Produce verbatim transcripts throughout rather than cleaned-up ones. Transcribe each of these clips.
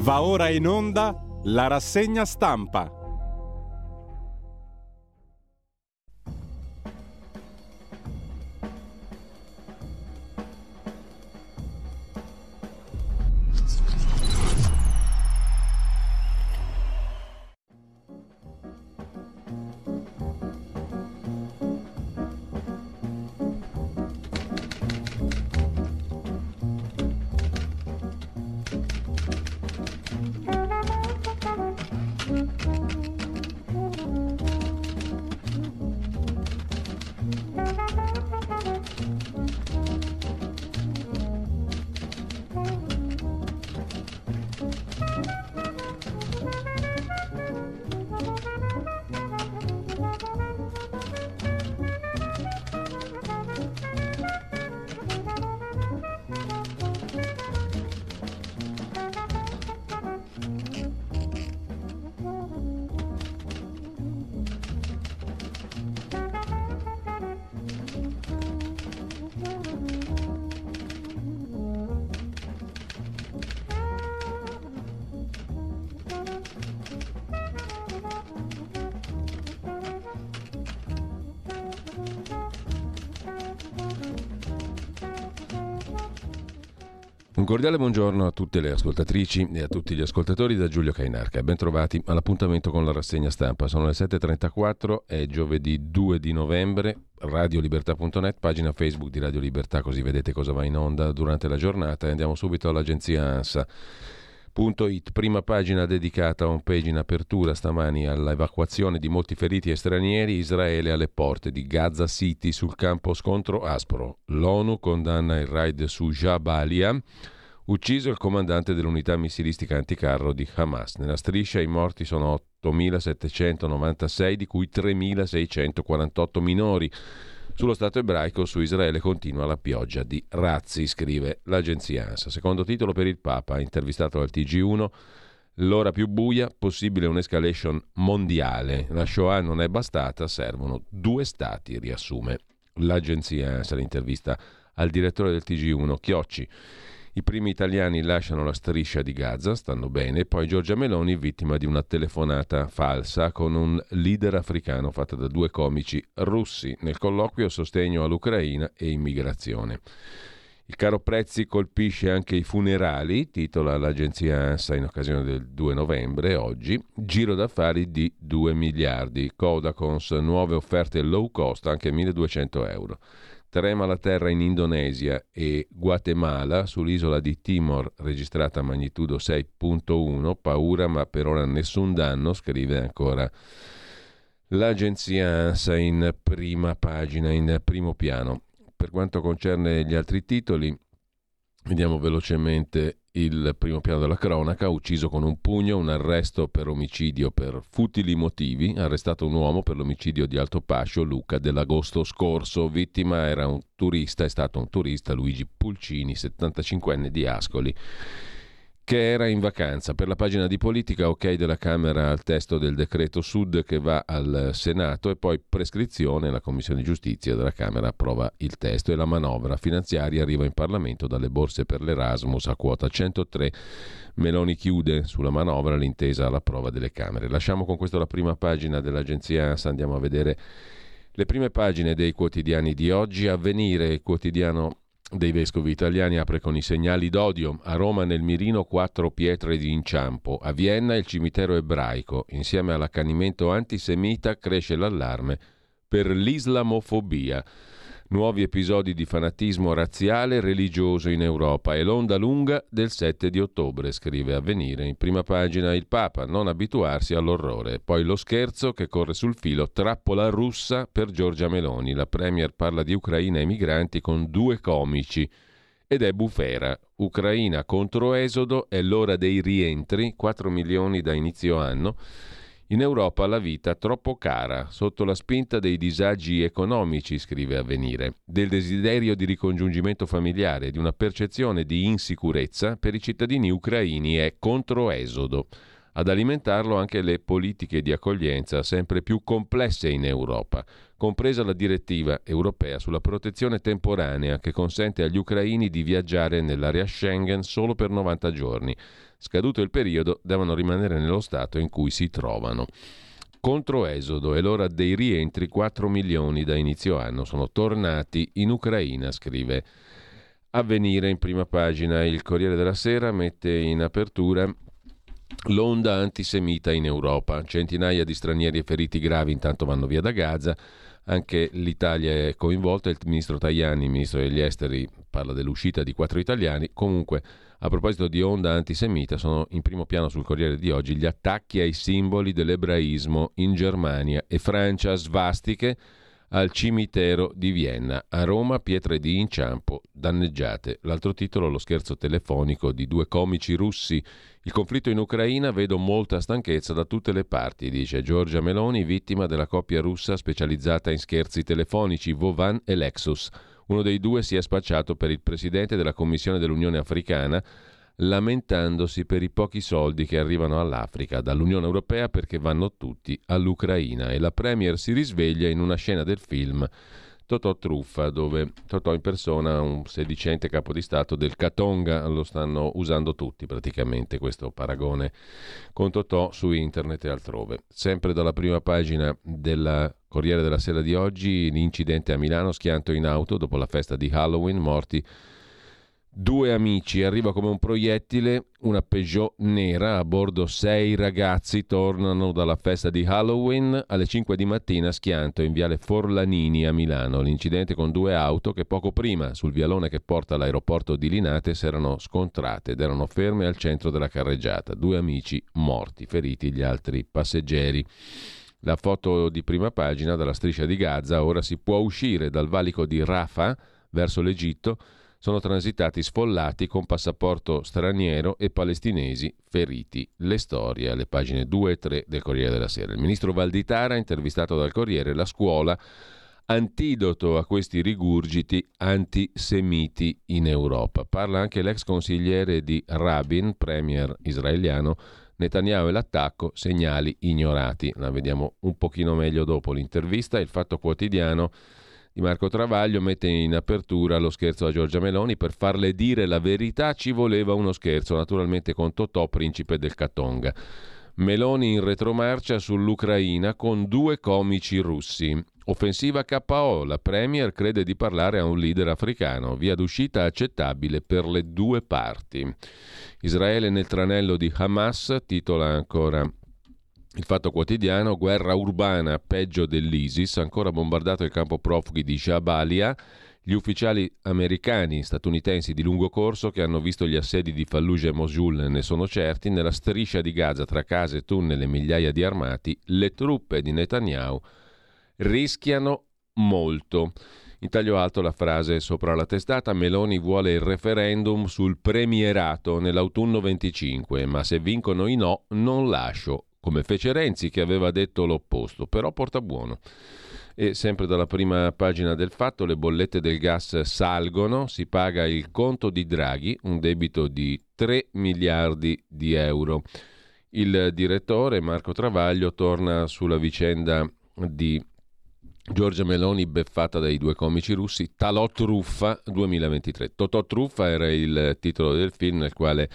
Va ora in onda la rassegna stampa. Un cordiale buongiorno a tutte le ascoltatrici e a tutti gli ascoltatori da Giulio Cainarca. Ben trovati all'appuntamento con la rassegna stampa. Sono le sette e trentaquattro, è giovedì due di novembre, radiolibertà punto net, pagina Facebook di Radio Libertà, così vedete cosa va in onda durante la giornata. E andiamo subito all'agenzia ANSA. .it, prima pagina dedicata, home page in apertura stamani all'evacuazione di molti feriti e stranieri. Israele alle porte di Gaza City, sul campo scontro aspro. L'ONU condanna il raid su Jabalia, ucciso il comandante dell'unità missilistica anticarro di Hamas. Nella striscia i morti sono ottomilasettecentonovantasei, di cui tremilaseicentoquarantotto minori. Sullo Stato ebraico, su Israele continua la pioggia di razzi, scrive l'agenzia ANSA. Secondo titolo per il Papa, intervistato al T G uno, l'ora più buia, possibile un'escalation mondiale. La Shoah non è bastata, servono due stati, riassume l'agenzia ANSA. L'intervista al direttore del T G uno, Chiocci. I primi italiani lasciano la striscia di Gaza, stanno bene, poi Giorgia Meloni vittima di una telefonata falsa con un leader africano fatta da due comici russi. Nel colloquio sostegno all'Ucraina e immigrazione. Il caro prezzi colpisce anche i funerali, titola l'agenzia ANSA in occasione del due novembre, oggi. Giro d'affari di due miliardi. Codacons, nuove offerte low cost, anche milleduecento euro. Trema la terra in Indonesia e Guatemala, sull'isola di Timor registrata a magnitudo sei virgola uno, paura ma per ora nessun danno, scrive ancora l'agenzia ANSA in prima pagina, in primo piano. Per quanto concerne gli altri titoli, vediamo velocemente il primo piano della cronaca. Ucciso con un pugno, un arresto per omicidio per futili motivi. Arrestato un uomo per l'omicidio di Altopascio, Luca, dell'agosto scorso. Vittima era un turista, è stato un turista, Luigi Pulcini, settantacinquenne di Ascoli, che era in vacanza. Per la pagina di politica, ok della Camera al testo del decreto Sud che va al Senato, e poi prescrizione, la Commissione Giustizia della Camera approva il testo e la manovra finanziaria arriva in Parlamento dalle borse per l'Erasmus a quota centotré. Meloni chiude sulla manovra, l'intesa alla prova delle Camere. Lasciamo con questo la prima pagina dell'agenzia ANSA, andiamo a vedere le prime pagine dei quotidiani di oggi. Avvenire, il quotidiano dei vescovi italiani, apre con i segnali d'odio. A Roma nel mirino quattro pietre di inciampo. A Vienna il cimitero ebraico. Insieme all'accanimento antisemita cresce l'allarme per l'islamofobia. Nuovi episodi di fanatismo razziale e religioso in Europa e l'onda lunga del sette di ottobre, scrive Avvenire. In prima pagina il Papa, non abituarsi all'orrore. Poi lo scherzo che corre sul filo, trappola russa per Giorgia Meloni. La premier parla di Ucraina e migranti con due comici ed è bufera. Ucraina contro esodo, è l'ora dei rientri, quattro milioni da inizio anno. In Europa la vita troppo cara, sotto la spinta dei disagi economici, scrive Avvenire, del desiderio di ricongiungimento familiare, di una percezione di insicurezza per i cittadini ucraini è controesodo. Ad alimentarlo anche le politiche di accoglienza sempre più complesse in Europa, compresa la direttiva europea sulla protezione temporanea che consente agli ucraini di viaggiare nell'area Schengen solo per novanta giorni. Scaduto il periodo, devono rimanere nello stato in cui si trovano. Controesodo, è l'ora dei rientri, quattro milioni da inizio anno sono tornati in Ucraina, scrive Avvenire in prima pagina. Il Corriere della Sera mette in apertura l'onda antisemita in Europa, centinaia di stranieri e feriti gravi intanto vanno via da Gaza, anche l'Italia è coinvolta, il ministro Tajani, il ministro degli esteri, parla dell'uscita di quattro italiani. Comunque, a proposito di onda antisemita, sono in primo piano sul Corriere di oggi gli attacchi ai simboli dell'ebraismo in Germania e Francia, svastiche al cimitero di Vienna. A Roma pietre di inciampo danneggiate. L'altro titolo, lo scherzo telefonico di due comici russi. Il conflitto in Ucraina, vedo molta stanchezza da tutte le parti, dice Giorgia Meloni, vittima della coppia russa specializzata in scherzi telefonici, Vovan e Lexus. Uno dei due si è spacciato per il presidente della Commissione dell'Unione Africana, lamentandosi per i pochi soldi che arrivano all'Africa dall'Unione Europea perché vanno tutti all'Ucraina. E la Premier si risveglia in una scena del film Totò Truffa, dove Totò in persona, un sedicente capo di Stato del Katonga, lo stanno usando tutti praticamente questo paragone con Totò su internet e altrove. Sempre dalla prima pagina del Corriere della Sera di oggi, l'incidente a Milano, schianto in auto dopo la festa di Halloween, morti due amici, arriva come un proiettile una Peugeot nera, a bordo sei ragazzi, tornano dalla festa di Halloween alle cinque di mattina, schianto in viale Forlanini a Milano. L'incidente con due auto che poco prima sul vialone che porta all'aeroporto di Linate si erano scontrate ed erano ferme al centro della carreggiata. Due amici morti, feriti gli altri passeggeri. La foto di prima pagina dalla striscia di Gaza, ora si può uscire dal valico di Rafah verso l'Egitto. Sono transitati sfollati con passaporto straniero e palestinesi feriti. Le storie alle pagine due e tre del Corriere della Sera. Il ministro Valditara, intervistato dal Corriere, la scuola, antidoto a questi rigurgiti antisemiti in Europa. Parla anche l'ex consigliere di Rabin, premier israeliano, Netanyahu e l'attacco, segnali ignorati. La vediamo un pochino meglio dopo l'intervista. Il Fatto Quotidiano di Marco Travaglio mette in apertura lo scherzo a Giorgia Meloni: per farle dire la verità ci voleva uno scherzo, naturalmente con Totò, principe del Katonga. Meloni in retromarcia sull'Ucraina con due comici russi. Offensiva K O, la premier crede di parlare a un leader africano, via d'uscita accettabile per le due parti. Israele nel tranello di Hamas, titola ancora Il Fatto Quotidiano, guerra urbana peggio dell'ISIS, ancora bombardato il campo profughi di Jabalia. Gli ufficiali americani, statunitensi di lungo corso che hanno visto gli assedi di Fallujah e Mosul ne sono certi. Nella striscia di Gaza, tra case, tunnel e migliaia di armati, le truppe di Netanyahu rischiano molto. In taglio alto la frase sopra la testata: Meloni vuole il referendum sul premierato nell'autunno venticinque, ma se vincono i no non lascio. Come fece Renzi, che aveva detto l'opposto, però porta buono. E sempre dalla prima pagina del Fatto, le bollette del gas salgono, si paga il conto di Draghi, un debito di tre miliardi di euro. Il direttore Marco Travaglio torna sulla vicenda di Giorgia Meloni beffata dai due comici russi. Talò Truffa duemilaventitré. Totò Truffa era il titolo del film nel quale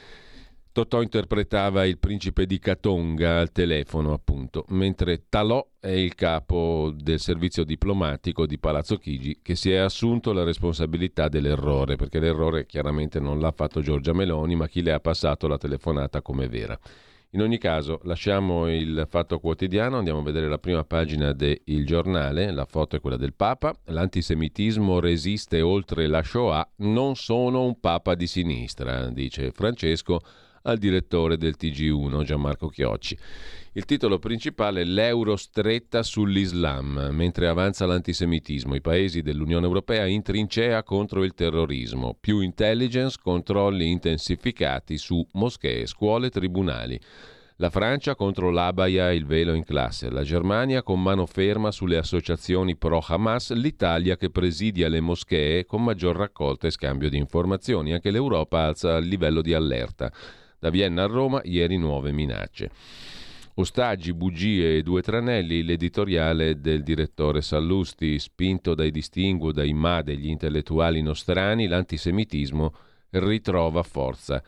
Totò interpretava il principe di Katonga al telefono, appunto, mentre Talò è il capo del servizio diplomatico di Palazzo Chigi, che si è assunto la responsabilità dell'errore, perché l'errore chiaramente non l'ha fatto Giorgia Meloni, ma chi le ha passato la telefonata come vera. In ogni caso, lasciamo il Fatto Quotidiano, andiamo a vedere la prima pagina del Giornale. La foto è quella del Papa. L'antisemitismo resiste oltre la Shoah, non sono un papa di sinistra, dice Francesco al direttore del T G uno Gianmarco Chiocci. Il titolo principale è l'euro stretta sull'Islam, mentre avanza l'antisemitismo. I paesi dell'Unione Europea in trincea contro il terrorismo. Più intelligence, controlli intensificati su moschee, scuole, tribunali. La Francia contro l'abaya e il velo in classe. La Germania con mano ferma sulle associazioni pro-Hamas. L'Italia che presidia le moschee con maggior raccolta e scambio di informazioni. Anche l'Europa alza il livello di allerta. Da Vienna a Roma, ieri nuove minacce. Ostaggi, bugie e due tranelli, l'editoriale del direttore Sallusti, spinto dai distinguo, dai ma degli intellettuali nostrani, l'antisemitismo ritrova forza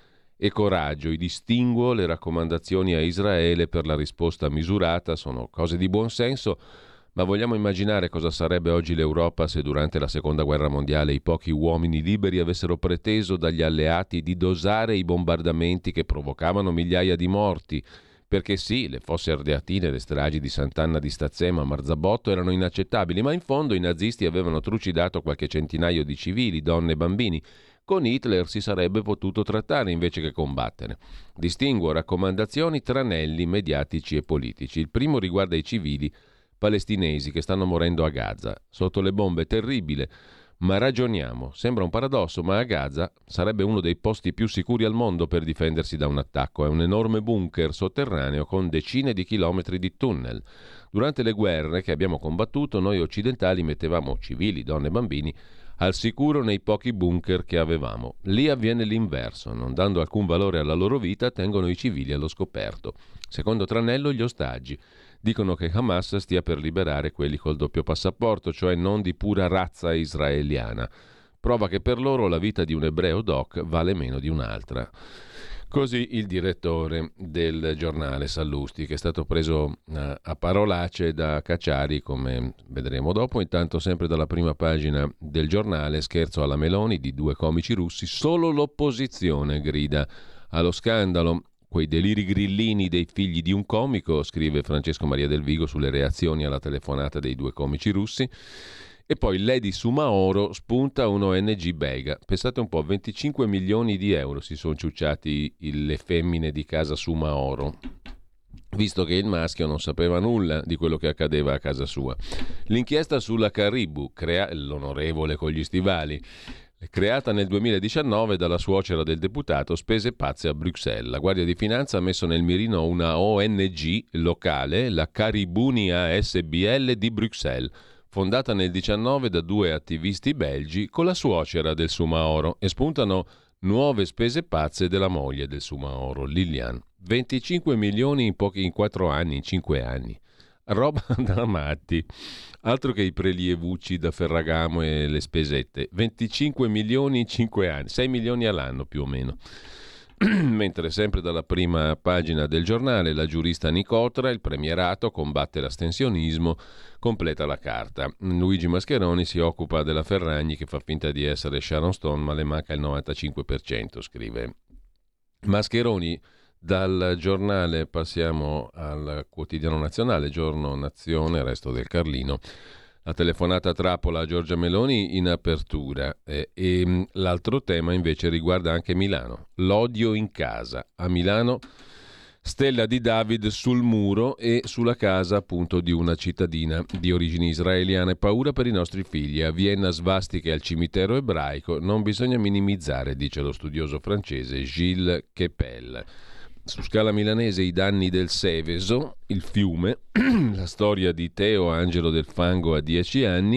e coraggio. I distinguo, le raccomandazioni a Israele per la risposta misurata sono cose di buon senso, ma vogliamo immaginare cosa sarebbe oggi l'Europa se durante la Seconda Guerra Mondiale i pochi uomini liberi avessero preteso dagli alleati di dosare i bombardamenti che provocavano migliaia di morti, perché sì, le fosse ardeatine e le stragi di Sant'Anna di Stazzema a Marzabotto erano inaccettabili, ma in fondo i nazisti avevano trucidato qualche centinaio di civili, donne e bambini. Con Hitler si sarebbe potuto trattare invece che combattere. Distinguo raccomandazioni, tranelli mediatici e politici. Il primo riguarda i civili palestinesi che stanno morendo a Gaza. Sotto le bombe è terribile, ma ragioniamo. Sembra un paradosso, ma a Gaza sarebbe uno dei posti più sicuri al mondo per difendersi da un attacco. È un enorme bunker sotterraneo con decine di chilometri di tunnel. Durante le guerre che abbiamo combattuto, noi occidentali mettevamo civili, donne e bambini al sicuro nei pochi bunker che avevamo. Lì avviene l'inverso. Non dando alcun valore alla loro vita, tengono i civili allo scoperto. Secondo tranello, gli ostaggi. Dicono che Hamas stia per liberare quelli col doppio passaporto, cioè non di pura razza israeliana. Prova che per loro la vita di un ebreo doc vale meno di un'altra. Così il direttore del giornale Sallusti, che è stato preso uh, a parolacce da Cacciari, come vedremo dopo. Intanto, sempre dalla prima pagina del giornale, scherzo alla Meloni di due comici russi, solo l'opposizione grida allo scandalo. Quei deliri grillini dei figli di un comico, scrive Francesco Maria Del Vigo sulle reazioni alla telefonata dei due comici russi. E poi Lady Sumaoro spunta un O N G belga. Pensate un po', venticinque milioni di euro si sono ciucciati le femmine di casa Sumaoro, visto che il maschio non sapeva nulla di quello che accadeva a casa sua. L'inchiesta sulla Caribou, crea l'onorevole con gli stivali, creata nel duemiladiciannove dalla suocera del deputato, spese pazze a Bruxelles. La Guardia di Finanza ha messo nel mirino una O N G locale, la Caribounia S B L di Bruxelles, fondata nel diciannove da due attivisti belgi con la suocera del Sumaoro, e spuntano nuove spese pazze della moglie del Sumaoro, Lilian. venticinque milioni in pochi in quattro anni, in cinque anni. Roba da matti. Altro che i prelievucci da Ferragamo e le spesette. venticinque milioni in cinque anni, sei milioni all'anno più o meno. Mentre sempre dalla prima pagina del giornale, la giurista Nicotra, il premierato combatte l'astensionismo, completa la carta. Luigi Mascheroni si occupa della Ferragni che fa finta di essere Sharon Stone ma le manca il novantacinque per cento, scrive Mascheroni. Dal giornale passiamo al quotidiano nazionale, Giorno, Nazione, Resto del Carlino. La telefonata a trappola a Giorgia Meloni in apertura. Eh, e l'altro tema invece riguarda anche Milano. L'odio in casa. A Milano, stella di David sul muro e sulla casa appunto di una cittadina di origini israeliane. Paura per i nostri figli. A Vienna svastiche al cimitero ebraico. Non bisogna minimizzare, dice lo studioso francese Gilles Kepel. Su scala milanese i danni del Seveso, il fiume, la storia di Teo, angelo del fango a dieci anni,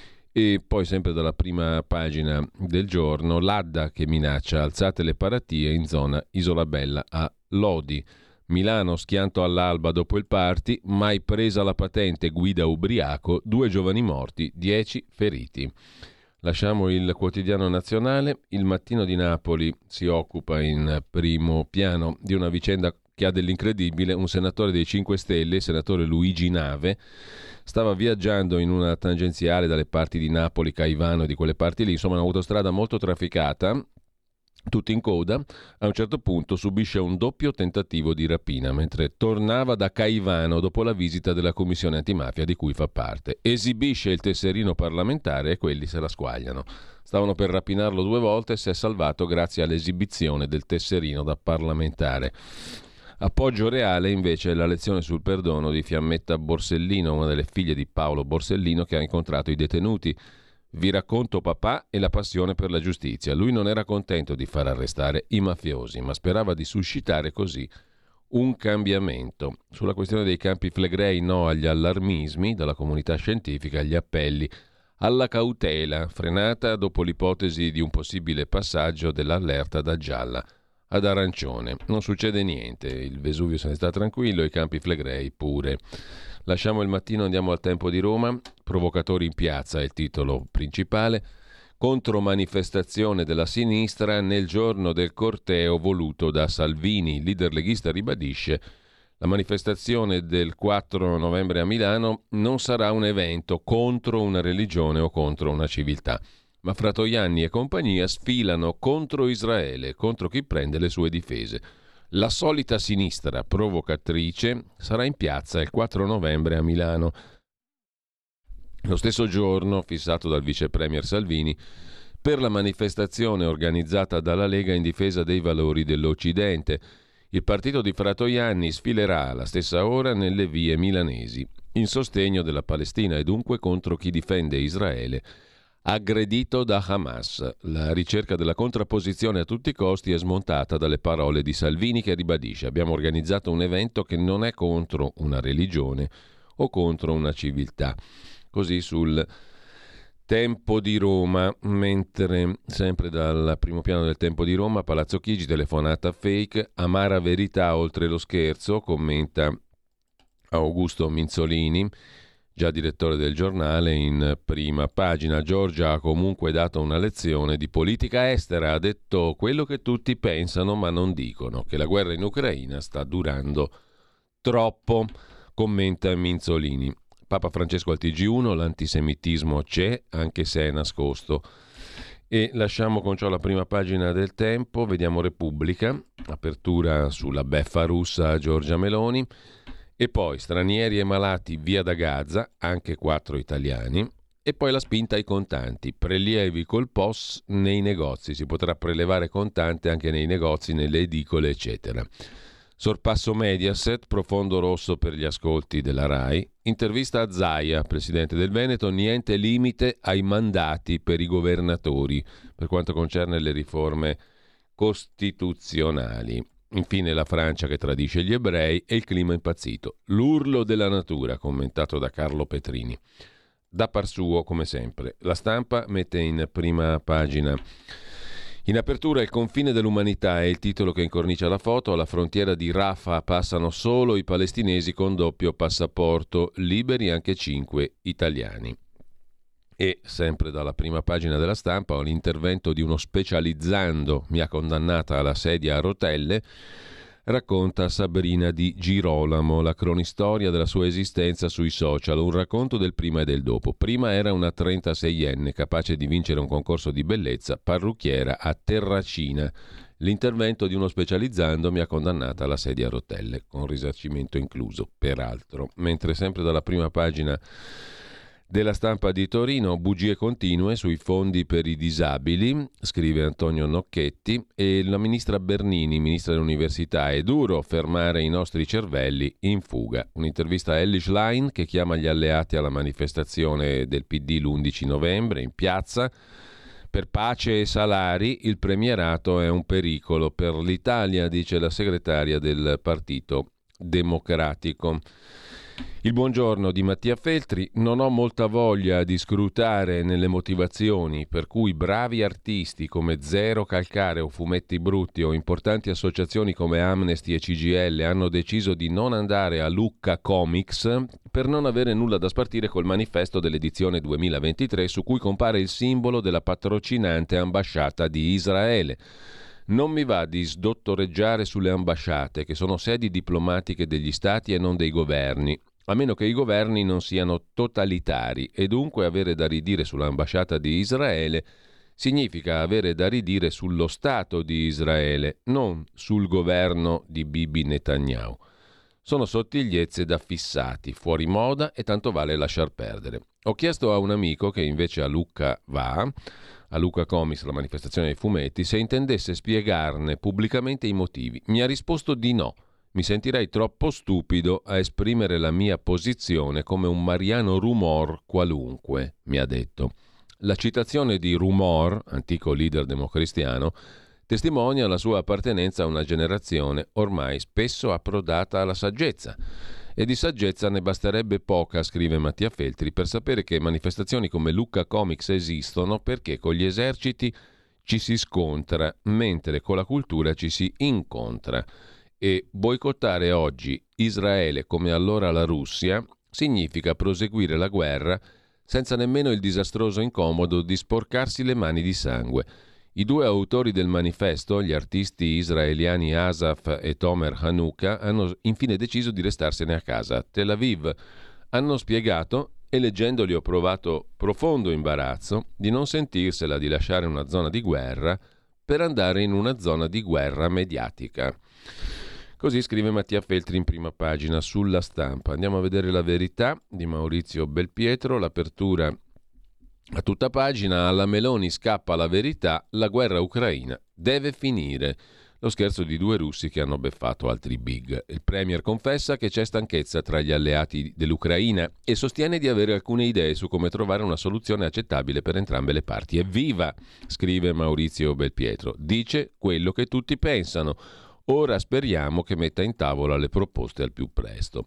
e poi sempre dalla prima pagina del giorno, l'Adda che minaccia, alzate le paratie in zona Isolabella a Lodi. Milano schianto all'alba dopo il party, mai presa la patente, guida ubriaco, due giovani morti, dieci feriti. Lasciamo il quotidiano nazionale. Il Mattino di Napoli si occupa in primo piano di una vicenda che ha dell'incredibile. Un senatore dei cinque Stelle, il senatore Luigi Nave, stava viaggiando in una tangenziale dalle parti di Napoli, Caivano e di quelle parti lì, insomma un'autostrada molto trafficata, tutti in coda. A un certo punto subisce un doppio tentativo di rapina mentre tornava da Caivano dopo la visita della commissione antimafia di cui fa parte. Esibisce il tesserino parlamentare e quelli se la squagliano. Stavano per rapinarlo due volte e si è salvato grazie all'esibizione del tesserino da parlamentare. Appoggio reale invece è la lezione sul perdono di Fiammetta Borsellino, una delle figlie di Paolo Borsellino che ha incontrato i detenuti. Vi racconto papà e la passione per la giustizia. Lui non era contento di far arrestare i mafiosi, ma sperava di suscitare così un cambiamento. Sulla questione dei Campi Flegrei, no agli allarmismi dalla comunità scientifica, agli appelli alla cautela, frenata dopo l'ipotesi di un possibile passaggio dell'allerta da gialla ad arancione. Non succede niente, il Vesuvio se ne sta tranquillo, i Campi Flegrei pure. Lasciamo il Mattino, andiamo al Tempo di Roma. Provocatori in piazza è il titolo principale. contromanifestazione della sinistra nel giorno del corteo voluto da Salvini. Il leader leghista ribadisce: la manifestazione del quattro novembre a Milano non sarà un evento contro una religione o contro una civiltà, ma Fratoianni e compagnia sfilano contro Israele, contro chi prende le sue difese. La solita sinistra provocatrice sarà in piazza il quattro novembre a Milano. Lo stesso giorno, fissato dal vice premier Salvini, per la manifestazione organizzata dalla Lega in difesa dei valori dell'Occidente. Il partito di Fratoianni sfilerà alla stessa ora nelle vie milanesi, in sostegno della Palestina e dunque contro chi difende Israele, aggredito da Hamas. La ricerca della contrapposizione a tutti i costi è smontata dalle parole di Salvini, che ribadisce: abbiamo organizzato un evento che non è contro una religione o contro una civiltà. Così sul Tempo di Roma, mentre sempre dal primo piano del Tempo di Roma, Palazzo Chigi, telefonata fake, amara verità oltre lo scherzo, commenta Augusto Minzolini, già direttore del giornale, in prima pagina. Giorgia ha comunque dato una lezione di politica estera, ha detto quello che tutti pensano ma non dicono, che la guerra in Ucraina sta durando troppo, commenta Minzolini. Papa Francesco al T G uno, l'antisemitismo c'è, anche se è nascosto. E lasciamo con ciò la prima pagina del Tempo, vediamo Repubblica, apertura sulla beffa russa a Giorgia Meloni, e poi stranieri e malati via da Gaza, anche quattro italiani, e poi la spinta ai contanti, prelievi col P O S nei negozi, si potrà prelevare contante anche nei negozi, nelle edicole, eccetera. Sorpasso Mediaset, profondo rosso per gli ascolti della RAI. Intervista a Zaia, presidente del Veneto, niente limite ai mandati per i governatori per quanto concerne le riforme costituzionali. Infine la Francia che tradisce gli ebrei e il clima impazzito. L'urlo della natura, commentato da Carlo Petrini. Da par suo, come sempre. La Stampa mette in prima pagina: in apertura il confine dell'umanità è il titolo che incornicia la foto. Alla frontiera di Rafah passano solo i palestinesi con doppio passaporto, liberi anche cinque italiani. E sempre dalla prima pagina della Stampa ho l'intervento di uno specializzando, mi ha condannata alla sedia a rotelle, racconta Sabrina Di Girolamo, la cronistoria della sua esistenza sui social, un racconto del prima e del dopo. Prima era una trentaseienne capace di vincere un concorso di bellezza, parrucchiera a Terracina. L'intervento di uno specializzando mi ha condannata alla sedia a rotelle, con risarcimento incluso, peraltro. Mentre sempre dalla prima pagina della Stampa di Torino, bugie continue sui fondi per i disabili, scrive Antonio Nocchetti, e la ministra Bernini, ministra dell'università: è duro fermare i nostri cervelli in fuga. Un'intervista a Elly Schlein, che chiama gli alleati alla manifestazione del P D l'undici novembre in piazza. Per pace e salari il premierato è un pericolo per l'Italia, dice la segretaria del Partito Democratico. Il buongiorno di Mattia Feltri: non ho molta voglia di scrutare nelle motivazioni per cui bravi artisti come Zero Calcare o Fumetti Brutti o importanti associazioni come Amnesty e C G I L hanno deciso di non andare a Lucca Comics per non avere nulla da spartire col manifesto dell'edizione duemilaventitré su cui compare il simbolo della patrocinante ambasciata di Israele. Non mi va di sdottoreggiare sulle ambasciate, che sono sedi diplomatiche degli stati e non dei governi, a meno che i governi non siano totalitari, e dunque avere da ridire sull'ambasciata di Israele significa avere da ridire sullo Stato di Israele, non sul governo di Bibi Netanyahu. Sono sottigliezze da fissati, fuori moda, e tanto vale lasciar perdere. Ho chiesto a un amico che invece a Lucca va, a Lucca Comics, la manifestazione dei fumetti, se intendesse spiegarne pubblicamente i motivi. Mi ha risposto di no. Mi sentirei troppo stupido a esprimere la mia posizione come un Mariano Rumor qualunque, mi ha detto. La citazione di Rumor, antico leader democristiano, testimonia la sua appartenenza a una generazione ormai spesso approdata alla saggezza. E di saggezza ne basterebbe poca, scrive Mattia Feltri, per sapere che manifestazioni come Lucca Comics esistono perché con gli eserciti ci si scontra, mentre con la cultura ci si incontra. E boicottare oggi Israele come allora la Russia significa proseguire la guerra senza nemmeno il disastroso incomodo di sporcarsi le mani di sangue. I due autori del manifesto, gli artisti israeliani Asaf e Tomer Hanuka, hanno infine deciso di restarsene a casa, a Tel Aviv. Hanno spiegato, e leggendoli ho provato profondo imbarazzo, di non sentirsela di lasciare una zona di guerra per andare in una zona di guerra mediatica. Così scrive Mattia Feltri in prima pagina sulla Stampa. Andiamo a vedere La Verità di Maurizio Belpietro, l'apertura a tutta pagina. Alla Meloni scappa la verità, la guerra ucraina deve finire. Lo scherzo di due russi che hanno beffato altri big. Il premier confessa che c'è stanchezza tra gli alleati dell'Ucraina e sostiene di avere alcune idee su come trovare una soluzione accettabile per entrambe le parti. Evviva, scrive Maurizio Belpietro. Dice quello che tutti pensano. Ora speriamo che metta in tavola le proposte al più presto.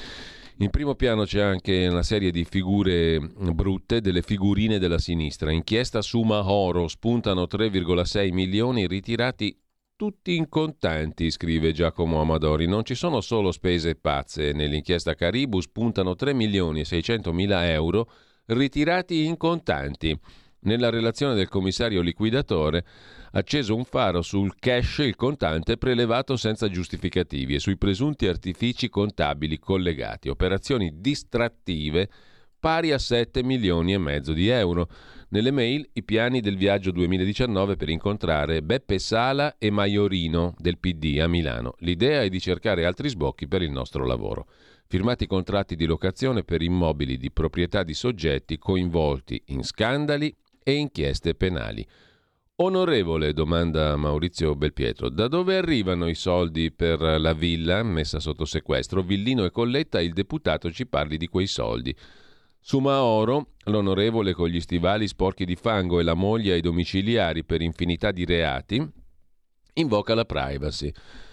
In primo piano c'è anche una serie di figure brutte, delle figurine della sinistra. Inchiesta su Mahoro, spuntano tre virgola sei milioni ritirati tutti in contanti, scrive Giacomo Amadori. Non ci sono solo spese pazze. Nell'inchiesta Caribou spuntano tre milioni e seicentomila euro ritirati in contanti. Nella relazione del commissario liquidatore acceso un faro sul cash, il contante prelevato senza giustificativi, e sui presunti artifici contabili collegati, operazioni distrattive pari a sette milioni e mezzo di euro. Nelle mail i piani del viaggio duemiladiciannove per incontrare Beppe Sala e Maiorino del P D a Milano. L'idea è di cercare altri sbocchi per il nostro lavoro. Firmati contratti di locazione per immobili di proprietà di soggetti coinvolti in scandali e inchieste penali. Onorevole, domanda Maurizio Belpietro, da dove arrivano i soldi per la villa messa sotto sequestro? Villino e Colletta, il deputato ci parli di quei soldi. Su Maoro, l'onorevole con gli stivali sporchi di fango e la moglie ai domiciliari per infinità di reati, invoca la privacy.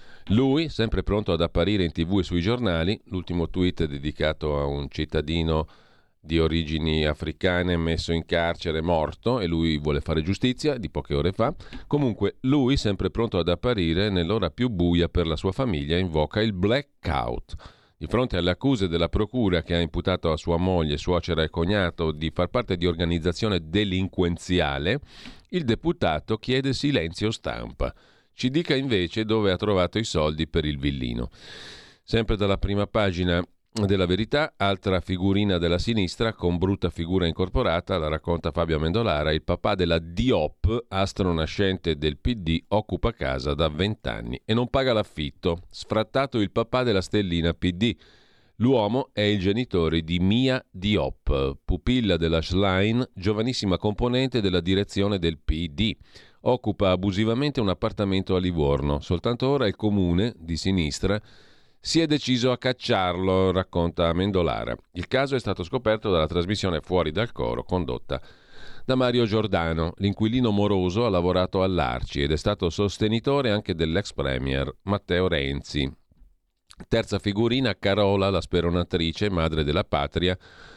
Lui, sempre pronto ad apparire in tv e sui giornali, l'ultimo tweet è dedicato a un cittadino di origini africane messo in carcere, morto, e lui vuole fare giustizia, di poche ore fa. Comunque lui, sempre pronto ad apparire nell'ora più buia per la sua famiglia, invoca il blackout. Di fronte alle accuse della procura che ha imputato a sua moglie, suocera e cognato di far parte di organizzazione delinquenziale, il deputato chiede silenzio stampa. Ci dica invece dove ha trovato i soldi per il villino. Sempre dalla prima pagina della Verità, altra figurina della sinistra con brutta figura incorporata, la racconta Fabio Amendolara. Il papà della Diop, astro nascente del P D, occupa casa da vent'anni e non paga l'affitto. Sfrattato il papà della stellina P D. L'uomo è il genitore di Mia Diop, pupilla della Schlein, giovanissima componente della direzione del P D. Occupa abusivamente un appartamento a Livorno. Soltanto ora il comune, di sinistra, si è deciso a cacciarlo, racconta Amendolara. Il caso è stato scoperto dalla trasmissione Fuori dal Coro, condotta da Mario Giordano. L'inquilino moroso ha lavorato all'Arci ed è stato sostenitore anche dell'ex premier Matteo Renzi. Terza figurina, Carola, la speronatrice, madre della patria,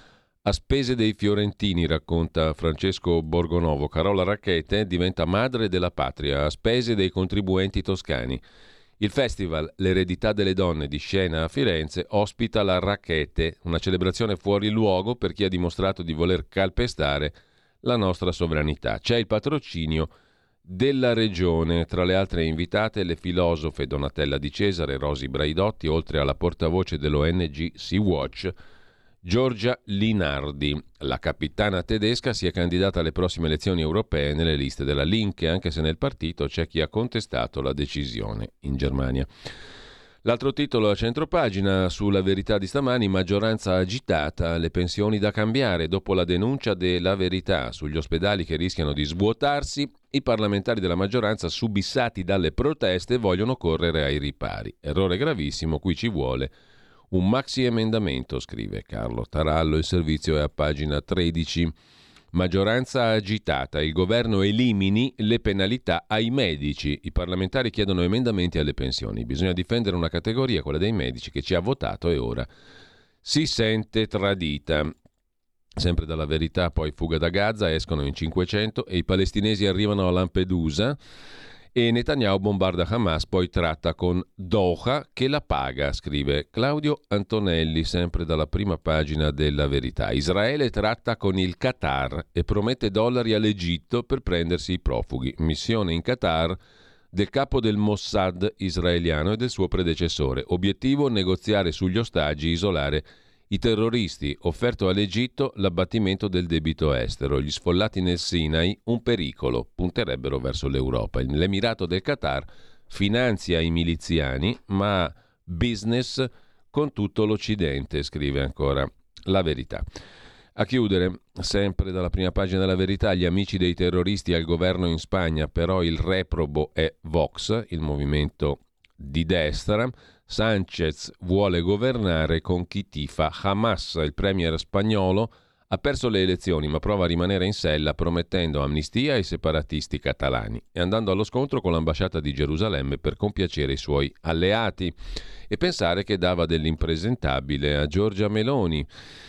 a spese dei fiorentini, racconta Francesco Borgonovo. Carola Rackete diventa madre della patria a spese dei contribuenti toscani. Il festival L'eredità delle donne di Scena a Firenze ospita la Racchete, una celebrazione fuori luogo per chi ha dimostrato di voler calpestare la nostra sovranità. C'è il patrocinio della regione, tra le altre invitate le filosofe Donatella Di Cesare, Rosi Braidotti, oltre alla portavoce dell'O N G Sea-Watch, Giorgia Linardi. La capitana tedesca si è candidata alle prossime elezioni europee nelle liste della Linke, anche se nel partito c'è chi ha contestato la decisione in Germania. L'altro titolo a centropagina sulla Verità di stamani: maggioranza agitata, le pensioni da cambiare. Dopo la denuncia della Verità sugli ospedali che rischiano di svuotarsi, i parlamentari della maggioranza, subissati dalle proteste, vogliono correre ai ripari. Errore gravissimo, qui ci vuole un maxi emendamento, scrive Carlo Tarallo. Il servizio è a pagina tredici. Maggioranza agitata, il governo elimini le penalità ai medici. I parlamentari chiedono emendamenti alle pensioni. Bisogna difendere una categoria, quella dei medici, che ci ha votato e ora si sente tradita. Sempre dalla Verità, poi fuga da Gaza, escono in cinquecento e i palestinesi arrivano a Lampedusa. E Netanyahu bombarda Hamas, poi tratta con Doha che la paga, scrive Claudio Antonelli, sempre dalla prima pagina della Verità. Israele tratta con il Qatar e promette dollari all'Egitto per prendersi i profughi. Missione in Qatar del capo del Mossad israeliano e del suo predecessore. Obiettivo: negoziare sugli ostaggi, isolare i terroristi. Offerto all'Egitto l'abbattimento del debito estero. Gli sfollati nel Sinai un pericolo, punterebbero verso l'Europa. L'Emirato del Qatar finanzia i miliziani, ma business con tutto l'Occidente, scrive ancora La Verità. A chiudere, sempre dalla prima pagina della Verità, gli amici dei terroristi al governo in Spagna, però il reprobo è Vox, il movimento di destra. Sánchez vuole governare con chi tifa Hamas. Il premier spagnolo ha perso le elezioni ma prova a rimanere in sella promettendo amnistia ai separatisti catalani e andando allo scontro con l'ambasciata di Gerusalemme per compiacere i suoi alleati e pensare che dava dell'impresentabile a Giorgia Meloni.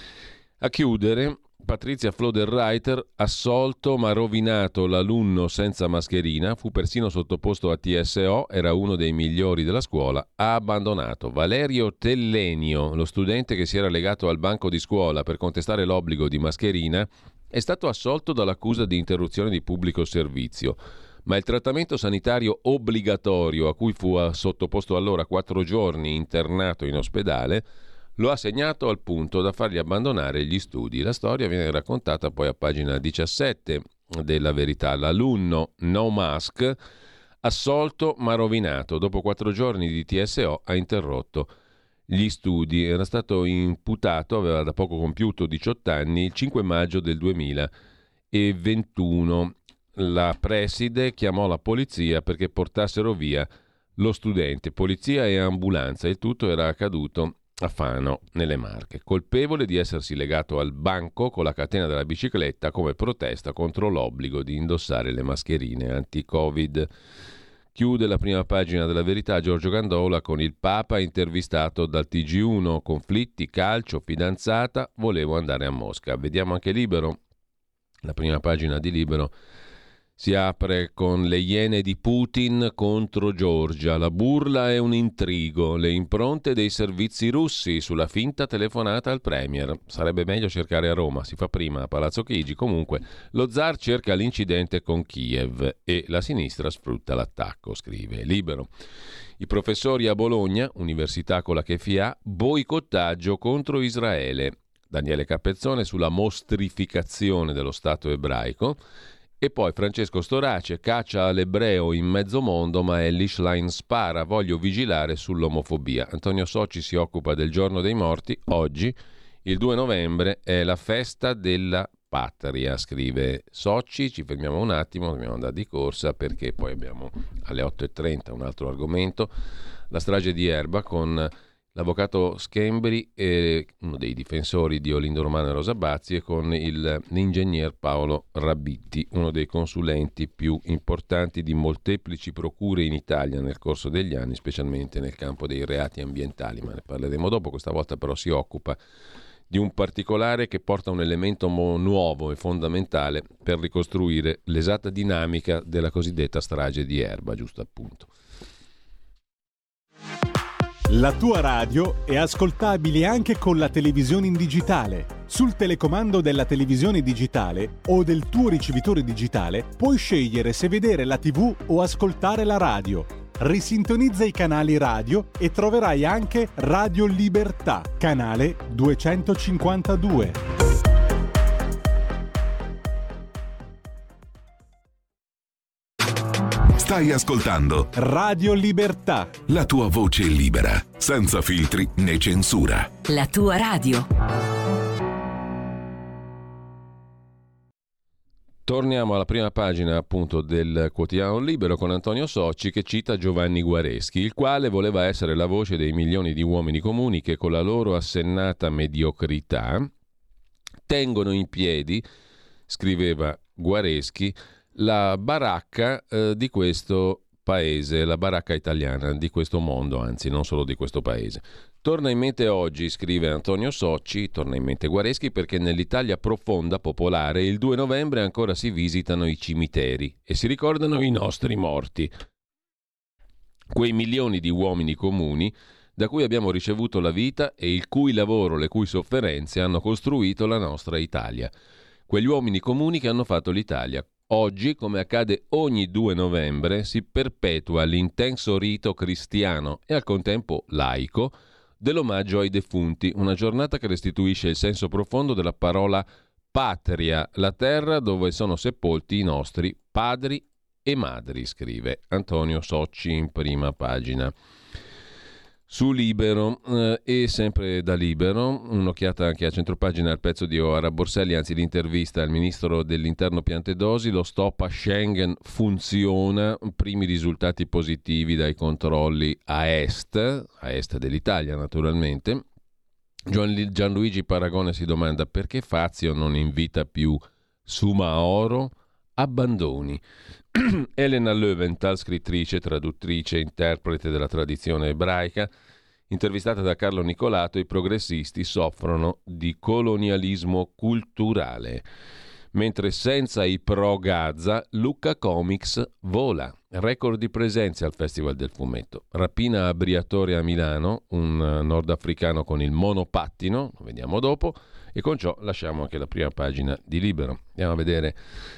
A chiudere, Patrizia Floderreiter, assolto ma rovinato l'alunno senza mascherina, fu persino sottoposto a T S O, era uno dei migliori della scuola, ha abbandonato. Valerio Tellenio, lo studente che si era legato al banco di scuola per contestare l'obbligo di mascherina, è stato assolto dall'accusa di interruzione di pubblico servizio, ma il trattamento sanitario obbligatorio a cui fu sottoposto allora quattro giorni internato in ospedale lo ha segnato al punto da fargli abbandonare gli studi. La storia viene raccontata poi a pagina diciassette della Verità. L'alunno No Mask, assolto ma rovinato. Dopo quattro giorni di T S O ha interrotto gli studi. Era stato imputato, aveva da poco compiuto diciotto anni, il cinque maggio del duemilaventuno. La preside chiamò la polizia perché portassero via lo studente. Polizia e ambulanza. Il tutto era accaduto a Fano, nelle Marche, colpevole di essersi legato al banco con la catena della bicicletta come protesta contro l'obbligo di indossare le mascherine anti-Covid. Chiude la prima pagina della Verità Giorgio Gandola con il Papa intervistato dal T G uno, conflitti, calcio, fidanzata, volevo andare a Mosca. Vediamo anche Libero, la prima pagina di Libero si apre con le iene di Putin contro Georgia. La burla è un intrigo, le impronte dei servizi russi sulla finta telefonata al premier. Sarebbe meglio cercare a Roma, si fa prima a Palazzo Chigi. Comunque lo zar cerca l'incidente con Kiev e la sinistra sfrutta l'attacco, scrive Libero. I professori a Bologna, università con la che F I A, boicottaggio contro Israele. Daniele Capezzone sulla mostrificazione dello Stato ebraico. E poi Francesco Storace, caccia all'ebreo in mezzo mondo, ma Elly Schlein spara, voglio vigilare sull'omofobia. Antonio Socci si occupa del Giorno dei Morti. Oggi, il due novembre, è la festa della patria, scrive Socci. Ci fermiamo un attimo, dobbiamo andare di corsa perché poi abbiamo alle otto e trenta un altro argomento, la strage di Erba con l'avvocato Schembri, e uno dei difensori di Olindo Romano e Rosa Bazzi, e con il, l'ingegner Paolo Rabitti, uno dei consulenti più importanti di molteplici procure in Italia nel corso degli anni, specialmente nel campo dei reati ambientali, ma ne parleremo dopo. Questa volta però si occupa di un particolare che porta un elemento mo- nuovo e fondamentale per ricostruire l'esatta dinamica della cosiddetta strage di Erba, giusto appunto. La tua radio è ascoltabile anche con la televisione in digitale. Sul telecomando della televisione digitale o del tuo ricevitore digitale puoi scegliere se vedere la tivù o ascoltare la radio. Risintonizza i canali radio e troverai anche Radio Libertà, canale duecentocinquantadue. Stai ascoltando Radio Libertà, la tua voce libera, senza filtri né censura. La tua radio. Torniamo alla prima pagina appunto del quotidiano Libero con Antonio Socci che cita Giovanni Guareschi, il quale voleva essere la voce dei milioni di uomini comuni che con la loro assennata mediocrità tengono in piedi, scriveva Guareschi, la baracca eh, di questo paese, la baracca italiana, di questo mondo, anzi non solo di questo paese. Torna in mente oggi, scrive Antonio Socci, torna in mente Guareschi perché nell'Italia profonda, popolare, il due novembre ancora si visitano i cimiteri e si ricordano i nostri morti. quei milioni di uomini comuni da cui abbiamo ricevuto la vita e il cui lavoro, le cui sofferenze hanno costruito la nostra Italia. Quegli uomini comuni che hanno fatto l'Italia. Oggi, come accade ogni due novembre, si perpetua l'intenso rito cristiano e al contempo laico dell'omaggio ai defunti, una giornata che restituisce il senso profondo della parola patria, la terra dove sono sepolti i nostri padri e madri, scrive Antonio Socci in prima pagina. Su Libero, eh, e sempre da Libero, un'occhiata anche a centropagina al pezzo di Oara Borselli, anzi l'intervista al ministro dell'interno Piantedosi, lo stop a Schengen funziona, primi risultati positivi dai controlli a est, a est dell'Italia naturalmente. Gianluigi Paragone si domanda perché Fazio non invita più Soumahoro, abbandoni. Elena Löwenthal, scrittrice, traduttrice, interprete della tradizione ebraica, intervistata da Carlo Nicolato, i progressisti soffrono di colonialismo culturale. Mentre senza i pro Gaza, Lucca Comics vola. Record di presenze al Festival del Fumetto. Rapina a Briatore a Milano, un nordafricano con il monopattino, lo vediamo dopo, e con ciò lasciamo anche la prima pagina di Libero. Andiamo a vedere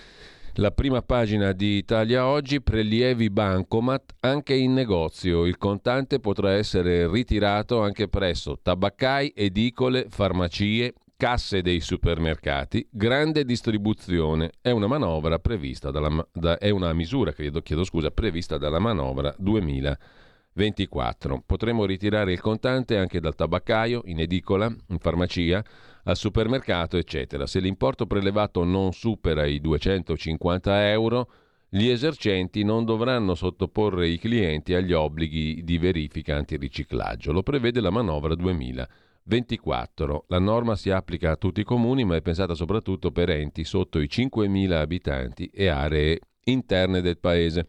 la prima pagina di Italia Oggi, prelievi bancomat anche in negozio. Il contante potrà essere ritirato anche presso tabaccai, edicole, farmacie, casse dei supermercati, grande distribuzione. È una manovra prevista dalla da, è una misura, credo, chiedo scusa, prevista dalla manovra duemilaventiquattro. Potremo ritirare il contante anche dal tabaccaio, in edicola, in farmacia, al supermercato, eccetera. Se l'importo prelevato non supera i duecentocinquanta euro, gli esercenti non dovranno sottoporre i clienti agli obblighi di verifica antiriciclaggio. Lo prevede la manovra duemilaventiquattro. La norma si applica a tutti i comuni, ma è pensata soprattutto per enti sotto i cinquemila abitanti e aree interne del paese.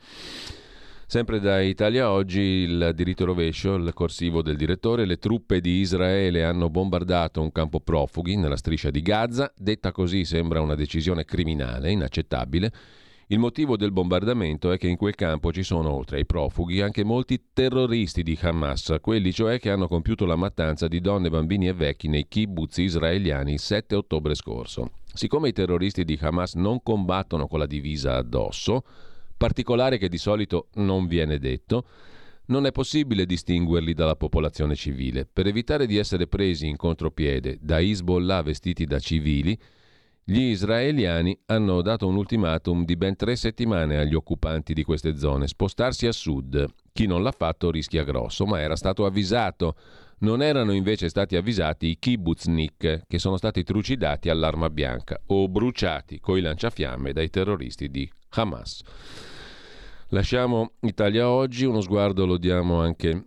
Sempre da Italia Oggi, il diritto rovescio, il corsivo del direttore: le truppe di Israele hanno bombardato un campo profughi nella striscia di Gaza. Detta così sembra una decisione criminale, inaccettabile. Il motivo del bombardamento è che in quel campo ci sono, oltre ai profughi, anche molti terroristi di Hamas, quelli cioè che hanno compiuto la mattanza di donne, bambini e vecchi nei kibbutz israeliani il sette ottobre scorso. Siccome i terroristi di Hamas non combattono con la divisa addosso, particolare che di solito non viene detto, non è possibile distinguerli dalla popolazione civile. Per evitare di essere presi in contropiede da Hezbollah vestiti da civili, gli israeliani hanno dato un ultimatum di ben tre settimane agli occupanti di queste zone: spostarsi a sud. Chi non l'ha fatto rischia grosso, ma era stato avvisato. Non erano invece stati avvisati i kibbutznik, che sono stati trucidati all'arma bianca o bruciati coi lanciafiamme dai terroristi di Hamas. Lasciamo Italia Oggi, uno sguardo lo diamo anche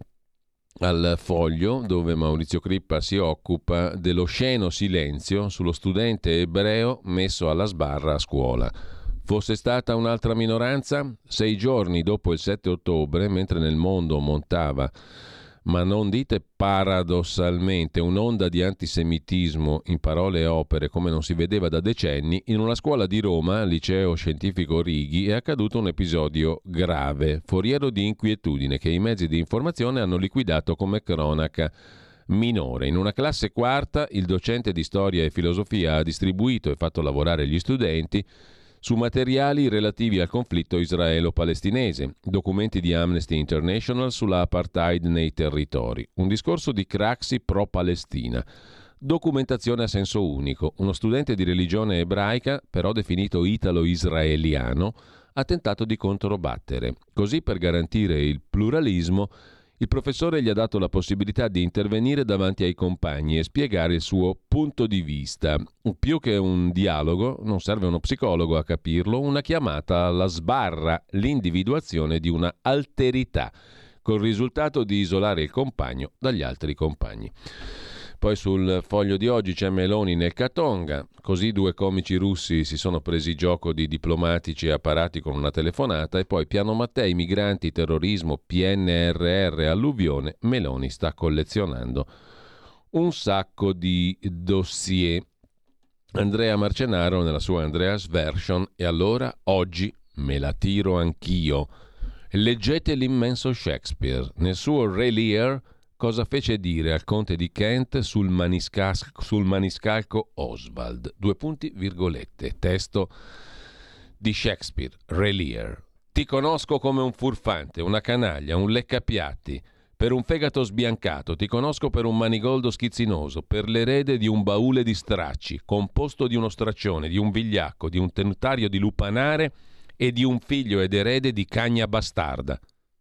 al Foglio, dove Maurizio Crippa si occupa dell'osceno silenzio sullo studente ebreo messo alla sbarra a scuola. Fosse stata un'altra minoranza? Sei giorni dopo il sette ottobre, mentre nel mondo montava, ma non dite paradossalmente, un'onda di antisemitismo in parole e opere come non si vedeva da decenni, in una scuola di Roma, liceo scientifico Righi, è accaduto un episodio grave, foriero di inquietudine, che i mezzi di informazione hanno liquidato come cronaca minore. In una classe quarta, il docente di storia e filosofia ha distribuito e fatto lavorare gli studenti su materiali relativi al conflitto israelo-palestinese, documenti di Amnesty International sulla apartheid nei territori, un discorso di Craxi pro-Palestina, documentazione a senso unico. Uno studente di religione ebraica, però definito italo-israeliano, ha tentato di controbattere. Così, per garantire il pluralismo, il professore gli ha dato la possibilità di intervenire davanti ai compagni e spiegare il suo punto di vista. Più che un dialogo, non serve uno psicologo a capirlo, una chiamata alla sbarra, l'individuazione di una alterità, col risultato di isolare il compagno dagli altri compagni. Poi sul Foglio di oggi c'è Meloni nel Katonga, così due comici russi si sono presi gioco di diplomatici e apparati con una telefonata, e poi Piano Mattei, migranti, terrorismo, P N R R, alluvione. Meloni sta collezionando un sacco di dossier. Andrea Marcenaro nella sua Andreas Version: e allora oggi me la tiro anch'io. Leggete l'immenso Shakespeare. Nel suo Re Lear cosa fece dire al conte di Kent sul, maniscas- sul maniscalco Oswald. Due punti, virgolette. Testo di Shakespeare, Re Lear. Ti conosco come un furfante, una canaglia, un leccapiatti. Per un fegato sbiancato, ti conosco per un manigoldo schizzinoso, per l'erede di un baule di stracci, composto di uno straccione, di un vigliacco, di un tenutario di lupanare e di un figlio ed erede di cagna bastarda.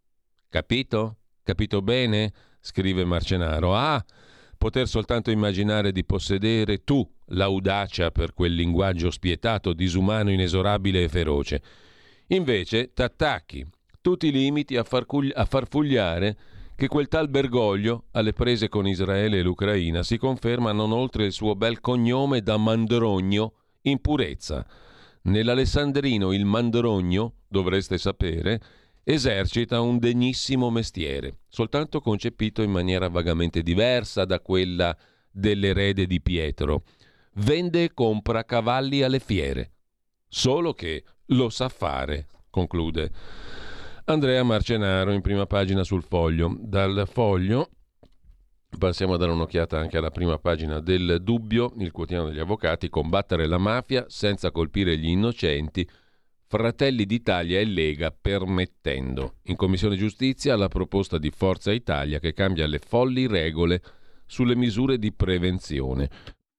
Capito? Capito bene? Scrive Marcenaro. Ah, poter soltanto immaginare di possedere tu l'audacia per quel linguaggio spietato, disumano, inesorabile e feroce. Invece t'attacchi, tu ti limiti a, far cugli- a farfugliare che quel tal Bergoglio, alle prese con Israele e l'Ucraina, si conferma non oltre il suo bel cognome da mandrogno in purezza. Nell'alessandrino il mandrogno, dovreste sapere, esercita un degnissimo mestiere, soltanto concepito in maniera vagamente diversa da quella dell'erede di Pietro. Vende e compra cavalli alle fiere. Solo che lo sa fare, conclude Andrea Marcenaro in prima pagina sul Foglio. Dal Foglio passiamo a dare un'occhiata anche alla prima pagina del Dubbio, il quotidiano degli avvocati. Combattere la mafia senza colpire gli innocenti, Fratelli d'Italia e Lega permettendo. In Commissione Giustizia la proposta di Forza Italia che cambia le folli regole sulle misure di prevenzione.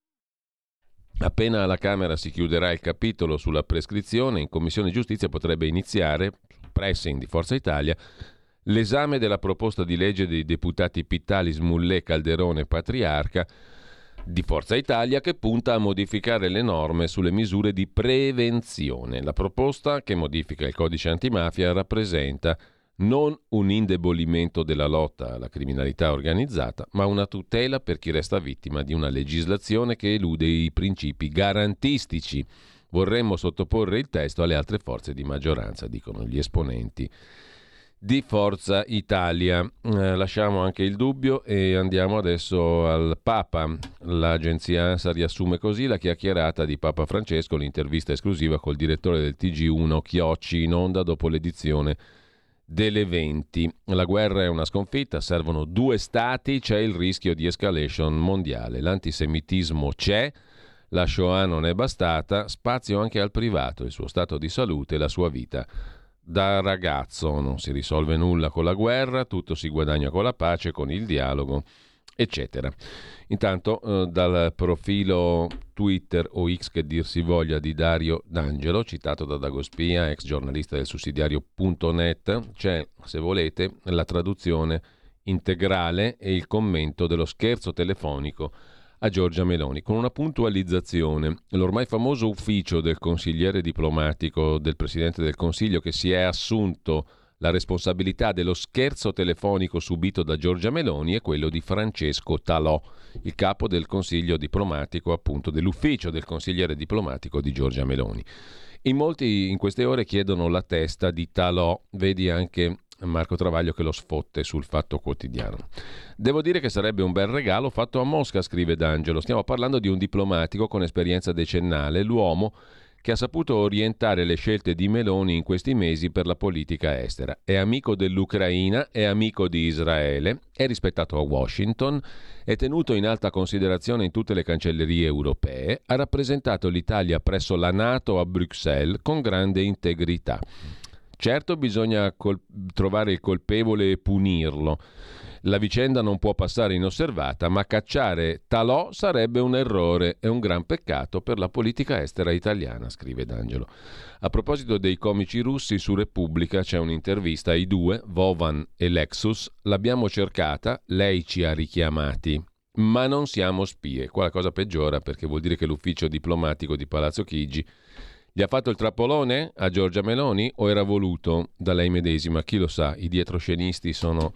Appena alla Camera si chiuderà il capitolo sulla prescrizione, in Commissione Giustizia potrebbe iniziare, pressing di Forza Italia, l'esame della proposta di legge dei deputati Pittali, Smullè, Calderone e Patriarca di Forza Italia che punta a modificare le norme sulle misure di prevenzione. La proposta, che modifica il codice antimafia, rappresenta non un indebolimento della lotta alla criminalità organizzata, ma una tutela per chi resta vittima di una legislazione che elude i principi garantistici. Vorremmo sottoporre il testo alle altre forze di maggioranza, dicono gli esponenti di Forza Italia. Eh, lasciamo anche il Dubbio e andiamo adesso al Papa. L'agenzia ANSA riassume così la chiacchierata di Papa Francesco, l'intervista esclusiva col direttore del T G uno Chiocci, in onda dopo l'edizione delle venti. La guerra è una sconfitta, servono due stati, c'è il rischio di escalation mondiale. L'antisemitismo c'è, la Shoah non è bastata, spazio anche al privato, il suo stato di salute e la sua vita. Da ragazzo non si risolve nulla con la guerra, tutto si guadagna con la pace, con il dialogo, eccetera. Intanto eh, dal profilo Twitter o X che dir si voglia di Dario D'Angelo, citato da Dago Spia, ex giornalista del sussidiario punto net, c'è, se volete, la traduzione integrale e il commento dello scherzo telefonico a Giorgia Meloni, con una puntualizzazione. L'ormai famoso ufficio del consigliere diplomatico del Presidente del Consiglio, che si è assunto la responsabilità dello scherzo telefonico subito da Giorgia Meloni, è quello di Francesco Talò, il capo del consiglio diplomatico, appunto dell'ufficio del consigliere diplomatico di Giorgia Meloni. In molti in queste ore chiedono la testa di Talò, vedi anche Marco Travaglio che lo sfotte sul Fatto Quotidiano. Devo dire che sarebbe un bel regalo fatto a Mosca, scrive D'Angelo. Stiamo parlando di un diplomatico con esperienza decennale, l'uomo che ha saputo orientare le scelte di Meloni in questi mesi per la politica estera. È amico dell'Ucraina, è amico di Israele, è rispettato a Washington, è tenuto in alta considerazione in tutte le cancellerie europee, ha rappresentato l'Italia presso la NATO a Bruxelles con grande integrità. Certo bisogna col- trovare il colpevole e punirlo. La vicenda non può passare inosservata, ma cacciare Talò sarebbe un errore e un gran peccato per la politica estera italiana, scrive D'Angelo. A proposito dei comici russi, su Repubblica c'è un'intervista ai due, Vovan e Lexus. L'abbiamo cercata, lei ci ha richiamati, ma non siamo spie. Qua la cosa peggiora perché vuol dire che l'ufficio diplomatico di Palazzo Chigi gli ha fatto il trappolone a Giorgia Meloni o era voluto da lei medesima? Chi lo sa, i dietroscenisti sono,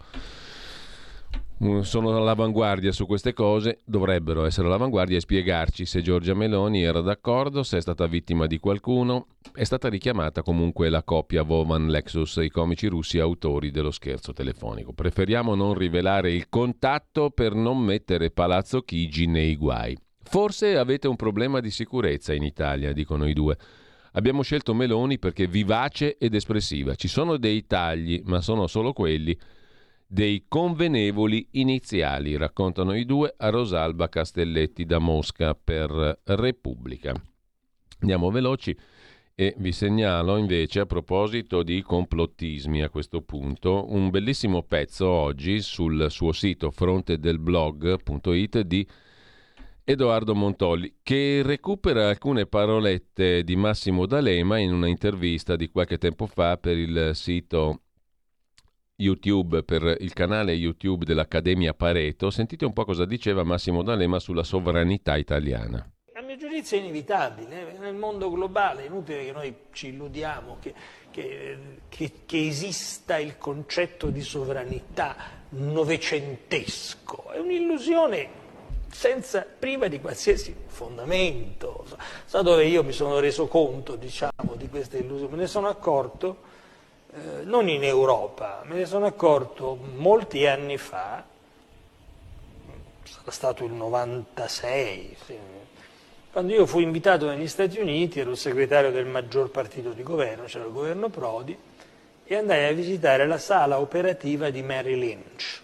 sono all'avanguardia su queste cose, dovrebbero essere all'avanguardia e spiegarci se Giorgia Meloni era d'accordo, se è stata vittima di qualcuno. È stata richiamata comunque la coppia Vovan-Lexus, i comici russi autori dello scherzo telefonico. Preferiamo non rivelare il contatto per non mettere Palazzo Chigi nei guai. Forse avete un problema di sicurezza in Italia, dicono i due. Abbiamo scelto Meloni perché è vivace ed espressiva. Ci sono dei tagli, ma sono solo quelli dei convenevoli iniziali, raccontano i due a Rosalba Castelletti da Mosca per Repubblica. Andiamo veloci e vi segnalo invece, a proposito di complottismi a questo punto, un bellissimo pezzo oggi sul suo sito frontedelblog punto it di Edoardo Montolli, che recupera alcune parolette di Massimo D'Alema in una intervista di qualche tempo fa per il sito YouTube, per il canale YouTube dell'Accademia Pareto. Sentite un po' cosa diceva Massimo D'Alema sulla sovranità italiana. A mio giudizio è inevitabile, nel mondo globale è inutile che noi ci illudiamo che, che, che, che esista il concetto di sovranità novecentesco, è un'illusione senza, priva di qualsiasi fondamento. Sa dove io mi sono reso conto, diciamo, di questa illusione? Me ne sono accorto, eh, non in Europa, me ne sono accorto molti anni fa, sarà stato il novantasei, sì, quando io fui invitato negli Stati Uniti, ero il segretario del maggior partito di governo, c'era il governo Prodi, e andai a visitare la sala operativa di Merrill Lynch.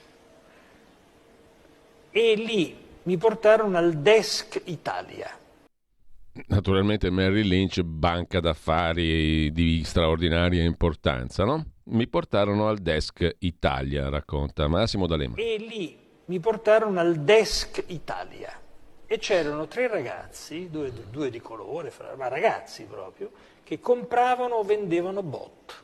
E lì mi portarono al Desk Italia. Naturalmente Merrill Lynch, banca d'affari di straordinaria importanza, no? Mi portarono al Desk Italia, racconta Massimo D'Alema. E lì mi portarono al Desk Italia e c'erano tre ragazzi, due, due di colore, ma ragazzi proprio, che compravano o vendevano bot.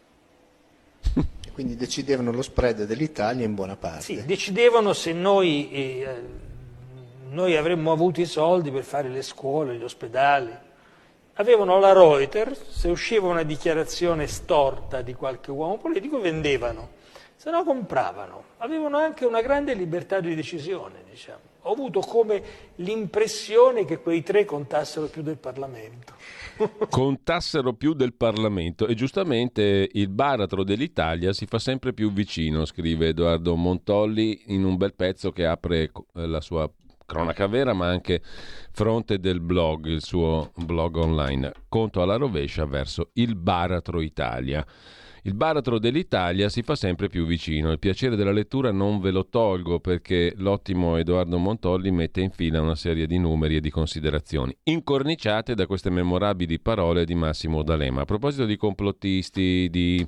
Quindi decidevano lo spread dell'Italia in buona parte. Sì, decidevano se noi... Eh, Noi avremmo avuto i soldi per fare le scuole, gli ospedali. Avevano la Reuters, se usciva una dichiarazione storta di qualche uomo politico vendevano, se no compravano. Avevano anche una grande libertà di decisione, diciamo. Ho avuto come l'impressione che quei tre contassero più del Parlamento. Contassero più del Parlamento, e giustamente il baratro dell'Italia si fa sempre più vicino, scrive Edoardo Montolli in un bel pezzo che apre la sua cronaca vera, ma anche fronte del blog, il suo blog online. Conto alla rovescia verso il baratro Italia. Il baratro dell'Italia si fa sempre più vicino. Il piacere della lettura non ve lo tolgo, perché l'ottimo Edoardo Montolli mette in fila una serie di numeri e di considerazioni incorniciate da queste memorabili parole di Massimo D'Alema. A proposito di complottisti, di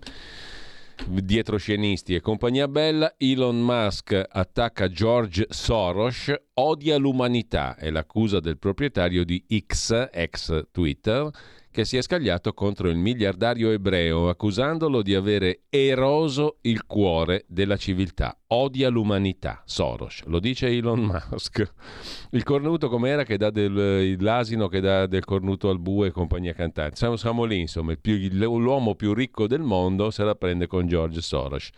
dietroscenisti e compagnia bella, Elon Musk attacca George Soros, odia l'umanità, è l'accusa del proprietario di X, ex Twitter, che si è scagliato contro il miliardario ebreo, accusandolo di avere eroso il cuore della civiltà. Odia l'umanità, Soros, lo dice Elon Musk. Il cornuto com'era che dà del, l'asino che dà del cornuto al bue e compagnia cantante. Siamo, siamo lì, insomma, il più, l'uomo più ricco del mondo se la prende con George Soros.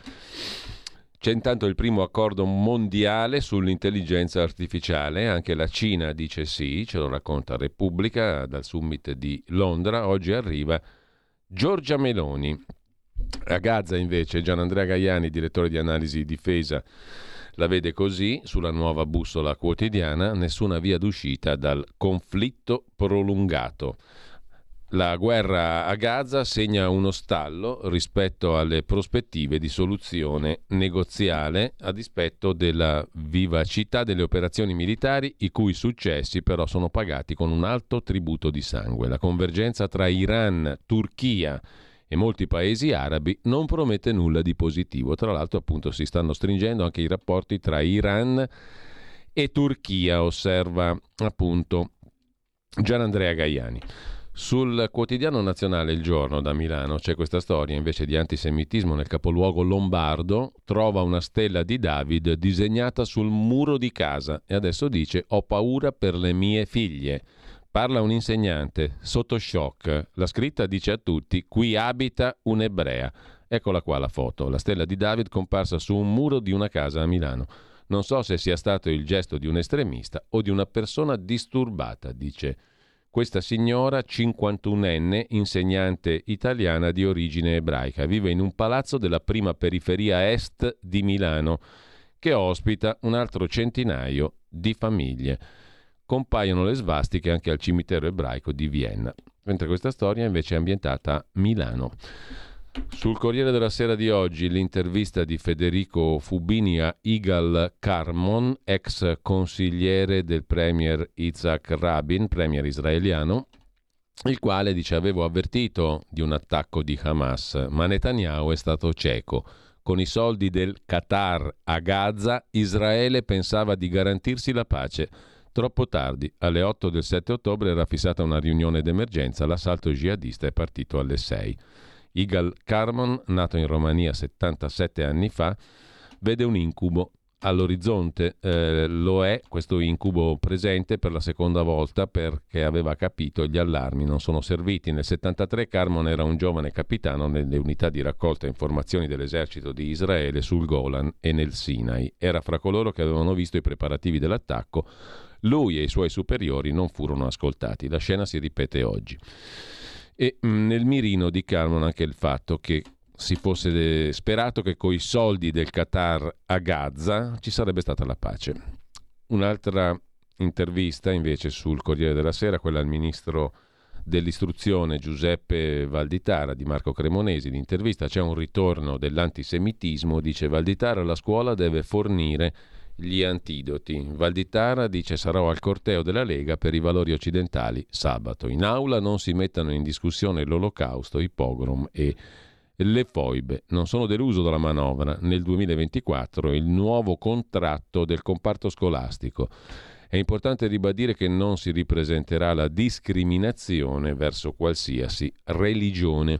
C'è intanto il primo accordo mondiale sull'intelligenza artificiale, anche la Cina dice sì, ce lo racconta Repubblica dal summit di Londra. Oggi arriva Giorgia Meloni. A Gaza invece Gianandrea Gaiani, direttore di analisi difesa, la vede così sulla Nuova Bussola Quotidiana: nessuna via d'uscita dal conflitto prolungato. La guerra a Gaza segna uno stallo rispetto alle prospettive di soluzione negoziale, a dispetto della vivacità delle operazioni militari, i cui successi però sono pagati con un alto tributo di sangue. La convergenza tra Iran, Turchia e molti paesi arabi non promette nulla di positivo. Tra l'altro, appunto, si stanno stringendo anche i rapporti tra Iran e Turchia, osserva appunto Gianandrea Gaiani. Sul quotidiano nazionale Il Giorno da Milano c'è questa storia invece di antisemitismo nel capoluogo lombardo. Trova una stella di David disegnata sul muro di casa e adesso dice: ho paura per le mie figlie. Parla un insegnante sotto shock. La scritta dice a tutti: qui abita un'ebrea. Eccola qua la foto, la stella di David comparsa su un muro di una casa a Milano. Non so se sia stato il gesto di un estremista o di una persona disturbata, dice questa signora cinquantunenne, insegnante italiana di origine ebraica. Vive in un palazzo della prima periferia est di Milano, che ospita un altro centinaio di famiglie. Compaiono le svastiche anche al cimitero ebraico di Vienna. mentre questa storia invece è ambientata a Milano. Sul Corriere della Sera di oggi l'intervista di Federico Fubini a Igal Karmon, ex consigliere del premier Yitzhak Rabin, premier israeliano, il quale dice: avevo avvertito di un attacco di Hamas, ma Netanyahu è stato cieco. Con i soldi del Qatar a Gaza, Israele pensava di garantirsi la pace. Troppo tardi, alle otto del sette ottobre era fissata una riunione d'emergenza, l'assalto jihadista è partito alle sei. Igal Karmon, nato in Romania settantasette anni fa, vede un incubo all'orizzonte. Eh, lo è questo incubo presente per la seconda volta perché aveva capito gli allarmi non sono serviti. Nel settantatré Karmon era un giovane capitano nelle unità di raccolta informazioni dell'esercito di Israele sul Golan e nel Sinai. Era fra coloro che avevano visto i preparativi dell'attacco. Lui e i suoi superiori non furono ascoltati. La scena si ripete oggi. E mh, nel mirino di Karmon anche il fatto che si fosse sperato che coi soldi del Qatar a Gaza ci sarebbe stata la pace. Un'altra intervista invece sul Corriere della Sera, quella al ministro dell'istruzione Giuseppe Valditara di Marco Cremonesi. L'intervista: c'è un ritorno dell'antisemitismo, dice Valditara, la scuola deve fornire gli antidoti. Valditara dice: sarò al corteo della Lega per i valori occidentali sabato. In aula non si mettano in discussione l'olocausto, i pogrom e le foibe. Non sono deluso dalla manovra. Nel duemilaventiquattro il nuovo contratto del comparto scolastico. È importante ribadire che non si ripresenterà la discriminazione verso qualsiasi religione.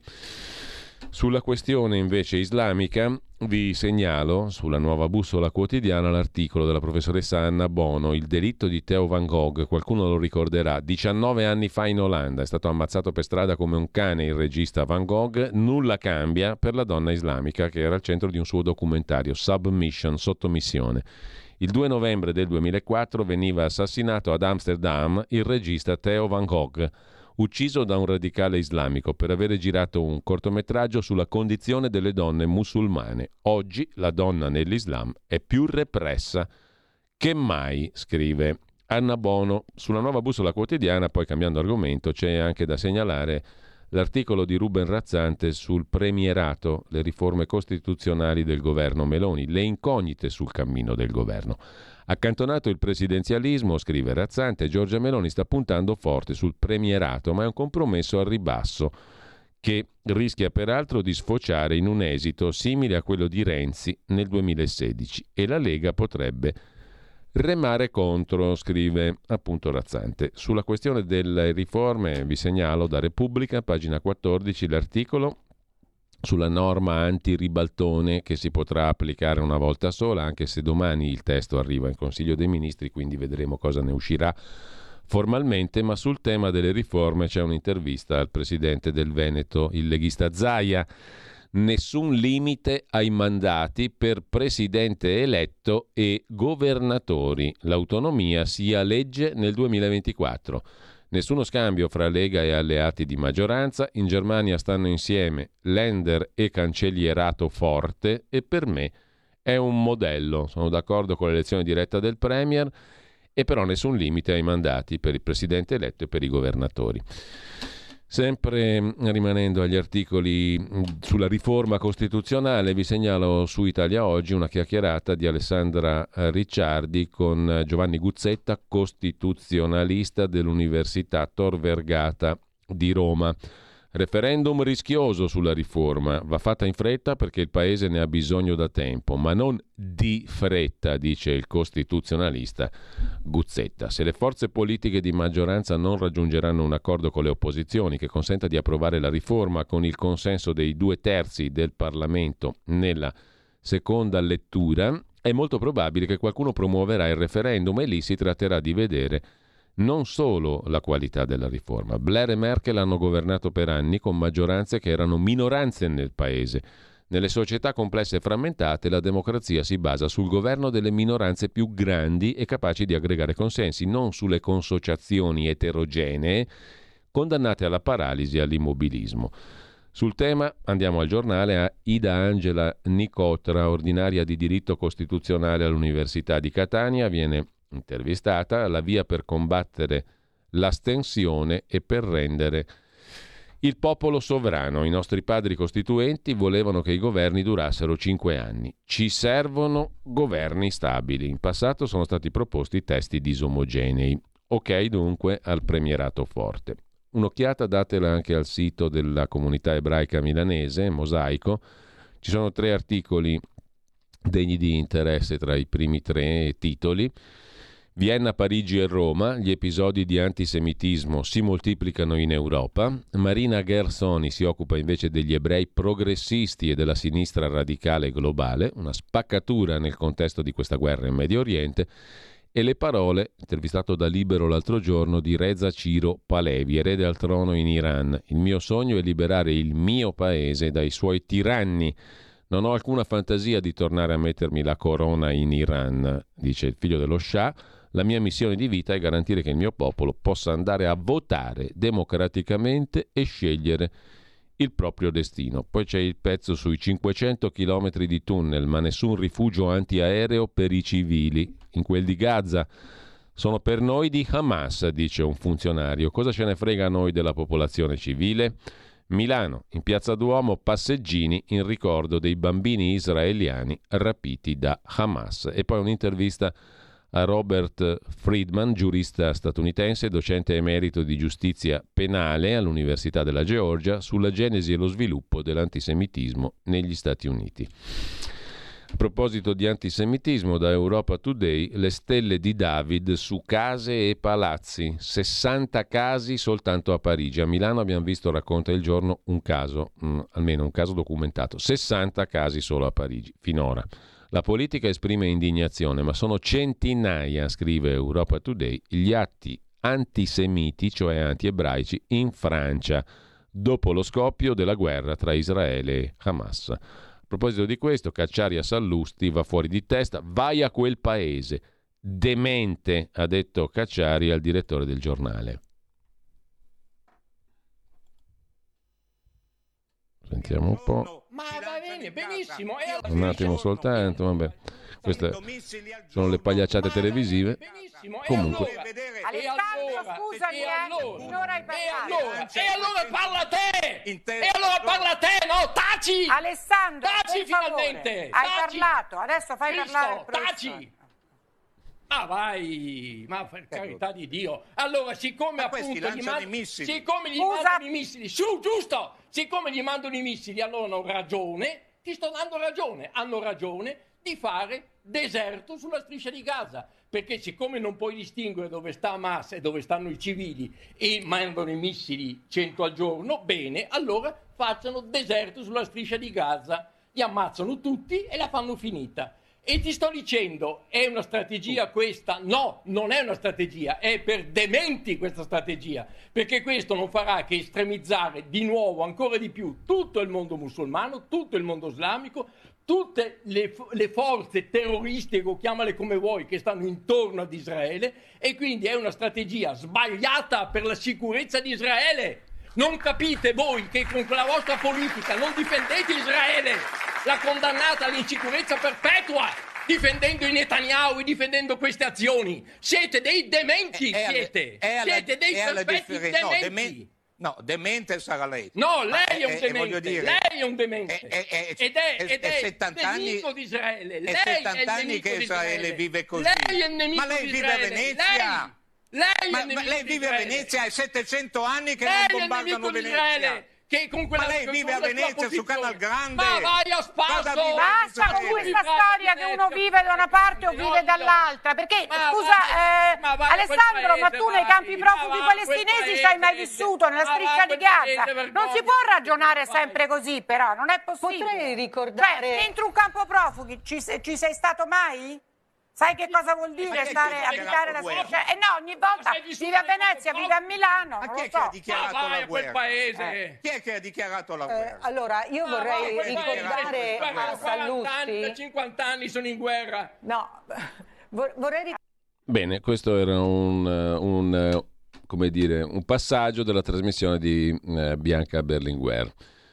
Sulla questione invece islamica vi segnalo sulla Nuova Bussola Quotidiana l'articolo della professoressa Anna Bono, il delitto di Theo Van Gogh. Qualcuno lo ricorderà, diciannove anni fa in Olanda è stato ammazzato per strada come un cane il regista Van Gogh. Nulla cambia per la donna islamica che era al centro di un suo documentario, Submission, sottomissione. Il due novembre del duemilaquattro veniva assassinato ad Amsterdam il regista Theo Van Gogh, ucciso da un radicale islamico per avere girato un cortometraggio sulla condizione delle donne musulmane. Oggi la donna nell'Islam è più repressa che mai, scrive Anna Bono. Sulla Nuova Bussola Quotidiana, poi cambiando argomento, c'è anche da segnalare l'articolo di Ruben Razzante sul premierato, le riforme costituzionali del governo Meloni, le incognite sul cammino del governo. Accantonato il presidenzialismo, scrive Razzante, Giorgia Meloni sta puntando forte sul premierato, ma è un compromesso al ribasso che rischia peraltro di sfociare in un esito simile a quello di Renzi nel duemilasedici e la Lega potrebbe remare contro, scrive appunto Razzante. Sulla questione delle riforme vi segnalo da Repubblica, pagina quattordici, l'articolo sulla norma anti-ribaltone che si potrà applicare una volta sola, anche se domani il testo arriva in Consiglio dei Ministri, quindi vedremo cosa ne uscirà formalmente. Ma sul tema delle riforme c'è un'intervista al presidente del Veneto, il leghista Zaia. Nessun limite ai mandati per presidente eletto e governatori. L'autonomia sia legge nel duemilaventiquattro. Nessuno scambio fra Lega e alleati di maggioranza. In Germania stanno insieme Länder e cancellierato forte e per me è un modello. Sono d'accordo con l'elezione diretta del Premier e però nessun limite ai mandati per il presidente eletto e per i governatori. Sempre rimanendo agli articoli sulla riforma costituzionale, vi segnalo su Italia Oggi una chiacchierata di Alessandra Ricciardi con Giovanni Guzzetta, costituzionalista dell'Università Tor Vergata di Roma. Referendum rischioso sulla riforma, va fatta in fretta perché il Paese ne ha bisogno da tempo, ma non di fretta, dice il costituzionalista Guzzetta. Se le forze politiche di maggioranza non raggiungeranno un accordo con le opposizioni che consenta di approvare la riforma con il consenso dei due terzi del Parlamento nella seconda lettura, è molto probabile che qualcuno promuoverà il referendum e lì si tratterà di vedere non solo la qualità della riforma. Blair e Merkel hanno governato per anni con maggioranze che erano minoranze nel paese. Nelle società complesse e frammentate la democrazia si basa sul governo delle minoranze più grandi e capaci di aggregare consensi, non sulle consociazioni eterogenee condannate alla paralisi e all'immobilismo. Sul tema andiamo al giornale a Ida Angela Nicotra, ordinaria di diritto costituzionale all'Università di Catania, viene intervistata. La via per combattere l'astensione e per rendere Il popolo sovrano, i nostri padri costituenti volevano che i governi durassero cinque anni. Ci servono governi stabili. In passato sono stati proposti testi disomogenei. Ok dunque al premierato forte. Un'occhiata datela anche al sito della comunità ebraica milanese, Mosaico. Ci sono tre articoli degni di interesse tra i primi tre titoli. Vienna, Parigi e Roma, gli episodi di antisemitismo si moltiplicano in Europa. Marina Gersoni si occupa invece degli ebrei progressisti e della sinistra radicale globale, una spaccatura nel contesto di questa guerra in Medio Oriente. E le parole, intervistato da Libero l'altro giorno, di Reza Ciro Palevi, erede al trono in Iran. Il mio sogno è liberare il mio paese dai suoi tiranni. Non ho alcuna fantasia di tornare a mettermi la corona in Iran, dice il figlio dello Shah. La mia missione di vita è garantire che il mio popolo possa andare a votare democraticamente e scegliere il proprio destino. Poi c'è il pezzo sui cinquecento chilometri di tunnel, ma nessun rifugio antiaereo per i civili. In quel di Gaza sono per noi di Hamas, dice un funzionario. Cosa ce ne frega a noi della popolazione civile? Milano, in Piazza Duomo, passeggini in ricordo dei bambini israeliani rapiti da Hamas. E poi un'intervista a Robert Friedman, giurista statunitense, docente emerito di giustizia penale all'Università della Georgia, sulla genesi e lo sviluppo dell'antisemitismo negli Stati Uniti. A proposito di antisemitismo, da Europa Today, le stelle di David su case e palazzi. sessanta casi soltanto a Parigi. A Milano abbiamo visto, racconta il giorno, un caso, mh, almeno un caso documentato. sessanta casi solo a Parigi, finora. La politica esprime indignazione, ma sono centinaia, scrive Europa Today, gli atti antisemiti, cioè anti-ebraici, in Francia, dopo lo scoppio della guerra tra Israele e Hamas. A proposito di questo, Cacciari a Sallusti va fuori di testa, vai a quel paese. Demente, ha detto Cacciari al direttore del giornale. Sentiamo un po'. Ma va bene, benissimo. E allora Un attimo soltanto, vabbè. Queste sono le pagliacciate televisive. benissimo. Comunque. E allora, Alessandro, e allora, scusami, e eh, allora, finora hai e parlato. allora, e allora parla te! E allora parla te, no? Taci! Alessandro, Taci per favore. finalmente! Hai Taci! parlato, adesso fai Cristo, parlare il professore. taci! Ah vai, ma per carità di Dio. Allora, siccome Ma questi appunto gli, lanciano mand- i missili. siccome gli Scusa. mandano i missili, su, giusto! Siccome gli mandano i missili, allora hanno ragione, ti sto dando ragione, hanno ragione di fare deserto sulla striscia di Gaza, perché siccome non puoi distinguere dove sta Hamas e dove stanno i civili e mandano i missili cento al giorno, bene, allora facciano deserto sulla striscia di Gaza, li ammazzano tutti e la fanno finita. E ti sto dicendo, è una strategia questa? No, non è una strategia, è per dementi questa strategia, perché questo non farà che estremizzare di nuovo ancora di più tutto il mondo musulmano, tutto il mondo islamico, tutte le, le forze terroristiche, o chiamale come vuoi, che stanno intorno ad Israele, e quindi è una strategia sbagliata per la sicurezza di Israele. Non capite voi che con la vostra politica non difendete Israele, la condannata all'insicurezza perpetua, difendendo i Netanyahu e difendendo queste azioni. Siete dei dementi, È alla- siete. è alla- Siete dei è alla perfetti differenza- no, dementi. demen- No, demente sarà lei. No, Ma lei è un eh, eh, demente, voglio dire, lei è un demente. è- è- è- ed è, è- ed è è settanta anni- nemico di Israele. è Lei settanta è il anni nemico che di Israele vive così. Lei è il nemico Ma lei di vive a Israele. Venezia? Lei, lei è Ma, il ma nemico lei di vive a Israele. Venezia, è settecento anni che Lei non è il bombardano nemico di Venezia. Israele. Che con quella, Ma lei con vive a la sua Venezia, su posizione. Canal Grande. Ma vai a Cosa spasso! vive Basta con Israele? questa storia che uno vive da una parte o vive dall'altra, perché Ma scusa vai- eh, ma vai a quel Alessandro, ma paese, tu nei vai, campi ma profughi vai a quel palestinesi ci hai mai paese, vissuto, nella ma vai striscia a di quel Gaza. paese, Non si vergogna. può ragionare Vai. sempre così, però, non è possibile. Potrei ricordare- Cioè, dentro un campo profughi ci, se- ci sei stato mai? Sai che cosa vuol dire chi è stare, che ha abitare la dichiarato striscia? Eh no, ogni volta Ma sei vissuto vive a nel campo Venezia, vive a profughi? Milano, Ma non chi lo è che ha so. Ma dichiarato vai la a quel guerra? paese. Chi è che ha dichiarato la Eh, guerra? allora, io Ma vai a vorrei quel paese. ricordare Guarda, a da quaranta anni, da Sallusti. cinquanta anni sono in guerra. No, vor- vorrei ricordare. Bene, questo era un, eh, un, eh, come dire, un passaggio della trasmissione di eh, Bianca Berlinguer.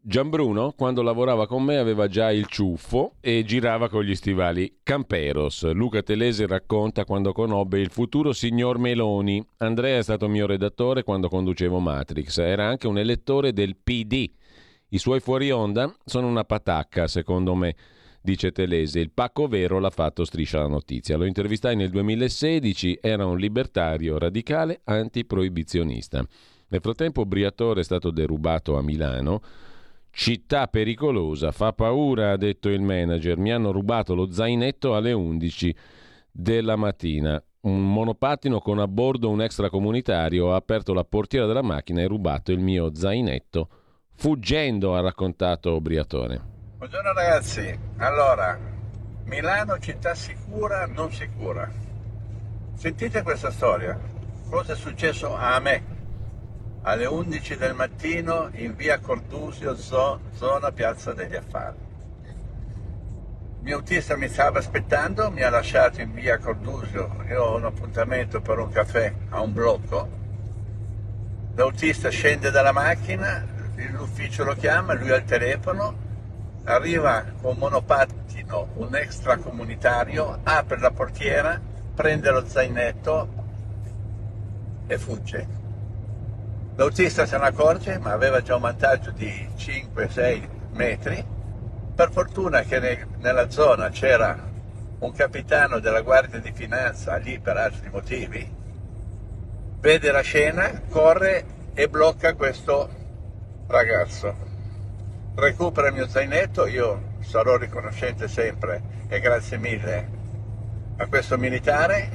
Gianbruno, quando lavorava con me, aveva già il ciuffo e girava con gli stivali Camperos. Luca Telese racconta quando conobbe il futuro signor Meloni. Andrea è stato mio redattore quando conducevo Matrix. Era anche un elettore del P D. I suoi fuori onda sono una patacca, secondo me, dice Telese. Il pacco vero l'ha fatto Striscia la Notizia. Lo intervistai nel duemilasedici, era un libertario radicale antiproibizionista. Nel frattempo Briatore è stato derubato a Milano. Città pericolosa, fa paura, ha detto il manager. Mi hanno rubato lo zainetto alle undici della mattina. Un monopattino con a bordo un extracomunitario ha aperto la portiera della macchina e rubato il mio zainetto. Fuggendo, ha raccontato Briatore. Buongiorno ragazzi. Allora, Milano città sicura, non sicura. Sentite questa storia. Cosa è successo a me? Alle undici del mattino in via Cordusio, zona Piazza degli Affari. Il mio autista mi stava aspettando, mi ha lasciato in via Cordusio, io ho un appuntamento per un caffè a un blocco. L'autista scende dalla macchina, l'ufficio lo chiama, lui ha il telefono, arriva con un monopattino, un extracomunitario, apre la portiera, prende lo zainetto e fugge. L'autista se ne accorge, ma aveva già un vantaggio di cinque sei metri. Per fortuna che ne, nella zona c'era un capitano della Guardia di Finanza lì per altri motivi, vede la scena, corre e blocca questo ragazzo. Recupera il mio zainetto, io sarò riconoscente sempre e grazie mille a questo militare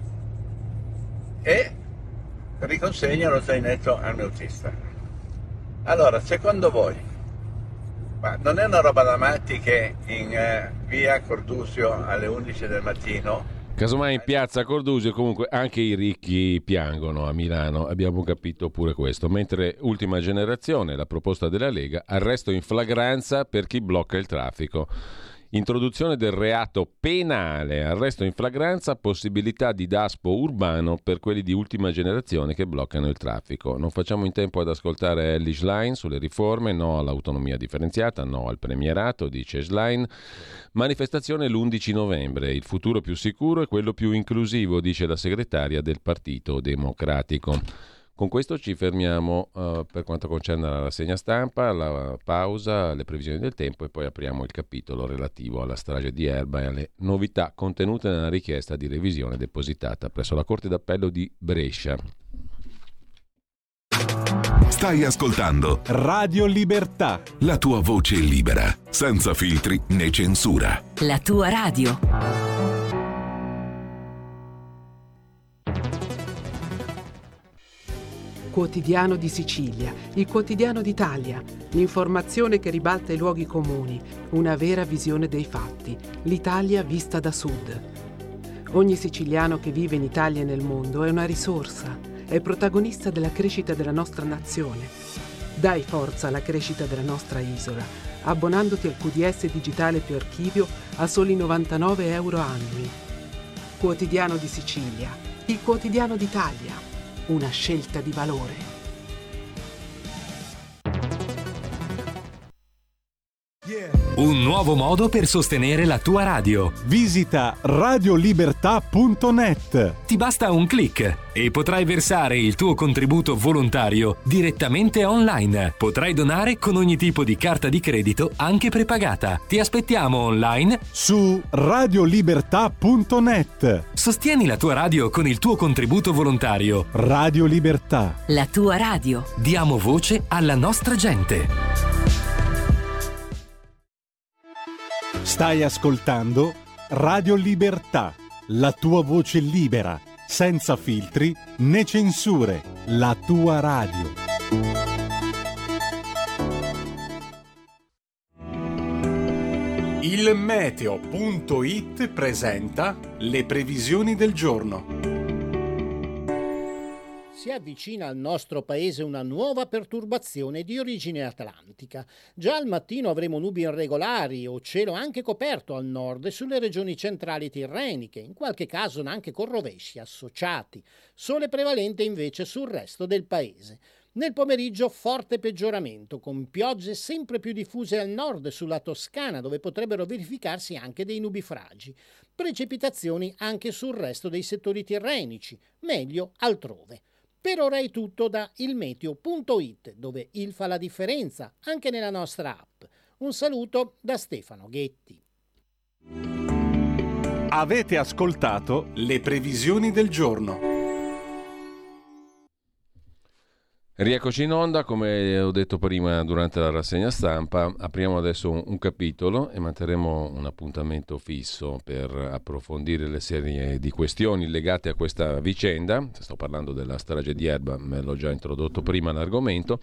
e riconsegna lo zainetto al mio autista. Allora, secondo voi, ma non è una roba da matti che in eh, via Cordusio alle undici del mattino, casomai in piazza Cordusio, comunque anche i ricchi piangono a Milano, abbiamo capito pure questo. Mentre Ultima Generazione, la proposta della Lega, arresto in flagranza per chi blocca il traffico. Introduzione del reato penale, arresto in flagranza, possibilità di daspo urbano per quelli di Ultima Generazione che bloccano il traffico. Non facciamo in tempo ad ascoltare Elly Schlein sulle riforme, no all'autonomia differenziata, no al premierato, dice Schlein. Manifestazione l'undici novembre, il futuro più sicuro è quello più inclusivo, dice la segretaria del Partito Democratico. Con questo ci fermiamo uh, per quanto concerne la rassegna stampa, la pausa, le previsioni del tempo e poi apriamo il capitolo relativo alla strage di Erba e alle novità contenute nella richiesta di revisione depositata presso la Corte d'Appello di Brescia. Stai ascoltando Radio Libertà, la tua voce libera, senza filtri né censura. La tua radio. Quotidiano di Sicilia, il quotidiano d'Italia, l'informazione che ribalta i luoghi comuni, una vera visione dei fatti, l'Italia vista da sud. Ogni siciliano che vive in Italia e nel mondo è una risorsa, è protagonista della crescita della nostra nazione. Dai forza alla crescita della nostra isola, abbonandoti al Q D S digitale più archivio a soli novantanove euro annui. Quotidiano di Sicilia, il quotidiano d'Italia. Una scelta di valore. Un nuovo modo per sostenere la tua radio. Visita radiolibertà punto net. Ti basta un click e potrai versare il tuo contributo volontario direttamente online. Potrai donare con ogni tipo di carta di credito, anche prepagata. Ti aspettiamo online su radiolibertà punto net. Sostieni la tua radio con il tuo contributo volontario. Radio Libertà. La tua radio. Diamo voce alla nostra gente. Stai ascoltando Radio Libertà, la tua voce libera, senza filtri né censure, la tua radio. Il meteo punto it presenta le previsioni del giorno. Si avvicina al nostro paese una nuova perturbazione di origine atlantica. Già al mattino avremo nubi irregolari o cielo anche coperto al nord e sulle regioni centrali tirreniche, in qualche caso anche con rovesci associati. Sole prevalente invece sul resto del paese. Nel pomeriggio forte peggioramento, con piogge sempre più diffuse al nord sulla Toscana, dove potrebbero verificarsi anche dei nubifragi. Precipitazioni anche sul resto dei settori tirrenici, meglio altrove. Per ora è tutto da ilmeteo punto it, dove il fa la differenza anche nella nostra app. Un saluto da Stefano Ghetti. Avete ascoltato le previsioni del giorno. Rieccoci in onda, come ho detto prima durante la rassegna stampa, apriamo adesso un, un capitolo e manterremo un appuntamento fisso per approfondire le serie di questioni legate a questa vicenda. Sto parlando della strage di Erba, me l'ho già introdotto prima l'argomento.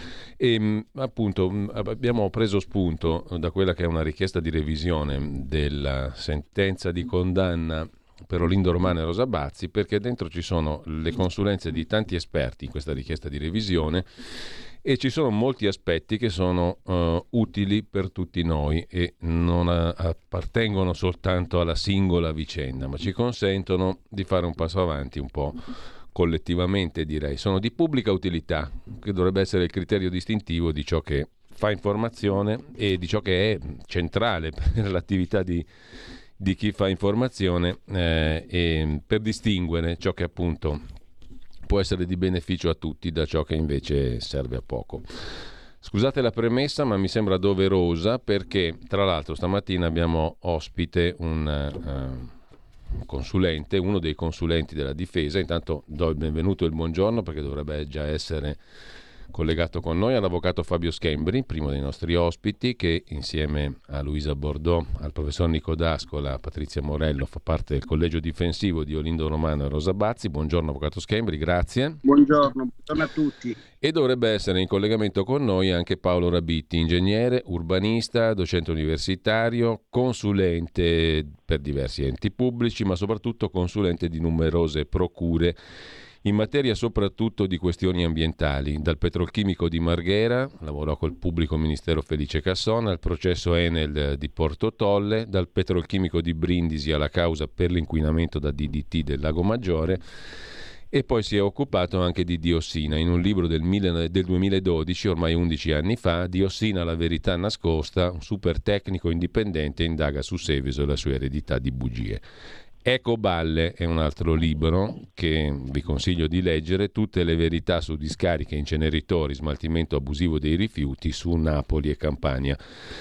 E appunto abbiamo preso spunto da quella che è una richiesta di revisione della sentenza di condanna per Olindo Romano e Rosa Bazzi, perché dentro ci sono le consulenze di tanti esperti in questa richiesta di revisione e ci sono molti aspetti che sono uh, utili per tutti noi e non a- appartengono soltanto alla singola vicenda, ma ci consentono di fare un passo avanti un po' collettivamente, direi. Sono di pubblica utilità, che dovrebbe essere il criterio distintivo di ciò che fa informazione e di ciò che è centrale per l'attività di di chi fa informazione eh, e per distinguere ciò che appunto può essere di beneficio a tutti da ciò che invece serve a poco. Scusate la premessa, ma mi sembra doverosa perché tra l'altro stamattina abbiamo ospite un uh, consulente, uno dei consulenti della difesa. Intanto do il benvenuto e il buongiorno perché dovrebbe già essere collegato con noi all'avvocato Fabio Schembri, primo dei nostri ospiti, che insieme a Luisa Bordò, al professor Nico D'Ascola, a Patrizia Morello fa parte del collegio difensivo di Olindo Romano e Rosa Bazzi. Buongiorno avvocato Schembri, grazie. Buongiorno, buongiorno a tutti. E dovrebbe essere in collegamento con noi anche Paolo Rabitti, ingegnere, urbanista, docente universitario, consulente per diversi enti pubblici, ma soprattutto consulente di numerose procure in materia soprattutto di questioni ambientali. Dal petrolchimico di Marghera, lavorò col pubblico ministero Felice Cassona, al processo Enel di Porto Tolle, dal petrolchimico di Brindisi alla causa per l'inquinamento da D D T del Lago Maggiore, e poi si è occupato anche di diossina. In un libro del, mille, del duemiladodici, ormai undici anni fa, Diossina, la verità nascosta, un super tecnico indipendente indaga su Seveso e la sua eredità di bugie. Ecoballe è un altro libro che vi consiglio di leggere, tutte le verità su discariche, inceneritori, smaltimento abusivo dei rifiuti su Napoli e Campania.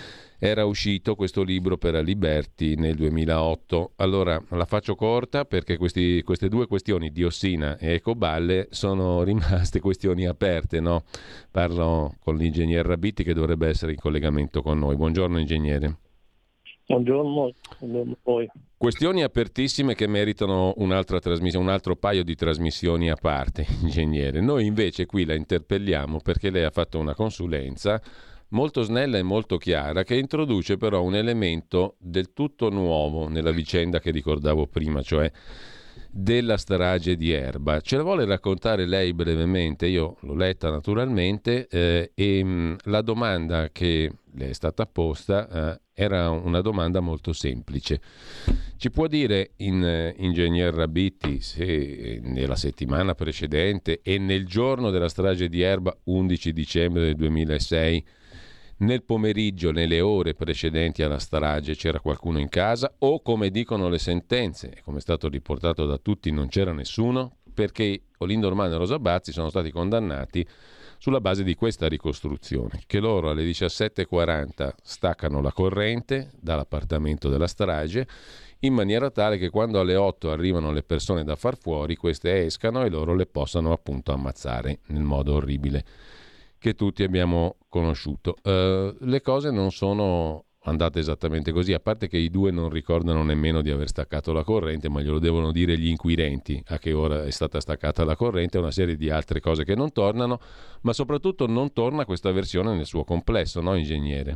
Era uscito questo libro per Aliberti nel duemilaotto. Allora la faccio corta perché questi, queste due questioni, diossina e ecoballe, sono rimaste questioni aperte, no? Parlo con l'ingegner Rabitti che dovrebbe essere in collegamento con noi. Buongiorno ingegnere. Buongiorno, buongiorno a voi. Questioni apertissime che meritano un'altra trasmissione, un altro paio di trasmissioni a parte, ingegnere. Noi invece qui la interpelliamo perché lei ha fatto una consulenza molto snella e molto chiara che introduce però un elemento del tutto nuovo nella vicenda che ricordavo prima, cioè della strage di Erba. Ce la vuole raccontare lei brevemente? Io l'ho letta naturalmente eh, e mh, la domanda che le è stata posta eh, era una domanda molto semplice. Ci può dire, in, eh, ingegner Rabitti, se eh, nella settimana precedente e nel giorno della strage di Erba, undici dicembre del duemilasei, nel pomeriggio, nelle ore precedenti alla strage, c'era qualcuno in casa o, come dicono le sentenze, come è stato riportato da tutti, non c'era nessuno? Perché Olindo Romano e Rosa Bazzi sono stati condannati sulla base di questa ricostruzione, che loro alle diciassette e quaranta staccano la corrente dall'appartamento della strage in maniera tale che quando alle otto arrivano le persone da far fuori, queste escano e loro le possano appunto ammazzare nel modo orribile che tutti abbiamo conosciuto. Uh, le cose non sono andate esattamente così, a parte che i due non ricordano nemmeno di aver staccato la corrente, ma glielo devono dire gli inquirenti a che ora è stata staccata la corrente, una serie di altre cose che non tornano, ma soprattutto non torna questa versione nel suo complesso, no ingegnere?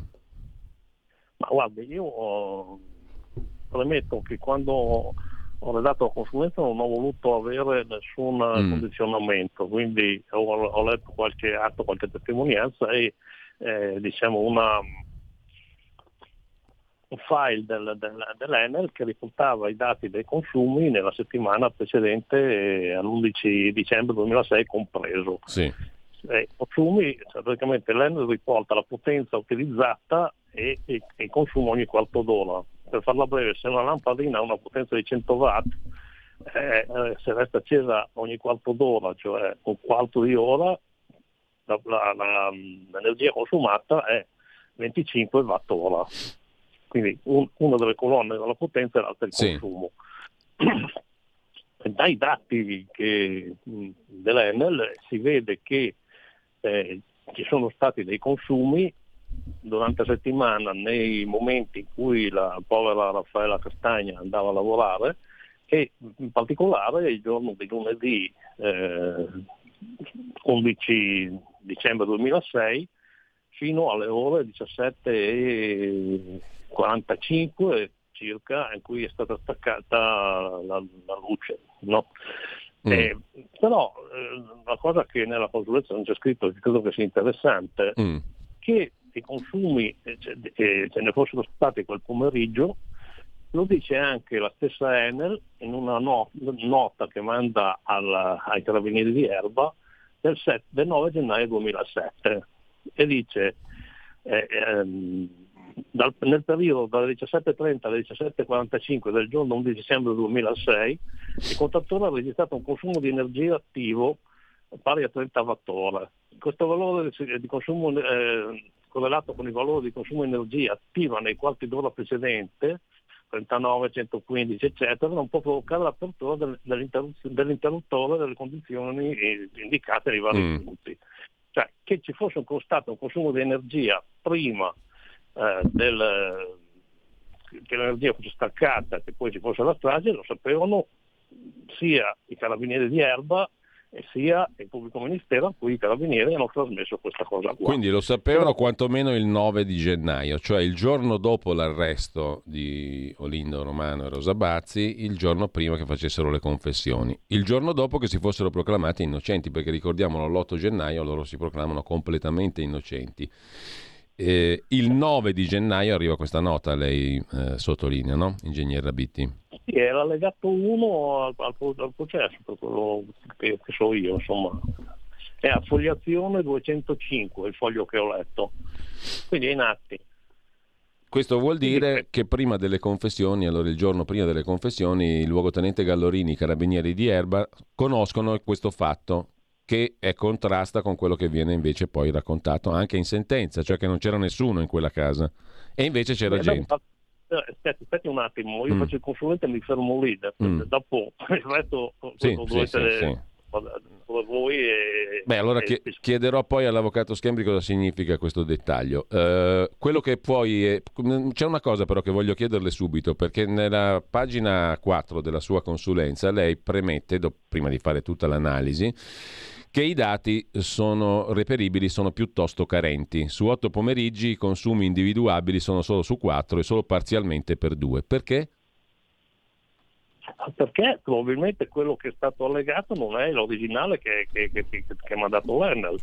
Ma guardi, io oh, premetto che quando ho redatto la consulenza non ho voluto avere nessun mm. condizionamento, quindi ho, ho letto qualche atto, qualche testimonianza e eh, diciamo una, un file del, del, dell'Enel che riportava i dati dei consumi nella settimana precedente eh, all'undici dicembre duemilasei compreso. Sì. eh, consumi, cioè, praticamente l'Enel riporta la potenza utilizzata e, e, e il consumo ogni quarto d'ora. Per farla breve, se una lampadina ha una potenza di cento watt, eh, eh, se resta accesa ogni quarto d'ora, cioè un quarto di ora, la, la, la, l'energia consumata è venticinque watt ora. Quindi un, una delle colonne della potenza e l'altra il sì. consumo. Dai dati che, dell'Enel si vede che eh, ci sono stati dei consumi durante la settimana nei momenti in cui la povera Raffaella Castagna andava a lavorare, e in particolare il giorno di lunedì eh, undici dicembre duemilasei fino alle ore diciassette e quarantacinque circa, in cui è stata staccata la, la luce, no? Mm. Eh, però eh, la cosa che nella consulenza non c'è scritto, che credo che sia interessante, mm. che i consumi eh, che ce ne fossero stati quel pomeriggio, lo dice anche la stessa Enel in una no, nota che manda alla, ai carabinieri di Erba del, set, del nove gennaio duemilasette, e dice eh, ehm, dal, nel periodo dalle diciassette e trenta alle diciassette e quarantacinque del giorno undici dicembre duemilasei il contatore ha registrato un consumo di energia attivo pari a trenta watt-ore. Questo valore di consumo eh, correlato con il valore di consumo di energia attiva nei quarti d'ora precedente, trentanove, centoquindici eccetera, non può provocare l'apertura del, dell'interruttore delle condizioni indicate nei vari mm. punti. Cioè che ci fosse un costato un consumo di energia prima eh, del, che l'energia fosse staccata, che poi ci fosse la strage, lo sapevano sia i carabinieri di Erba e sia il pubblico ministero a cui i carabinieri hanno trasmesso questa cosa qua. Quindi lo sapevano quantomeno il nove di gennaio, cioè il giorno dopo l'arresto di Olindo Romano e Rosa Bazzi, il giorno prima che facessero le confessioni, il giorno dopo che si fossero proclamati innocenti, perché ricordiamolo, l'otto gennaio loro si proclamano completamente innocenti. Eh, il nove di gennaio arriva questa nota, lei eh, sottolinea, no? Ingegner Rabiti. Sì, era legato uno al, al, al processo, per quello che, che so io, insomma. È a fogliazione duecentocinque il foglio che ho letto, quindi è in atti. Questo vuol dire che prima delle confessioni, allora il giorno prima delle confessioni, il luogotenente Gallorini, i carabinieri di Erba, conoscono questo fatto, che è contrasta con quello che viene invece poi raccontato anche in sentenza, cioè che non c'era nessuno in quella casa e invece c'era eh, gente. Aspetti, aspetti un attimo, io mm. faccio il consulente e mi fermo lì, mm. dopo il resto sì, dovete sì, sì, sì. voi e, Beh, allora e... chiederò poi all'avvocato Schembri cosa significa questo dettaglio. Uh, quello che poi è... c'è una cosa però che voglio chiederle subito, perché nella pagina quattro della sua consulenza lei premette, do... prima di fare tutta l'analisi, che i dati sono reperibili, sono piuttosto carenti. Su otto pomeriggi i consumi individuabili sono solo su quattro e solo parzialmente per due. Perché? Perché probabilmente quello che è stato allegato non è l'originale che, che, che, che, che mi ha dato l'Enel.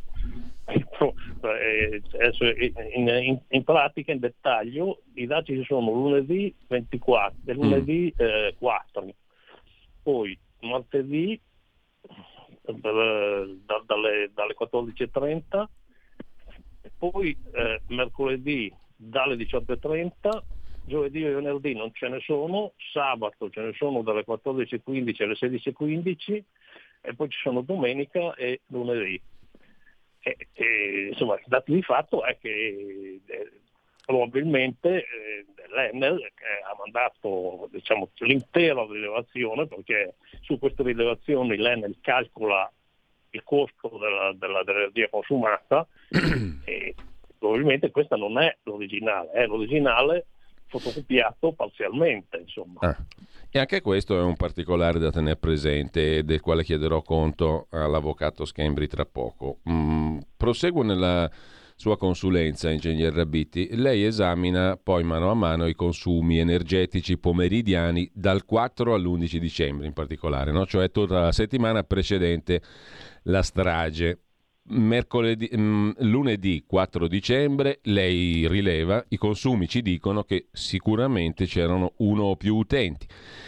In, in, in pratica, in dettaglio, i dati ci sono lunedì ventiquattro, lunedì eh, quattro, poi martedì dalle, dalle quattordici e trenta, e poi eh, mercoledì dalle diciotto e trenta, giovedì e venerdì non ce ne sono, sabato ce ne sono dalle quattordici e quindici alle sedici e quindici e poi ci sono domenica e lunedì. E, e, insomma, il dato di fatto è che eh, probabilmente eh, l'Enel eh, ha mandato, diciamo, l'intera rilevazione, perché su queste rilevazioni l'Enel calcola il costo della, della, dell'energia consumata e probabilmente questa non è l'originale, è l'originale fotocopiato parzialmente, insomma. Ah. E anche questo è un particolare da tenere presente e del quale chiederò conto all'avvocato Schembri tra poco. Mm, proseguo nella sua consulenza, ingegner Rabiti. Lei esamina poi mano a mano i consumi energetici pomeridiani dal quattro all'undici dicembre in particolare, no? Cioè tutta la settimana precedente la strage. Mercoledì, mh, lunedì quattro dicembre lei rileva, i consumi ci dicono che sicuramente c'erano uno o più utenti.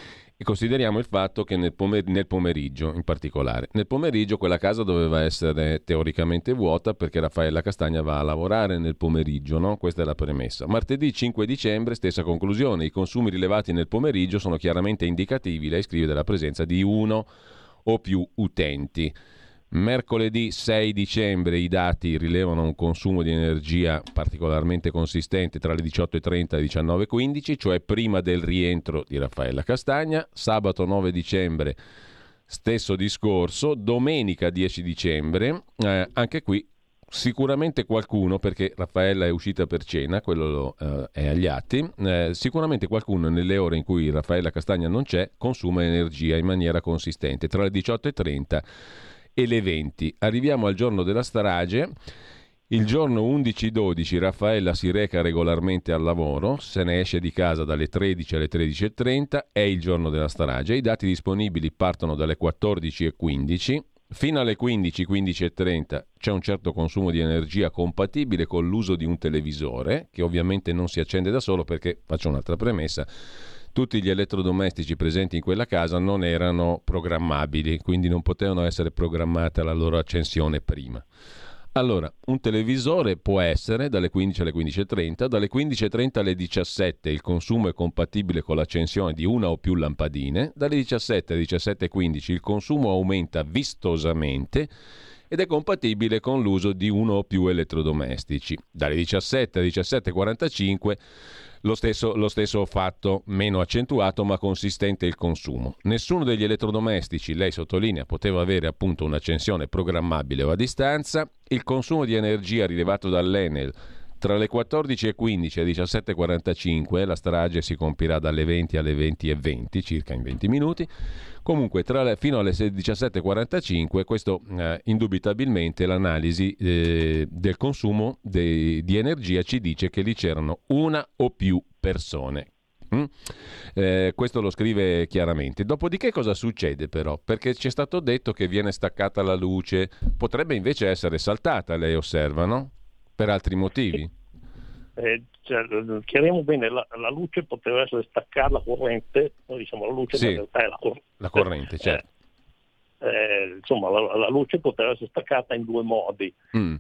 E consideriamo il fatto che nel, pomer- nel pomeriggio, in particolare, nel pomeriggio quella casa doveva essere teoricamente vuota perché Raffaella Castagna va a lavorare nel pomeriggio, no? Questa è la premessa. Martedì cinque dicembre, stessa conclusione, i consumi rilevati nel pomeriggio sono chiaramente indicativi, lei scrive, della presenza di uno o più utenti. Mercoledì sei dicembre i dati rilevano un consumo di energia particolarmente consistente tra le diciotto e trenta e le diciannove e quindici, cioè prima del rientro di Raffaella Castagna. Sabato nove dicembre stesso discorso. Domenica dieci dicembre, eh, anche qui sicuramente qualcuno, perché Raffaella è uscita per cena, quello lo, eh, è agli atti, eh, sicuramente qualcuno nelle ore in cui Raffaella Castagna non c'è consuma energia in maniera consistente tra le diciotto e trenta e le venti. Arriviamo al giorno della strage. Il giorno undici dodici Raffaella si reca regolarmente al lavoro, se ne esce di casa dalle tredici alle tredici e trenta, è il giorno della strage. I dati disponibili partono dalle quattordici e quindici. Fino alle quindici, quindici e trenta c'è un certo consumo di energia compatibile con l'uso di un televisore, che ovviamente non si accende da solo perché, faccio un'altra premessa, tutti gli elettrodomestici presenti in quella casa non erano programmabili, quindi non potevano essere programmate la loro accensione prima. Allora, un televisore può essere dalle quindici alle quindici e trenta, dalle quindici e trenta alle diciassette il consumo è compatibile con l'accensione di una o più lampadine, dalle diciassette alle diciassette e quindici il consumo aumenta vistosamente ed è compatibile con l'uso di uno o più elettrodomestici. Dalle diciassette alle diciassette e quarantacinque Lo stesso, lo stesso fatto, meno accentuato ma consistente il consumo. Nessuno degli elettrodomestici, lei sottolinea, poteva avere appunto un'accensione programmabile o a distanza. Il consumo di energia rilevato dall'Enel tra le quattordici e quindici e le diciassette e quarantacinque, la strage si compirà dalle venti alle venti e venti, circa in venti minuti. Comunque tra le, fino alle diciassette e quarantacinque, questo eh, indubitabilmente l'analisi eh, del consumo de, di energia ci dice che lì c'erano una o più persone. Mm? Eh, questo lo scrive chiaramente. Dopodiché cosa succede però? Perché ci è stato detto che viene staccata la luce, potrebbe invece essere saltata, lei osserva, no? Per altri motivi. Eh, cioè, chiariamo bene, la, la luce poteva essere staccata, la corrente, noi diciamo la luce, sì, ma in realtà è la corrente. La corrente, certo. Eh, eh, insomma, la, la luce poteva essere staccata in due modi. Mm.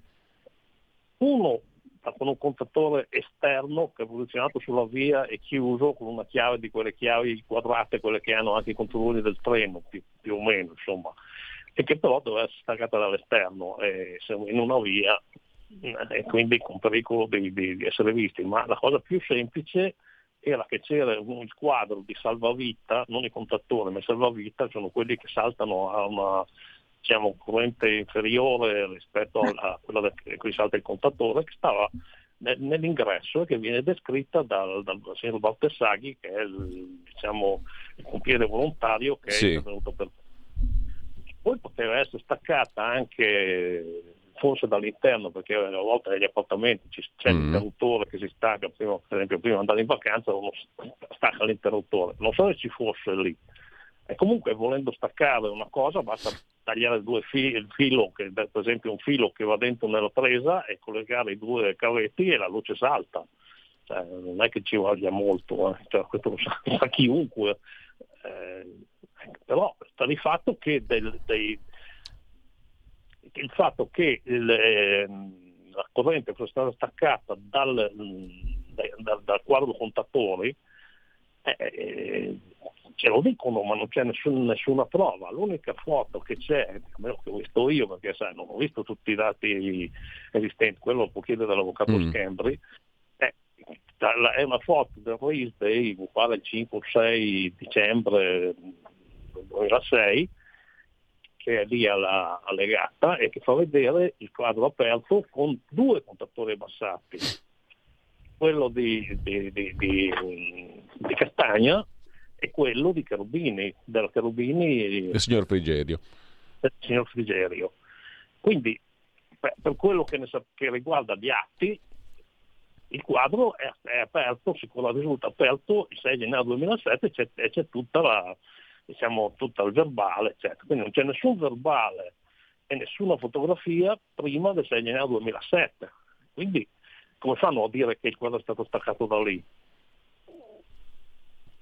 Uno, con un contatore esterno che è posizionato sulla via e chiuso con una chiave di quelle chiavi quadrate, quelle che hanno anche i controllori del treno, più, più o meno, insomma, e che però doveva essere staccata dall'esterno, e siamo in una via e quindi con pericolo di, di, di essere visti. Ma la cosa più semplice era che c'era un, il quadro di salvavita, non i contattori ma i salvavita, sono quelli che saltano a una, diciamo, corrente inferiore rispetto a quella da cui salta il contatore, che stava nel, nell'ingresso e che viene descritta dal, dal signor Baltessaghi, che è il, diciamo, il pompiere volontario che sì. è intervenuto per. Poi poteva essere staccata anche forse dall'interno, perché a volte negli appartamenti c'è mm. l'interruttore che si stacca, prima, per esempio prima di andare in vacanza uno stacca l'interruttore, non so se ci fosse lì, e comunque volendo staccare una cosa basta tagliare due fili, il filo, che per esempio un filo che va dentro nella presa, e collegare i due cavetti e la luce salta, cioè, non è che ci voglia molto, eh. Cioè, questo lo sa, sa chiunque, eh, però sta di fatto che del, dei il fatto che il, eh, la corrente fosse stata staccata dal, dal, dal quadro contattori eh, eh, ce lo dicono, ma non c'è nessun, nessuna prova. L'unica foto che c'è, almeno che ho visto io, perché sai, non ho visto tutti i dati esistenti, quello lo può chiedere dall'avvocato mm. Schembri, eh, è una foto del Race Day, mi pare il cinque o sei dicembre duemilasei, che è lì alla, allegata, e che fa vedere il quadro aperto con due contattori abbassati, quello di, di, di, di, di Castagna e quello di Cherubini, del Cherubini, il signor Frigerio. Il signor Frigerio. Quindi per, per quello che, ne sa, che riguarda gli atti, il quadro è, è aperto, sicuramente risulta aperto il sei gennaio duemilasette, c'è, e c'è tutta la diciamo tutto il verbale, eccetera. Quindi non c'è nessun verbale e nessuna fotografia prima del sei gennaio duemilasette. Quindi come fanno a dire che il quadro è stato staccato da lì?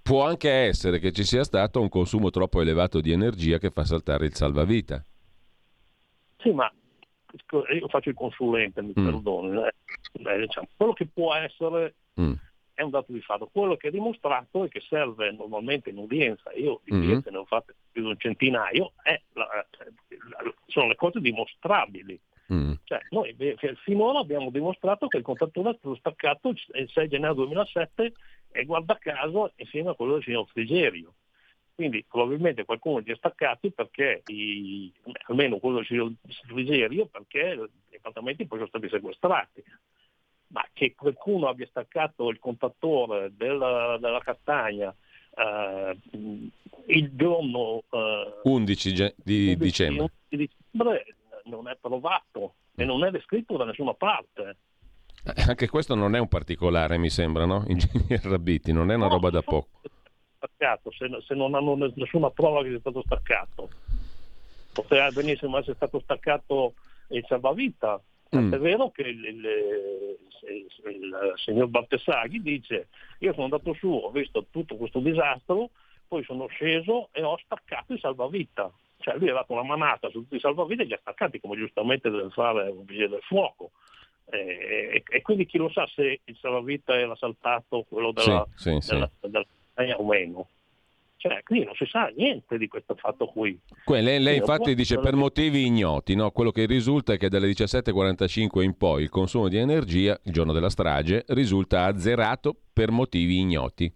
può anche essere che ci sia stato un consumo troppo elevato di energia che fa saltare il salvavita. Sì, ma io faccio il consulente, mi mm. perdoni. Eh, diciamo, quello che può essere mm. è un dato di fatto. Quello che è dimostrato e che serve normalmente in udienza, io di udienze mm. ne ho fatte più di un centinaio, è la, la, sono le cose dimostrabili. Mm. Cioè, noi finora abbiamo dimostrato che il contatore è stato staccato il sei gennaio duemilasette e guarda caso insieme a quello del signor Frigerio. Quindi probabilmente qualcuno li ha staccati perché, i, almeno quello del signor Frigerio, perché gli appartamenti poi sono stati sequestrati. Ma che qualcuno abbia staccato il contatore della, della Castagna eh, il giorno eh, undici di dicembre. di dicembre non è provato e non è descritto da nessuna parte. Eh, anche questo non è un particolare, mi sembra, no? Ingegner Rabbitti, non è una no, roba da poco. Staccato, se, se non hanno nessuna prova che sia stato staccato. Poteva benissimo essere stato staccato il salvavita. Mm. È vero che il, il, il, il signor Baltesaghi dice: io sono andato su, ho visto tutto questo disastro, poi sono sceso e ho staccato il salvavita. Cioè lui ha dato una manata su tutti i salvavita e li ha staccati, come giustamente deve fare un vigile del fuoco. E, e, e quindi chi lo sa se il salvavita era saltato, quello della, sì, sì, della, sì. della, della o meno. Cioè qui non si sa niente di questo fatto qui. Que- lei, lei infatti dice per motivi ignoti, no? Quello che risulta è che dalle diciassette e quarantacinque in poi il consumo di energia, il giorno della strage, risulta azzerato per motivi ignoti.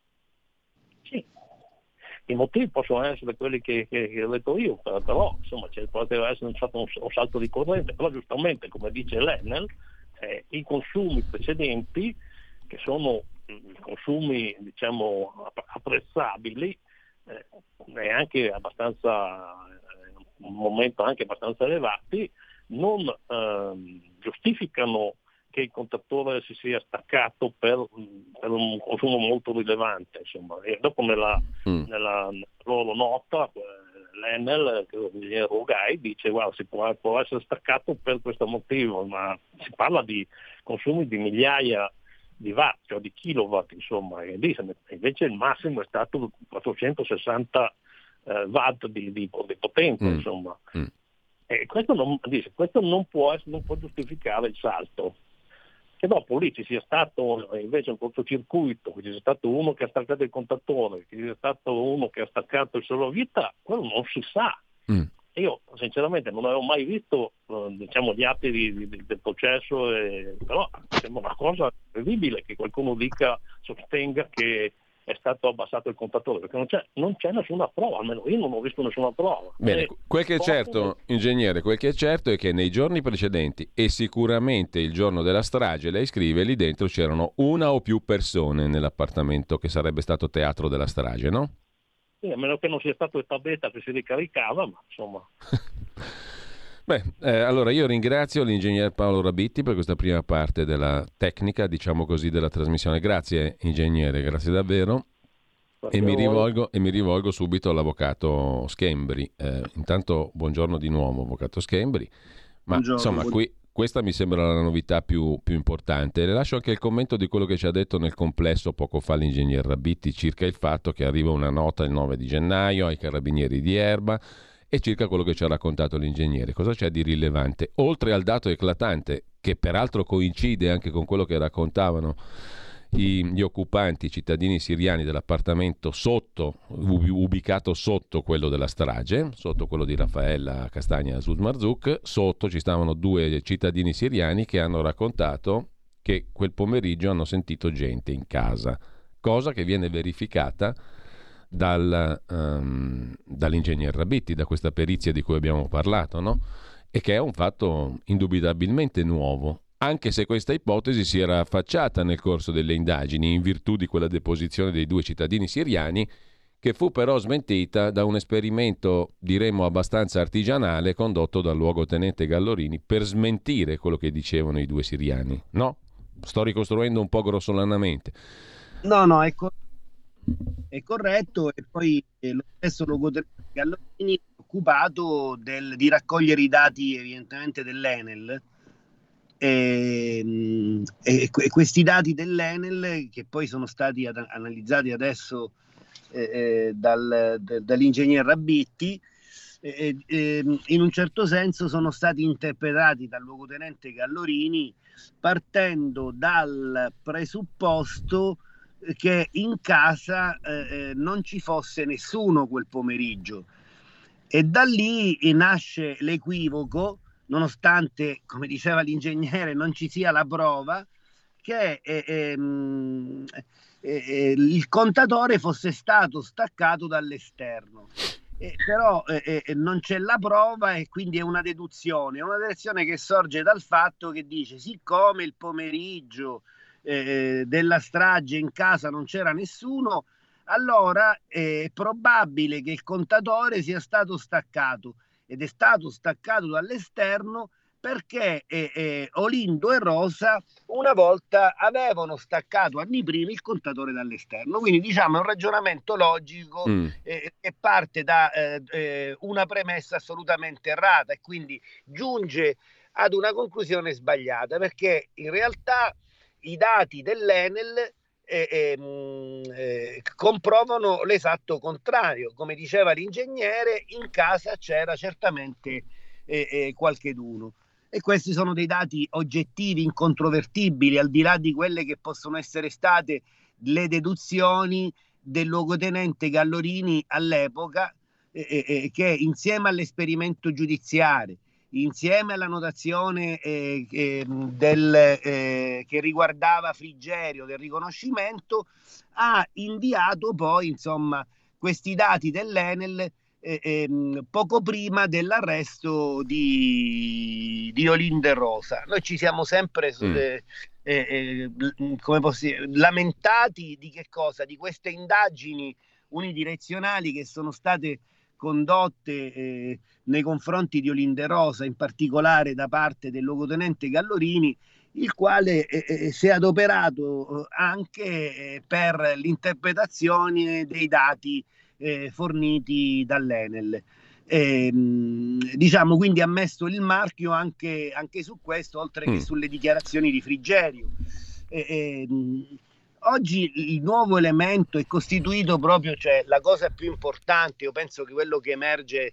Sì, i motivi possono essere quelli che, che, che ho detto io, però insomma c'è, poteva essere stato un, un salto di corrente, però giustamente come dice l'Enel, eh, i consumi precedenti, che sono consumi diciamo apprezzabili eh, e anche abbastanza eh, un momento anche abbastanza elevati, non eh, giustificano che il contatore si sia staccato per, per un consumo molto rilevante, insomma. E dopo nella, mm. nella, nella loro nota l'Enel, l'ingegnere Rugai, dice guarda si può, può essere staccato per questo motivo, ma si parla di consumi di migliaia di watt, cioè di kilowatt, insomma, e lì invece il massimo è stato quattrocentosessanta eh, watt di, di, di potenza, mm. insomma. Mm. E questo non, dice, questo non può, non può giustificare il salto. Che dopo lì ci sia stato invece un cortocircuito, che ci sia stato uno che ha staccato il contatore, che ci sia stato uno che ha staccato il salvavita, quello non si sa. Mm. Io sinceramente non avevo mai visto eh, diciamo gli atti di, di, del processo, e, però sembra una cosa incredibile che qualcuno dica, sostenga che è stato abbassato il contatore, perché non c'è, non c'è nessuna prova, almeno io non ho visto nessuna prova. Bene, e quel che è certo, ingegnere, quel che è certo è che nei giorni precedenti e sicuramente il giorno della strage, lei scrive, lì dentro c'erano una o più persone nell'appartamento che sarebbe stato teatro della strage, no? Sì, a meno che non sia stato il tabletta che si ricaricava, ma insomma. Beh, eh, allora io ringrazio l'ingegner Paolo Rabbitti per questa prima parte della tecnica, diciamo così, della trasmissione. Grazie ingegnere, grazie davvero. E mi, rivolgo, e mi rivolgo subito all'avvocato Schembri. Eh, intanto buongiorno di nuovo, avvocato Schembri. Ma buongiorno, insomma, buongiorno. qui questa mi sembra la novità più, più importante. Le lascio anche il commento di quello che ci ha detto nel complesso poco fa l'ingegner Rabbitti circa il fatto che arriva una nota il nove di gennaio ai carabinieri di Erba e circa quello che ci ha raccontato l'ingegnere. Cosa c'è di rilevante? Oltre al dato eclatante, che peraltro coincide anche con quello che raccontavano gli occupanti, i cittadini siriani dell'appartamento sotto, ubicato sotto quello della strage, sotto quello di Raffaella Castagna Sud Marzouk, sotto ci stavano due cittadini siriani che hanno raccontato che quel pomeriggio hanno sentito gente in casa, cosa che viene verificata dal, um, dall'ingegner Rabbitti, da questa perizia di cui abbiamo parlato, no? E che è un fatto indubitabilmente nuovo, anche se questa ipotesi si era affacciata nel corso delle indagini in virtù di quella deposizione dei due cittadini siriani, che fu però smentita da un esperimento, diremmo abbastanza artigianale, condotto dal luogotenente Gallorini per smentire quello che dicevano i due siriani. No? Sto ricostruendo un po' grossolanamente. No, no, è, cor- è corretto. E poi eh, lo stesso luogotenente Gallorini è occupato del, di raccogliere i dati evidentemente dell'Enel, E, e, e questi dati dell'Enel, che poi sono stati ad, analizzati adesso eh, dal, de, dall'ingegner Rabitti, eh, eh, in un certo senso sono stati interpretati dal luogotenente Gallorini partendo dal presupposto che in casa eh, non ci fosse nessuno quel pomeriggio, e da lì nasce l'equivoco, nonostante, come diceva l'ingegnere, non ci sia la prova, che eh, eh, eh, il contatore fosse stato staccato dall'esterno. Eh, però eh, eh, non c'è la prova, e quindi è una deduzione, una deduzione che sorge dal fatto che dice: siccome il pomeriggio eh, della strage in casa non c'era nessuno, allora è probabile che il contatore sia stato staccato, ed è stato staccato dall'esterno perché eh, eh, Olindo e Rosa una volta avevano staccato anni prima il contatore dall'esterno. Quindi diciamo è un ragionamento logico mm. eh, che parte da eh, eh, una premessa assolutamente errata, e quindi giunge ad una conclusione sbagliata, perché in realtà i dati dell'Enel Eh, eh, eh, comprovano l'esatto contrario. Come diceva l'ingegnere, in casa c'era certamente eh, eh, qualcheduno, e questi sono dei dati oggettivi, incontrovertibili, al di là di quelle che possono essere state le deduzioni del luogotenente Gallorini all'epoca, eh, eh, che insieme all'esperimento giudiziario, insieme alla notazione eh, eh, del, eh, che riguardava Frigerio del riconoscimento, ha inviato poi insomma questi dati dell'Enel eh, eh, poco prima dell'arresto di, di Olindo e Rosa. Noi ci siamo sempre mm. eh, eh, come possi- lamentati di che cosa? Di queste indagini unidirezionali che sono state condotte eh, nei confronti di Olindo e Rosa, in particolare da parte del luogotenente Gallorini, il quale eh, si è adoperato anche eh, per l'interpretazione dei dati eh, forniti dall'Enel. Eh, diciamo quindi ha messo il marchio anche, anche su questo, oltre mm. che sulle dichiarazioni di Frigerio. Eh, eh, Oggi il nuovo elemento è costituito proprio, cioè la cosa più importante, io penso che quello che emerge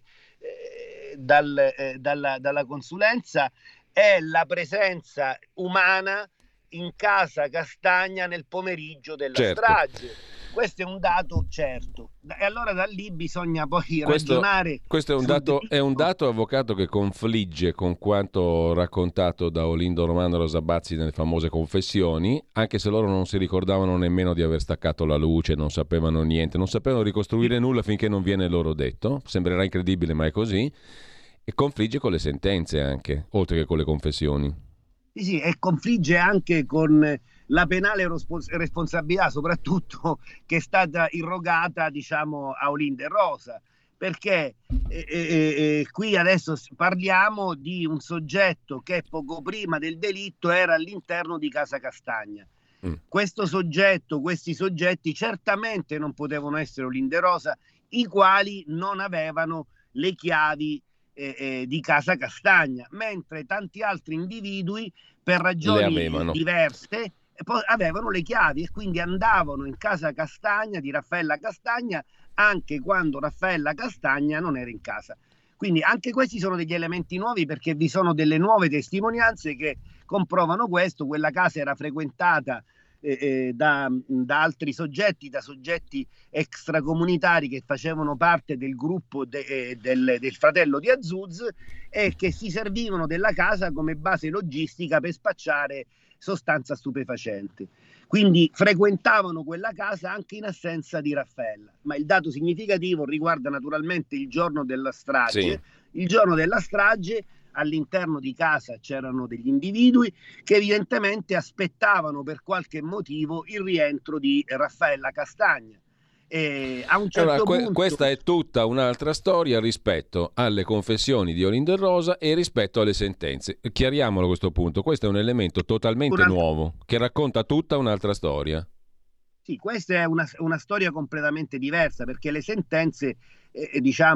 eh, dal, eh, dalla, dalla consulenza è la presenza umana in casa Castagna nel pomeriggio della certo. strage. Questo è un dato certo, e allora da lì bisogna poi questo, ragionare. Questo è un, dato, è un dato, avvocato, che confligge con quanto raccontato da Olindo Romano e Rosa Bazzi nelle famose confessioni, anche se loro non si ricordavano nemmeno di aver staccato la luce, non sapevano niente, non sapevano ricostruire nulla finché non viene loro detto. Sembrerà incredibile, ma è così. E confligge con le sentenze anche, oltre che con le confessioni. Sì, sì, e confligge anche con la penale respons- responsabilità, soprattutto che è stata irrogata, diciamo, a Olindo e Rosa, perché eh, eh, eh, qui adesso parliamo di un soggetto che poco prima del delitto era all'interno di casa Castagna. Mm. Questo soggetto, questi soggetti certamente non potevano essere Olindo e Rosa, i quali non avevano le chiavi eh, eh, di casa Castagna, mentre tanti altri individui, per ragioni diverse, avevano le chiavi e quindi andavano in casa Castagna, di Raffaella Castagna, anche quando Raffaella Castagna non era in casa. Quindi anche questi sono degli elementi nuovi, perché vi sono delle nuove testimonianze che comprovano questo. Quella casa era frequentata eh, eh, da, da altri soggetti, da soggetti extracomunitari che facevano parte del gruppo de, eh, del, del fratello di Azuz, e che si servivano della casa come base logistica per spacciare sostanza stupefacente. Quindi frequentavano quella casa anche in assenza di Raffaella. Ma il dato significativo riguarda naturalmente il giorno della strage. Sì. Il giorno della strage all'interno di casa c'erano degli individui che evidentemente aspettavano per qualche motivo il rientro di Raffaella Castagna. E a un certo allora, que- punto... questa è tutta un'altra storia rispetto alle confessioni di Olindo e Rosa e rispetto alle sentenze. Chiariamolo a questo punto, questo è un elemento totalmente un'altra... nuovo che racconta tutta un'altra storia. Sì, questa è una, una storia completamente diversa, perché le sentenze eh, diciamo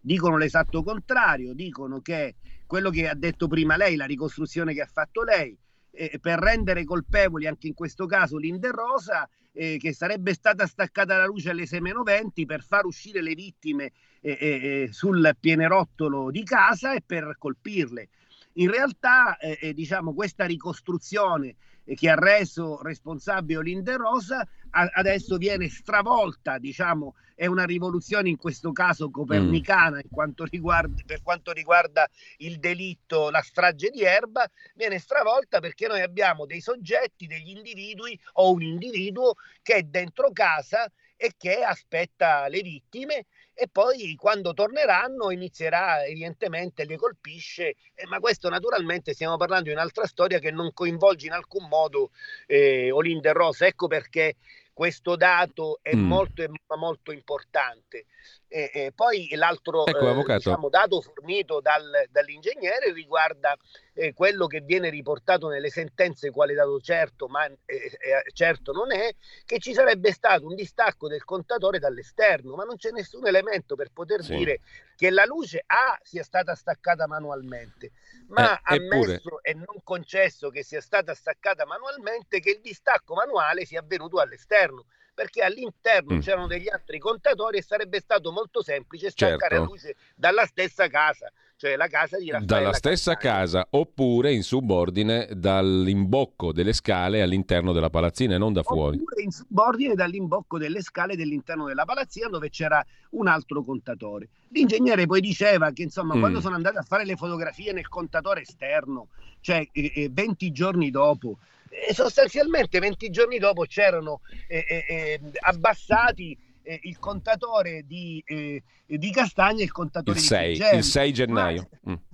dicono l'esatto contrario, dicono che quello che ha detto prima lei, la ricostruzione che ha fatto lei, eh, per rendere colpevoli anche in questo caso Linde Rosa, eh, che sarebbe stata staccata la luce alle sei meno venti per far uscire le vittime eh, eh, sul pianerottolo di casa e per colpirle. In realtà eh, diciamo questa ricostruzione eh, che ha reso responsabile Linde Rosa a, adesso viene stravolta, diciamo è una rivoluzione in questo caso copernicana in quanto riguarda, per quanto riguarda il delitto, la strage di Erba, viene stravolta perché noi abbiamo dei soggetti, degli individui o un individuo che è dentro casa e che aspetta le vittime e poi quando torneranno inizierà evidentemente, le colpisce, eh, ma questo naturalmente stiamo parlando di un'altra storia che non coinvolge in alcun modo eh, Linde Rosa, ecco perché questo dato è mm. molto, molto importante. E, e poi l'altro ecco, eh, diciamo, dato fornito dal, dall'ingegnere riguarda eh, quello che viene riportato nelle sentenze quale dato certo, ma eh, eh, certo non è, che ci sarebbe stato un distacco del contatore dall'esterno, ma non c'è nessun elemento per poter sì. dire che la luce A sia stata staccata manualmente, ma eh, ammesso e non concesso che sia stata staccata manualmente, che il distacco manuale sia avvenuto all'esterno, perché all'interno mm. c'erano degli altri contatori e sarebbe stato molto semplice staccare certo. la luce dalla stessa casa, cioè la casa di Raffaella dalla stessa Cattaneo. Casa, oppure in subordine dall'imbocco delle scale all'interno della palazzina e non da fuori. Oppure in subordine dall'imbocco delle scale dell'interno della palazzina dove c'era un altro contatore. L'ingegnere poi diceva che insomma mm. quando sono andati a fare le fotografie nel contatore esterno, cioè eh, venti giorni dopo, e sostanzialmente venti giorni dopo c'erano eh, eh, abbassati eh, il contatore di, eh, di Castagna e il contatore il di sei, Frigeri. il sei gennaio. Ma, mm.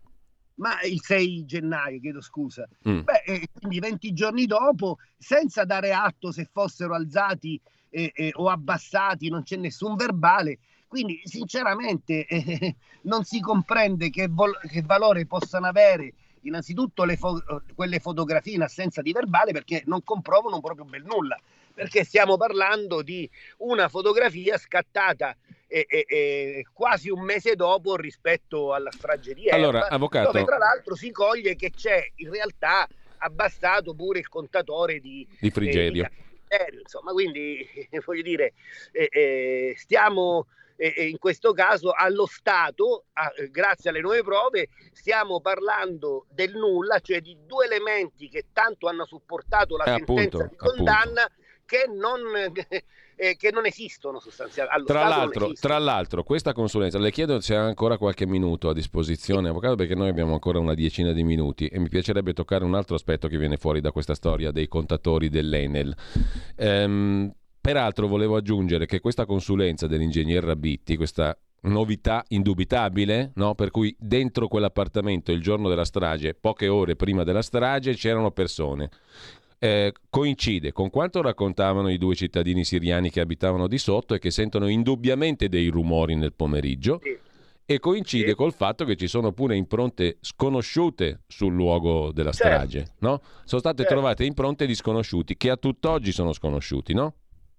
ma il sei gennaio, chiedo scusa. Mm. Beh, eh, quindi venti giorni dopo, senza dare atto se fossero alzati eh, eh, o abbassati, non c'è nessun verbale. Quindi sinceramente eh, non si comprende che, vol- che valore possano avere innanzitutto le fo- quelle fotografie in assenza di verbale, perché non comprovano proprio bel nulla, perché stiamo parlando di una fotografia scattata eh, eh, eh, quasi un mese dopo rispetto alla strage di Erba, allora, avvocato, dove tra l'altro si coglie che c'è in realtà abbassato pure il contatore di, di Frigerio. Eh, di Frigerio, insomma, quindi voglio dire eh, eh, stiamo e in questo caso allo Stato, a, grazie alle nuove prove, stiamo parlando del nulla, cioè di due elementi che tanto hanno supportato la eh, sentenza appunto, di condanna appunto. che non, eh, che non esistono sostanzialmente. Allo tra, Stato l'altro, non esistono. tra l'altro, questa consulenza, le chiedo se ha ancora qualche minuto a disposizione, avvocato, perché noi abbiamo ancora una decina di minuti e mi piacerebbe toccare un altro aspetto che viene fuori da questa storia dei contatori dell'Enel. Ehm, Peraltro volevo aggiungere che questa consulenza dell'ingegner Rabitti, questa novità indubitabile, no? Per cui dentro quell'appartamento il giorno della strage, poche ore prima della strage, c'erano persone. Eh, coincide con quanto raccontavano i due cittadini siriani che abitavano di sotto e che sentono indubbiamente dei rumori nel pomeriggio. Sì. E coincide sì. col fatto che ci sono pure impronte sconosciute sul luogo della strage, certo. no? Sono state certo. trovate impronte di sconosciuti che a tutt'oggi sono sconosciuti, no?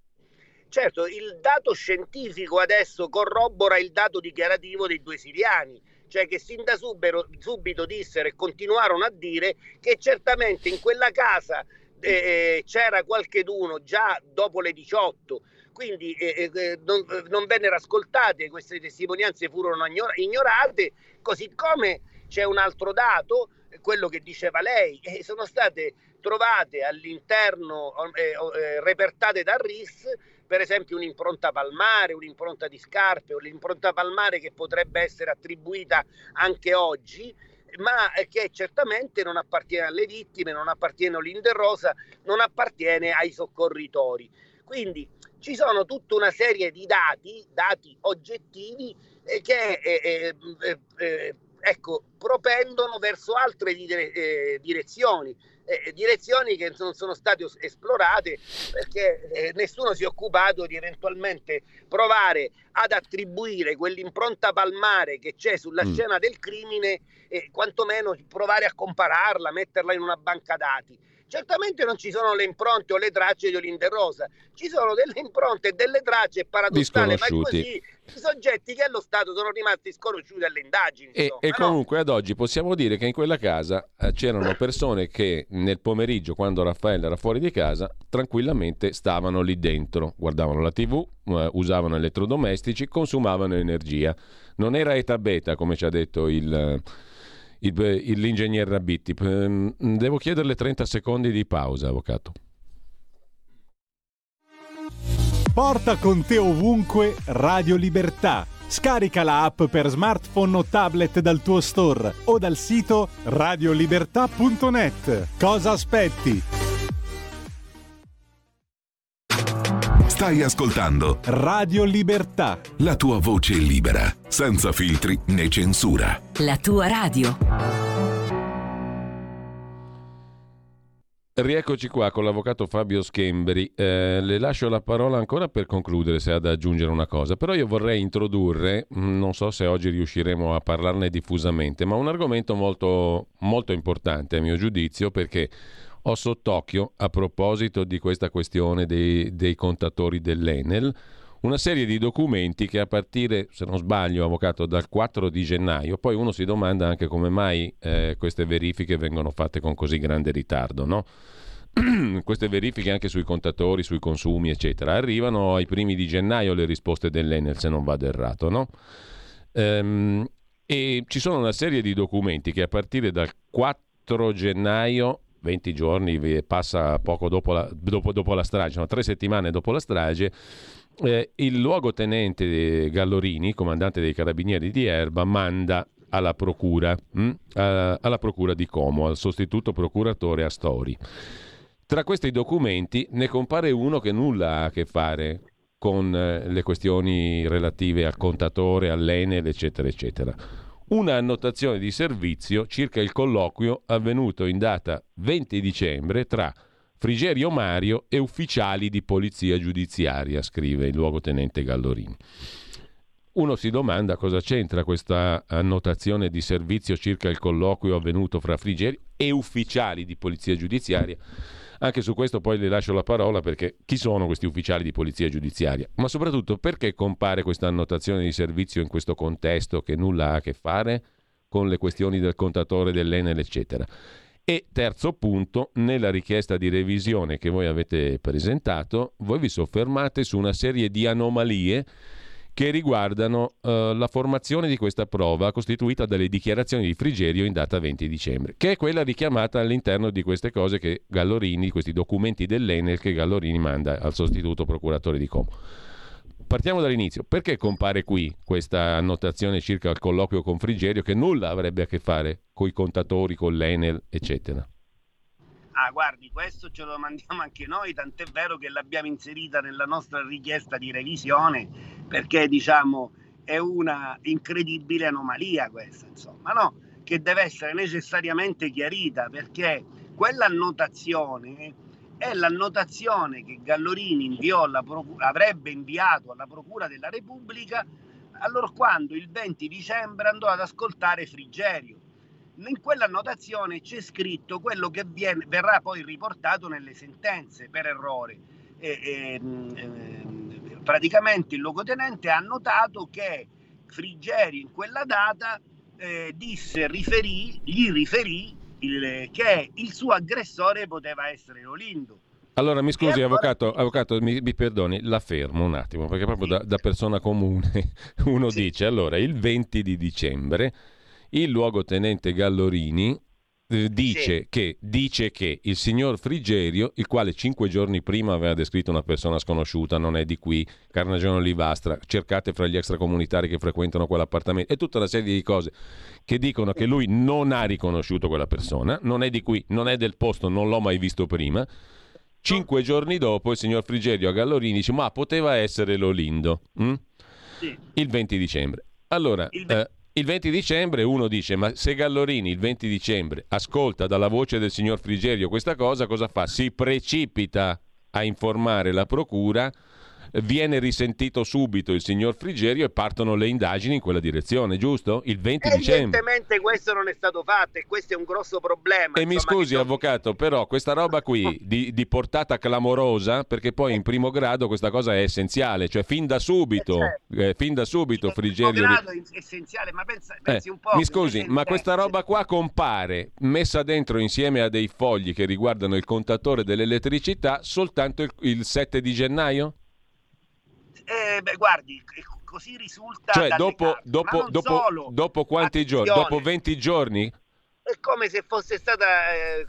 Certo, il dato scientifico adesso corrobora il dato dichiarativo dei due siriani, cioè che sin da subito, subito dissero e continuarono a dire che certamente in quella casa eh, c'era qualcheduno già dopo le diciotto, quindi eh, eh, non, non vennero ascoltate, queste testimonianze furono ignorate, così come c'è un altro dato, quello che diceva lei, eh, sono state trovate all'interno, eh, eh, repertate dal R I S, per esempio un'impronta palmare, un'impronta di scarpe o l'impronta palmare che potrebbe essere attribuita anche oggi, ma che certamente non appartiene alle vittime, non appartiene a Linde Rosa, non appartiene ai soccorritori. Quindi ci sono tutta una serie di dati, dati oggettivi eh, che eh, eh, eh, ecco, propendono verso altre dire- eh, direzioni. Eh, direzioni che non sono state esplorate perché eh, nessuno si è occupato di eventualmente provare ad attribuire quell'impronta palmare che c'è sulla mm. scena del crimine e eh, quantomeno provare a compararla, metterla in una banca dati. Certamente non ci sono le impronte o le tracce di Olindo e Rosa, ci sono delle impronte e delle tracce, paradossale, ma è così, i soggetti che allo Stato sono rimasti sconosciuti alle indagini. E, insomma, e no? comunque ad oggi possiamo dire che in quella casa eh, c'erano persone che nel pomeriggio, quando Raffaele era fuori di casa, tranquillamente stavano lì dentro, guardavano la tivù, eh, usavano elettrodomestici, consumavano energia. Non era eta beta, come ci ha detto il... Il, il, l'ingegner Rabitti. Devo chiederle trenta secondi di pausa, avvocato. Porta con te ovunque Radio Libertà. Scarica la app per smartphone o tablet dal tuo store o dal sito radiolibertà punto net. Cosa aspetti? Stai ascoltando Radio Libertà. La tua voce libera, senza filtri né censura. La tua radio. Rieccoci qua con l'avvocato Fabio Schembri. Eh, le lascio la parola ancora per concludere, se ha da aggiungere una cosa. Però io vorrei introdurre, non so se oggi riusciremo a parlarne diffusamente, ma un argomento molto, molto importante a mio giudizio, perché ho sott'occhio, a proposito di questa questione dei, dei contatori dell'Enel, una serie di documenti che a partire, se non sbaglio, avvocato, dal quattro di gennaio, poi uno si domanda anche come mai eh, queste verifiche vengono fatte con così grande ritardo, no? Queste verifiche anche sui contatori, sui consumi, eccetera. Arrivano ai primi di gennaio le risposte dell'Enel, se non vado errato, no? Ehm, e ci sono una serie di documenti che a partire dal quattro gennaio, venti giorni, passa poco dopo la, dopo, dopo la strage, no, tre settimane dopo la strage, eh, il luogotenente Gallorini, comandante dei Carabinieri di Erba, manda alla procura, hm? alla, alla procura di Como, al sostituto procuratore Astori. Tra questi documenti ne compare uno che nulla ha a che fare con eh, le questioni relative al contatore, all'Enel, eccetera, eccetera. Una annotazione di servizio circa il colloquio avvenuto in data venti dicembre tra Frigerio Mario e ufficiali di polizia giudiziaria, scrive il luogotenente Gallorini. Uno si domanda cosa c'entra questa annotazione di servizio circa il colloquio avvenuto fra Frigerio e ufficiali di polizia giudiziaria. Anche su questo poi le lascio la parola, perché chi sono questi ufficiali di polizia giudiziaria? Ma soprattutto perché compare questa annotazione di servizio in questo contesto che nulla ha a che fare con le questioni del contatore dell'Enel, eccetera. E terzo punto, nella richiesta di revisione che voi avete presentato, voi vi soffermate su una serie di anomalie che riguardano uh, la formazione di questa prova costituita dalle dichiarazioni di Frigerio in data venti dicembre, che è quella richiamata all'interno di queste cose che Gallorini, questi documenti dell'Enel che Gallorini manda al sostituto procuratore di Como. Partiamo dall'inizio. Perché compare qui questa annotazione circa il colloquio con Frigerio che nulla avrebbe a che fare con i contatori, con l'Enel, eccetera? Ah, guardi, questo ce lo domandiamo anche noi, tant'è vero che l'abbiamo inserita nella nostra richiesta di revisione, perché diciamo è una incredibile anomalia questa, insomma, no? Che deve essere necessariamente chiarita, perché quell'annotazione è l'annotazione che Gallorini inviò alla procura, avrebbe inviato alla Procura della Repubblica allorquando il venti dicembre andò ad ascoltare Frigerio. In quell'annotazione c'è scritto quello che viene, verrà poi riportato nelle sentenze per errore. E, e, e, praticamente il luogotenente ha notato che Frigerio in quella data eh, disse, riferì, gli riferì il, che il suo aggressore poteva essere Olindo. Allora mi scusi, allora... avvocato, avvocato mi, mi perdoni, la fermo un attimo, perché proprio sì. da, da persona comune uno sì. dice, allora il venti di dicembre il luogotenente Gallorini eh, dice, sì. che, dice che il signor Frigerio, il quale cinque giorni prima aveva descritto una persona sconosciuta, non è di qui, Carnagione Olivastra, cercate fra gli extracomunitari che frequentano quell'appartamento, e tutta una serie di cose che dicono che lui non ha riconosciuto quella persona, non è di qui, non è del posto, non l'ho mai visto prima. Cinque giorni dopo il signor Frigerio a Gallorini dice, ma poteva essere l'Olindo, hm? Sì. Il venti dicembre. Allora... Il ve- eh, Il venti dicembre uno dice, ma se Gallorini il venti dicembre ascolta dalla voce del signor Frigerio questa cosa, cosa fa? Si precipita a informare la procura viene risentito subito il signor Frigerio e partono le indagini in quella direzione, giusto? Il venti dicembre. Evidentemente questo non è stato fatto e questo è un grosso problema. E insomma, mi scusi sono... avvocato, però questa roba qui di, di portata clamorosa, perché poi in primo grado questa cosa è essenziale, cioè fin da subito, eh, certo. eh, fin da subito Frigerio... In primo grado è essenziale, ma pensa, pensi eh, un po'... Mi scusi, ma questa roba qua compare messa dentro insieme a dei fogli che riguardano il contatore dell'elettricità soltanto il, il sette di gennaio? Eh, beh, guardi, così risulta. Cioè, dopo, carte, dopo, dopo, solo, dopo quanti giorni? Dopo venti giorni? È come se fosse stata eh,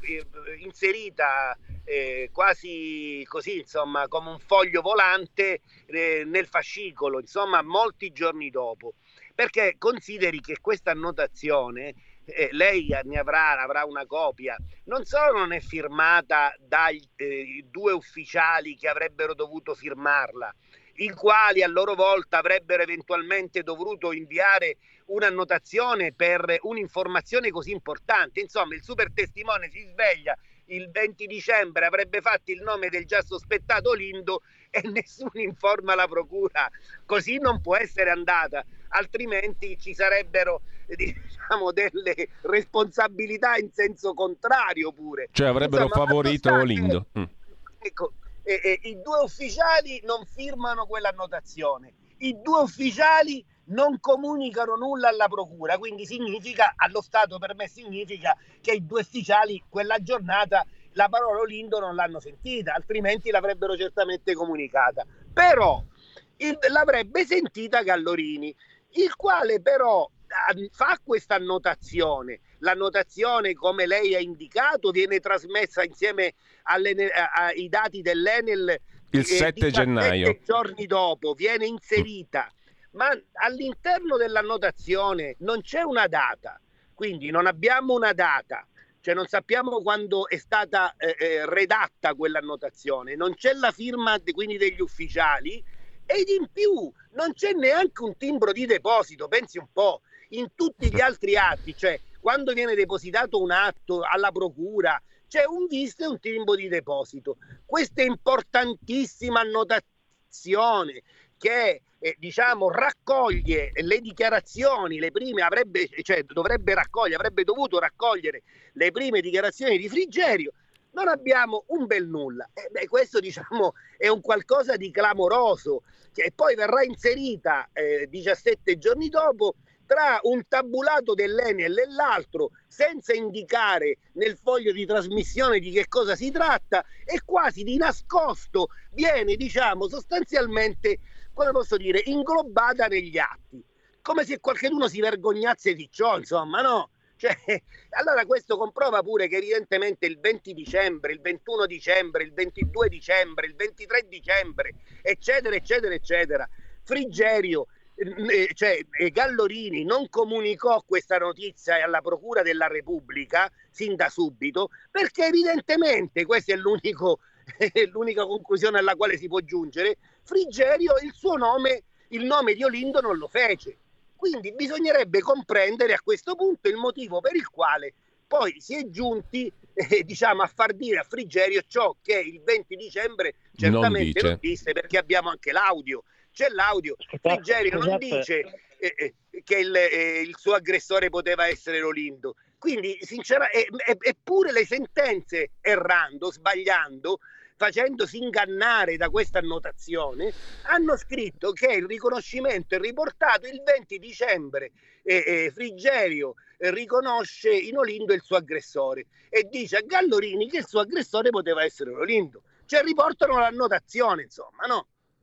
inserita eh, quasi così, insomma, come un foglio volante eh, nel fascicolo, insomma, molti giorni dopo. Perché consideri che questa annotazione, eh, lei ne avrà, avrà una copia, non solo non è firmata dai eh, due ufficiali che avrebbero dovuto firmarla, i quali a loro volta avrebbero eventualmente dovuto inviare un'annotazione per un'informazione così importante. Insomma, il super testimone si sveglia il venti dicembre, avrebbe fatto il nome del già sospettato Lindo e nessuno informa la procura. Così non può essere andata, altrimenti ci sarebbero, diciamo, delle responsabilità in senso contrario pure. Cioè avrebbero Insomma, favorito Lindo. Mm. Ecco, eh, eh, i due ufficiali non firmano quell'annotazione, i due ufficiali non comunicano nulla alla procura, quindi significa, allo Stato per me significa che i due ufficiali quella giornata la parola Lindo non l'hanno sentita, altrimenti l'avrebbero certamente comunicata. Però il, l'avrebbe sentita Gallorini, il quale però fa questa annotazione. L'annotazione, come lei ha indicato, viene trasmessa insieme alle, ai dati dell'Enel il sette gennaio, giorni dopo, viene inserita, ma all'interno dell'annotazione non c'è una data, quindi non abbiamo una data, cioè non sappiamo quando è stata eh, eh, redatta quell'annotazione, non c'è la firma de, quindi degli ufficiali, ed in più non c'è neanche un timbro di deposito. Pensi un po', in tutti gli altri atti, cioè quando viene depositato un atto alla procura c'è un visto e un timbro di deposito. Questa importantissima annotazione che eh, diciamo raccoglie le dichiarazioni, le prime avrebbe, cioè dovrebbe raccogliere, avrebbe dovuto raccogliere le prime dichiarazioni di Frigerio, non abbiamo un bel nulla. Eh, beh, questo diciamo è un qualcosa di clamoroso, che poi verrà inserita eh, diciassette giorni dopo tra un tabulato dell'Enel e l'altro, senza indicare nel foglio di trasmissione di che cosa si tratta, e quasi di nascosto viene, diciamo, sostanzialmente, come posso dire, inglobata negli atti, come se qualcuno si vergognasse di ciò, insomma, no? Cioè, allora questo comprova pure che evidentemente il venti dicembre, il ventuno dicembre, il ventidue dicembre, il ventitré dicembre, eccetera, eccetera, eccetera, Frigerio, eh, cioè eh, Gallorini non comunicò questa notizia alla Procura della Repubblica sin da subito, perché evidentemente, questa è l'unico, l'unica conclusione alla quale si può giungere, Frigerio il suo nome, il nome di Olindo non lo fece. Quindi bisognerebbe comprendere a questo punto il motivo per il quale poi si è giunti eh, diciamo, a far dire a Frigerio ciò che il venti dicembre certamente non, non disse, perché abbiamo anche l'audio. C'è l'audio. Frigerio non dice eh, eh, che il, eh, il suo aggressore poteva essere Olindo. Quindi, sinceramente, eppure le sentenze, errando, sbagliando, facendosi ingannare da questa annotazione, hanno scritto che il riconoscimento è riportato il venti dicembre. Eh, eh, Frigerio eh, riconosce in Olindo il suo aggressore e dice a Gallorini che il suo aggressore poteva essere Olindo. Cioè riportano l'annotazione, insomma, no?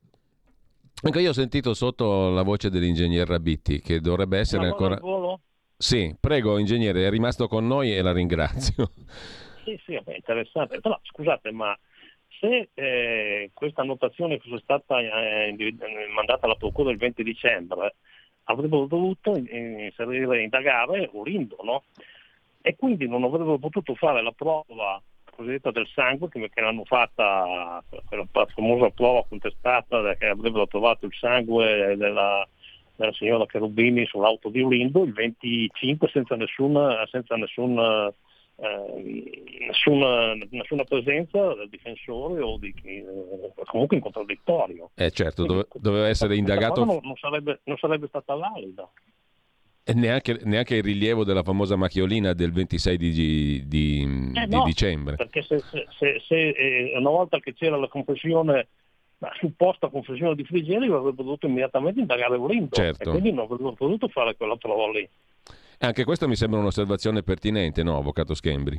Ecco, io ho sentito sotto la voce dell'ingegner Rabitti che dovrebbe essere Ma ancora... volo? Sì, prego ingegnere, è rimasto con noi e la ringrazio. Sì, sì, è interessante. Però scusate, ma se eh, questa annotazione fosse stata eh, mandata alla procura il venti dicembre, avrebbero dovuto inserire, indagare Olindo, no? E quindi non avrebbero potuto fare la prova cosiddetta del sangue che, che l'hanno fatta, quella famosa prova contestata che avrebbero trovato il sangue della, della signora Cherubini sull'auto di Olindo il venticinque senza nessun, senza nessun eh, nessuna, nessuna presenza del difensore o di chi, eh, comunque in contraddittorio. Eh certo, dove, doveva essere indagato. Non, non, sarebbe, non sarebbe stata valida. E neanche, neanche il rilievo della famosa macchiolina del ventisei di, di, di, eh di no, dicembre. Perché se, se, se, se eh, una volta che c'era la confessione, la supposta confessione di Frigerio, avrebbe dovuto immediatamente indagare Olindo, certo. E quindi non avrebbe potuto fare quella prova lì. Anche questa mi sembra un'osservazione pertinente, no, avvocato Schembri?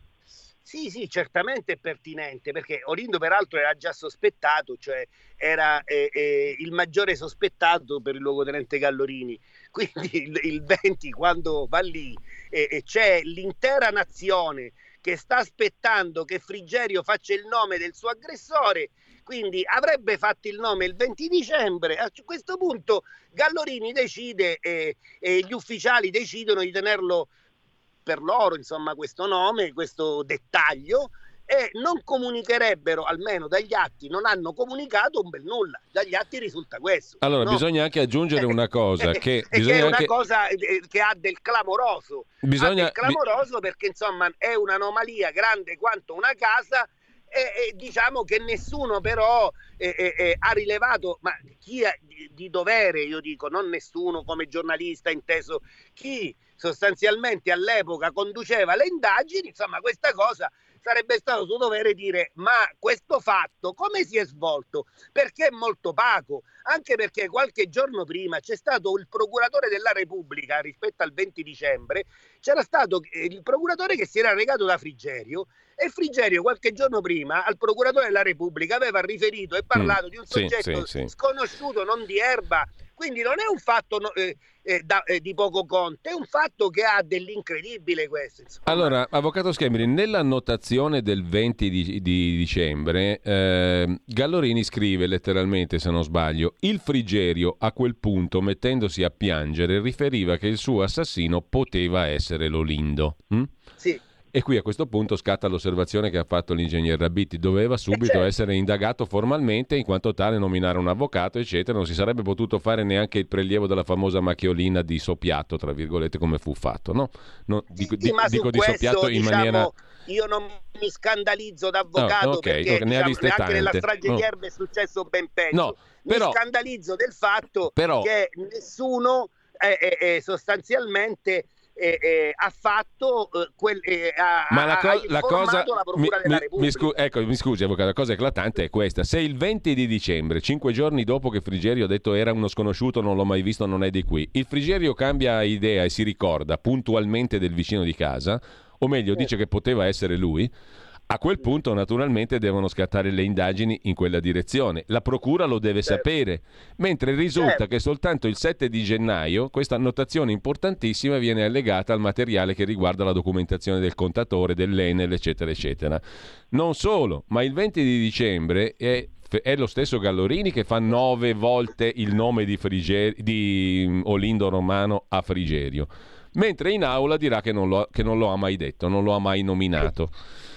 Sì, sì, certamente è pertinente, perché Olindo peraltro era già sospettato, cioè era eh, eh, il maggiore sospettato per il luogotenente Gallorini. Quindi il, il venti, quando va lì e eh, c'è l'intera nazione che sta aspettando che Frigerio faccia il nome del suo aggressore, quindi avrebbe fatto il nome il venti dicembre. A questo punto Gallorini decide e eh, eh, gli ufficiali decidono di tenerlo per loro, insomma, questo nome, questo dettaglio, e non comunicherebbero, almeno dagli atti non hanno comunicato un bel nulla. Dagli atti risulta questo. Allora no? bisogna anche aggiungere una cosa che, che bisogna è una anche... cosa che ha del clamoroso bisogna... ha del clamoroso perché insomma è un'anomalia grande quanto una casa. E, e diciamo che nessuno però eh, eh, ha rilevato, ma chi è di, di dovere, io dico, non nessuno come giornalista inteso, chi sostanzialmente all'epoca conduceva le indagini, insomma questa cosa sarebbe stato suo dovere dire ma questo fatto come si è svolto, perché è molto opaco, anche perché qualche giorno prima c'è stato il procuratore della Repubblica rispetto al venti dicembre, c'era stato il procuratore che si era recato da Frigerio e Frigerio qualche giorno prima al procuratore della Repubblica aveva riferito e parlato mm, di un soggetto sì, sì, sconosciuto, non di erba, quindi non è un fatto no, eh, eh, da, eh, di poco conto, è un fatto che ha dell'incredibile questo. Insomma. Allora, avvocato Schembri, nella annotazione del venti di, di dicembre eh, Gallorini scrive letteralmente, se non sbaglio, il Frigerio a quel punto, mettendosi a piangere, riferiva che il suo assassino poteva essere l'Olindo. Hm? Sì. E qui a questo punto scatta l'osservazione che ha fatto l'ingegner Rabitti, doveva subito certo. essere indagato formalmente, in quanto tale nominare un avvocato, eccetera, non si sarebbe potuto fare neanche il prelievo della famosa macchiolina di soppiatto, tra virgolette, come fu fatto, no? no dico sì, ma dico di questo, soppiatto in diciamo, maniera... Io non mi scandalizzo d'avvocato, no, okay, perché ne ha diciamo, anche tante. nella strage no. di Erba è successo ben peggio. No, però, mi scandalizzo del fatto però, che nessuno eh, eh, sostanzialmente... Eh, eh, ha fatto eh, quel, eh, ha, ma la, co- ha la cosa la Procura mi, della mi, Repubblica. Mi, scu- ecco, mi scusi avvocato, la cosa eclatante è questa: se il venti di dicembre, cinque giorni dopo che Frigerio ha detto era uno sconosciuto, non l'ho mai visto, non è di qui, il Frigerio cambia idea e si ricorda puntualmente del vicino di casa, o meglio dice che poteva essere lui, a quel punto naturalmente devono scattare le indagini in quella direzione. La procura lo deve certo. sapere, mentre risulta certo. che soltanto il sette di gennaio questa annotazione importantissima viene allegata al materiale che riguarda la documentazione del contatore, dell'Enel, eccetera, eccetera. Non solo, ma il venti di dicembre è è lo stesso Gallorini che fa nove volte il nome di, Friger- di Olindo Romano a Frigerio, mentre in aula dirà che non lo, che non lo ha mai detto, non lo ha mai nominato.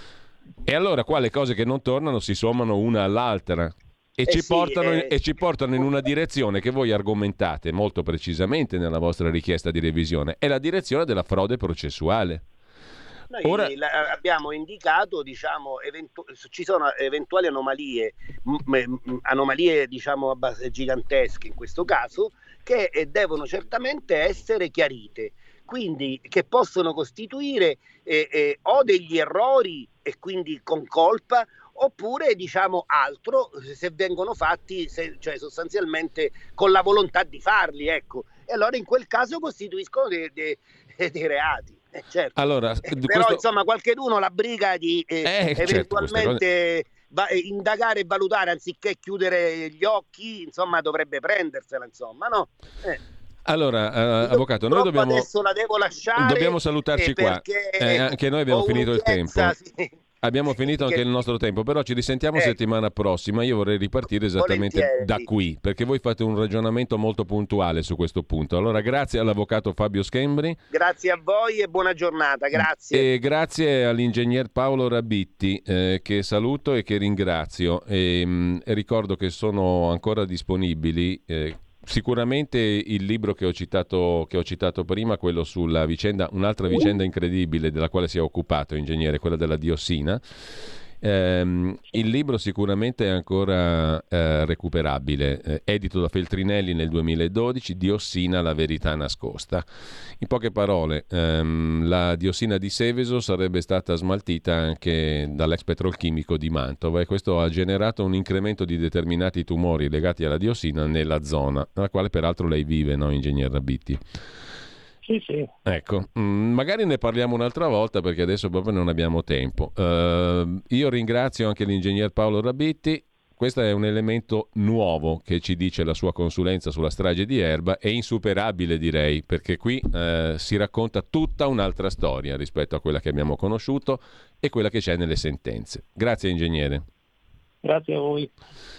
E allora qua le cose che non tornano si sommano una all'altra e, eh ci, sì, portano, eh... e ci portano in una direzione che voi argomentate molto precisamente nella vostra richiesta di revisione, è la direzione della frode processuale. Noi Ora... la, abbiamo indicato, diciamo, eventu- ci sono eventuali anomalie, m- m- anomalie diciamo abbast- gigantesche in questo caso, che eh, devono certamente essere chiarite. Quindi che possono costituire eh, eh, o degli errori e quindi con colpa, oppure diciamo altro se vengono fatti, se, cioè sostanzialmente con la volontà di farli, ecco. E allora in quel caso costituiscono dei, dei, dei reati. Eh, certo. Allora, eh, questo... Però insomma qualcheduno la briga di eh, eh, eventualmente... Certo, Va, indagare e valutare anziché chiudere gli occhi, insomma dovrebbe prendersela, insomma, no? Eh. Allora, uh, avvocato, noi dobbiamo, adesso la devo lasciare, dobbiamo salutarci eh, qua. Eh, anche noi abbiamo finito il tempo. Sì. Abbiamo finito anche il nostro tempo, però ci risentiamo eh. settimana prossima. Io vorrei ripartire esattamente Volentieri. da qui, perché voi fate un ragionamento molto puntuale su questo punto. Allora, grazie all'avvocato Fabio Schembri. Grazie a voi e buona giornata, grazie. E grazie all'ingegner Paolo Rabitti, eh, che saluto e che ringrazio. E, mh, e ricordo che sono ancora disponibili... Eh, sicuramente il libro che ho citato, che ho citato prima, quello sulla vicenda, un'altra vicenda incredibile della quale si è occupato ingegnere, quella della diossina. Ehm, il libro sicuramente è ancora eh, recuperabile, eh, edito da Feltrinelli nel duemiladodici, Diossina, la verità nascosta. In poche parole, ehm, la diossina di Seveso sarebbe stata smaltita anche dall'ex petrolchimico di Mantova, e questo ha generato un incremento di determinati tumori legati alla diossina nella zona, nella quale peraltro lei vive, no, ingegner Rabitti? Sì, sì. Ecco, mh, magari ne parliamo un'altra volta perché adesso proprio non abbiamo tempo. Uh, io ringrazio anche l'ingegner Paolo Rabitti. Questo è un elemento nuovo che ci dice la sua consulenza sulla strage di Erba, è insuperabile direi, perché qui uh, si racconta tutta un'altra storia rispetto a quella che abbiamo conosciuto e quella che c'è nelle sentenze. Grazie ingegnere. Grazie a voi.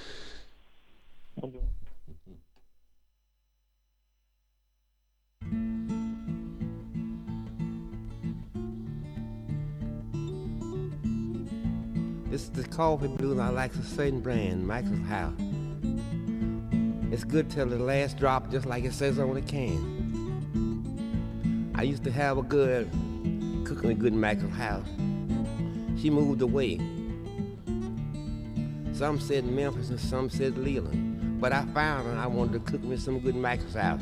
This is the coffee blues. I like a certain brand, Michael's House. It's good till the last drop, just like it says on the can. I used to have a good, cooking a good Michael's House. She moved away. Some said Memphis and some said Leland. But I found her and I wanted to cook me some good Michael's House.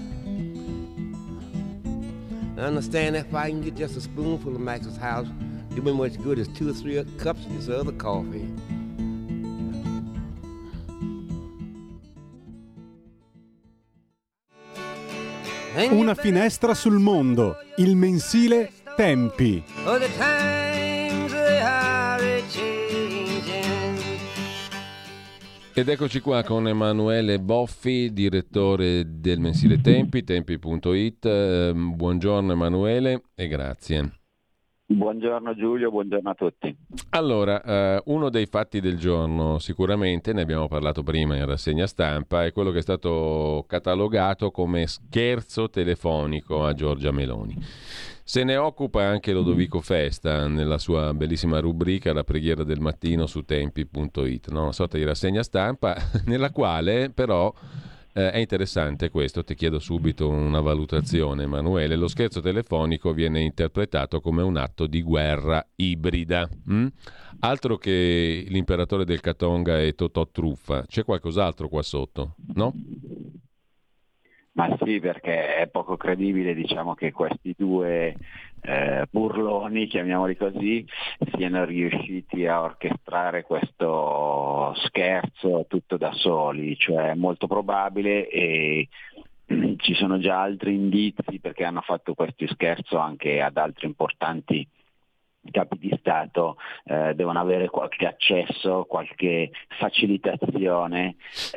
I understand that if I can get just a spoonful of Michael's House, do me much good as two or three cups of this other coffee. Una finestra sul mondo, il mensile Tempi. Oh, the times they are changing. Ed eccoci qua con Emanuele Boffi, direttore del mensile Tempi, tempi punto it. Eh, buongiorno Emanuele e grazie. Buongiorno Giulio, buongiorno a tutti. Allora, eh, uno dei fatti del giorno, sicuramente, ne abbiamo parlato prima in rassegna stampa, è quello che è stato catalogato come scherzo telefonico a Giorgia Meloni. Se ne occupa anche Lodovico Festa nella sua bellissima rubrica La preghiera del mattino su tempi punto it, no? Una sorta di rassegna stampa nella quale però Eh, è interessante questo, ti chiedo subito una valutazione Emanuele. Lo scherzo telefonico viene interpretato come un atto di guerra ibrida, hm? Altro che l'imperatore del Catonga e Totò Truffa, c'è qualcos'altro qua sotto, no? Ma sì, perché è poco credibile, diciamo, che questi due eh, burloni, chiamiamoli così, siano riusciti a orchestrare questo scherzo tutto da soli, cioè è molto probabile, e ci sono già altri indizi perché hanno fatto questo scherzo anche ad altri importanti capi di Stato, eh, devono avere qualche accesso, qualche facilitazione,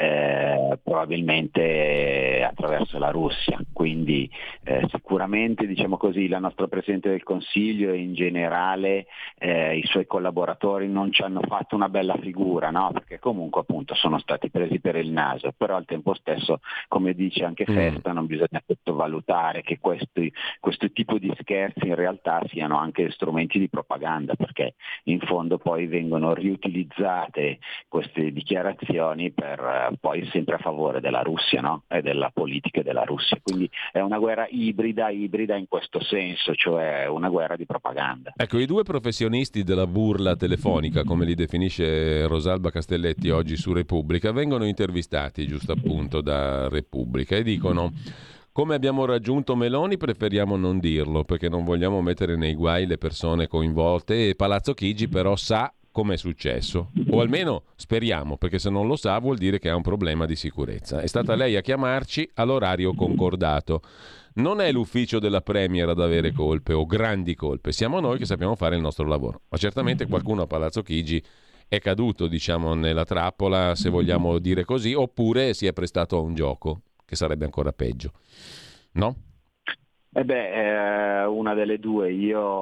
eh, probabilmente attraverso la Russia. Quindi eh, sicuramente, diciamo così, la nostra Presidente del Consiglio e in generale eh, i suoi collaboratori non ci hanno fatto una bella figura, no? Perché comunque appunto sono stati presi per il naso, però al tempo stesso, come dice anche Festa, mm. non bisogna sottovalutare che questi, questo tipo di scherzi in realtà siano anche strumenti di propaganda, perché in fondo poi vengono riutilizzate queste dichiarazioni per eh, poi sempre a favore della Russia, no? E della politica della Russia. Quindi è una guerra ibrida, ibrida in questo senso, cioè una guerra di propaganda. Ecco, i due professionisti della burla telefonica, come li definisce Rosalba Castelletti oggi su Repubblica, vengono intervistati giusto appunto da Repubblica e dicono: come abbiamo raggiunto Meloni preferiamo non dirlo perché non vogliamo mettere nei guai le persone coinvolte, e Palazzo Chigi però sa come è successo, o almeno speriamo, perché se non lo sa vuol dire che ha un problema di sicurezza. È stata lei a chiamarci all'orario concordato. Non è l'ufficio della Premier ad avere colpe o grandi colpe, siamo noi che sappiamo fare il nostro lavoro. Ma certamente qualcuno a Palazzo Chigi è caduto, diciamo, nella trappola, se vogliamo dire così, oppure si è prestato a un gioco, che sarebbe ancora peggio, no? Eh beh, eh, una delle due.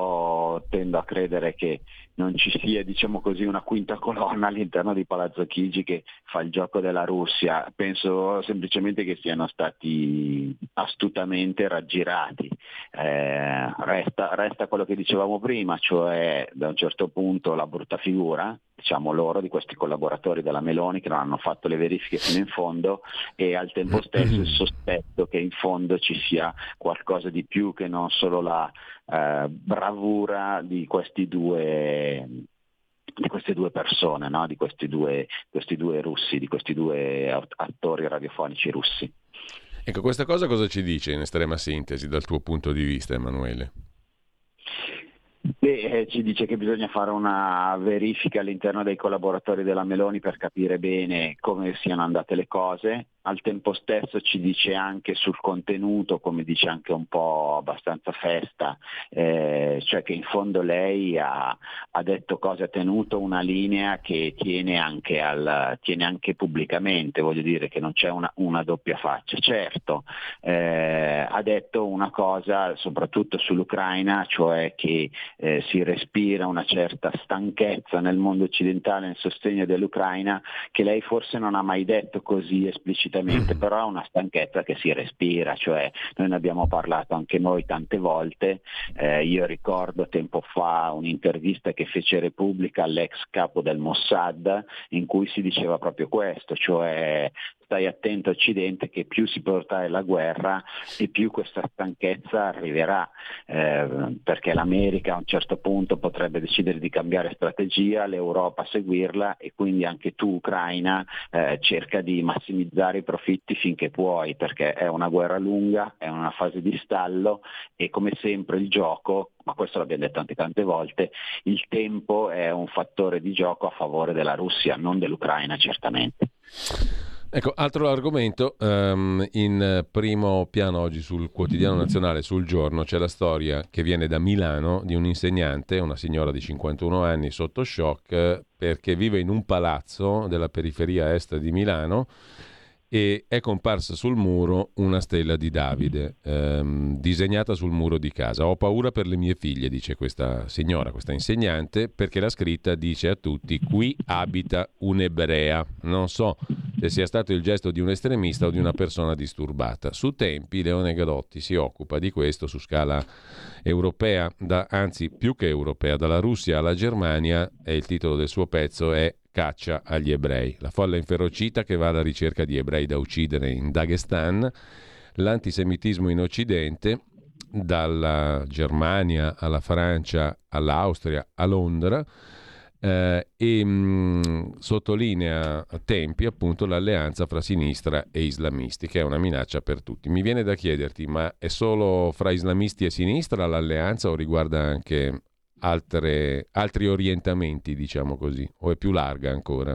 Io tendo a credere che non ci sia, diciamo così, una quinta colonna all'interno di Palazzo Chigi che fa il gioco della Russia. Penso semplicemente che siano stati astutamente raggirati. eh, resta, resta quello che dicevamo prima, cioè da un certo punto la brutta figura, diciamo loro, di questi collaboratori della Meloni che non hanno fatto le verifiche fino in fondo, e al tempo stesso il sospetto che in fondo ci sia qualcosa di più che non solo la eh, bravura di questi due di queste due persone, no? di questi due, questi due russi, di questi due attori radiofonici russi. Ecco, questa cosa cosa ci dice in estrema sintesi dal tuo punto di vista, Emanuele? Beh, eh, ci dice che bisogna fare una verifica all'interno dei collaboratori della Meloni per capire bene come siano andate le cose. Al tempo stesso ci dice anche sul contenuto, come dice anche un po' abbastanza festa, eh, cioè che in fondo lei ha, ha detto cose, ha tenuto una linea che tiene anche, al, tiene anche pubblicamente, voglio dire che non c'è una, una doppia faccia. Certo, eh, ha detto una cosa soprattutto sull'Ucraina, cioè che eh, si respira una certa stanchezza nel mondo occidentale nel sostegno dell'Ucraina, che lei forse non ha mai detto così esplicitamente, però è una stanchezza che si respira, cioè noi ne abbiamo parlato anche noi tante volte, eh, io ricordo tempo fa un'intervista che fece Repubblica all'ex capo del Mossad in cui si diceva proprio questo, cioè stai attento Occidente che più si porterà la guerra e più questa stanchezza arriverà, eh, perché l'America a un certo punto potrebbe decidere di cambiare strategia, l'Europa seguirla, e quindi anche tu Ucraina eh, cerca di massimizzare i profitti finché puoi, perché è una guerra lunga, è una fase di stallo e come sempre il gioco, ma questo l'abbiamo detto anche tante volte, il tempo è un fattore di gioco a favore della Russia, non dell'Ucraina certamente. Ecco, altro argomento, um, in primo piano oggi sul Quotidiano Nazionale, sul Giorno, c'è la storia che viene da Milano di un insegnante, una signora di cinquantuno anni sotto shock perché vive in un palazzo della periferia est di Milano e è comparsa sul muro una stella di Davide ehm, disegnata sul muro di casa. Ho paura per le mie figlie, dice questa signora, questa insegnante, perché la scritta dice a tutti: qui abita un'ebrea. Non so se sia stato il gesto di un estremista o di una persona disturbata. Su Tempi Leone Gadotti si occupa di questo su scala europea, da, anzi più che europea, dalla Russia alla Germania, e il titolo del suo pezzo è Caccia agli ebrei. La folla inferocita che va alla ricerca di ebrei da uccidere in Dagestan, l'antisemitismo in Occidente, dalla Germania alla Francia, all'Austria, a Londra, eh, e mh, sottolinea a Tempi appunto l'alleanza fra sinistra e islamisti, che è una minaccia per tutti. Mi viene da chiederti, ma è solo fra islamisti e sinistra l'alleanza o riguarda anche altre, altri orientamenti, diciamo così, o è più larga ancora?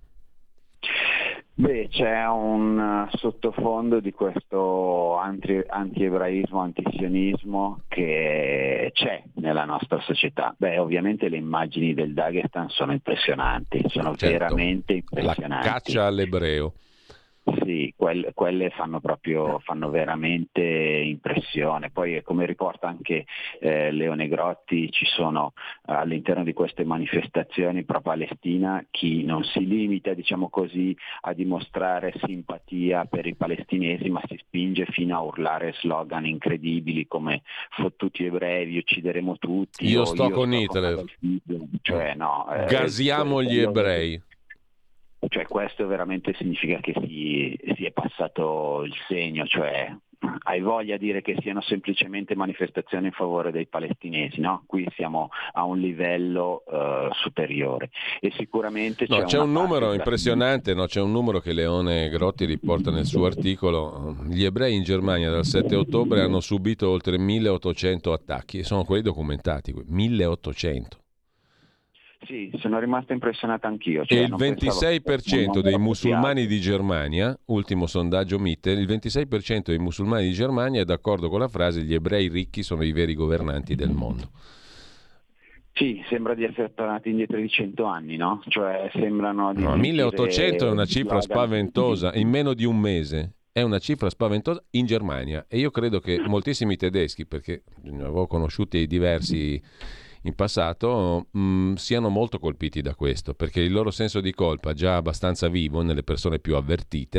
Beh, c'è un sottofondo di questo anti, anti-ebraismo, antisionismo che c'è nella nostra società. Beh, ovviamente le immagini del Dagestan sono impressionanti, sono certo, veramente impressionanti. La caccia all'ebreo. Sì, quelle, quelle fanno proprio, fanno veramente impressione. Poi, come riporta anche eh, Leone Grotti, ci sono eh, all'interno di queste manifestazioni pro-Palestina chi non si limita, diciamo così, a dimostrare simpatia per i palestinesi, ma si spinge fino a urlare slogan incredibili come "fottuti ebrei, vi uccideremo tutti". Io sto io con Hitler. Cioè, no, eh, gasiamo gli ebrei. Cioè questo veramente significa che si, si è passato il segno, cioè hai voglia di dire che siano semplicemente manifestazioni in favore dei palestinesi, no? Qui siamo a un livello uh, superiore e sicuramente no, c'è, c'è un numero da... impressionante, no? C'è un numero che Leone Grotti riporta nel suo articolo. Gli ebrei in Germania dal sette ottobre hanno subito oltre milleottocento attacchi e sono quelli documentati, milleottocento. Sì, sono rimasto impressionato anch'io. Cioè, e il ventisei per cento dei musulmani di Germania, ultimo sondaggio Mitte, il ventisei per cento dei musulmani di Germania è d'accordo con la frase "gli ebrei ricchi sono i veri governanti del mondo". Sì, sembra di essere tornati indietro di cento anni, no? Cioè sembrano di no, milleottocento è una cifra spaventosa, in meno di un mese. È una cifra spaventosa in Germania e io credo che moltissimi tedeschi, perché ne avevo conosciuti diversi in passato, mh, siano molto colpiti da questo, perché il loro senso di colpa, già abbastanza vivo nelle persone più avvertite,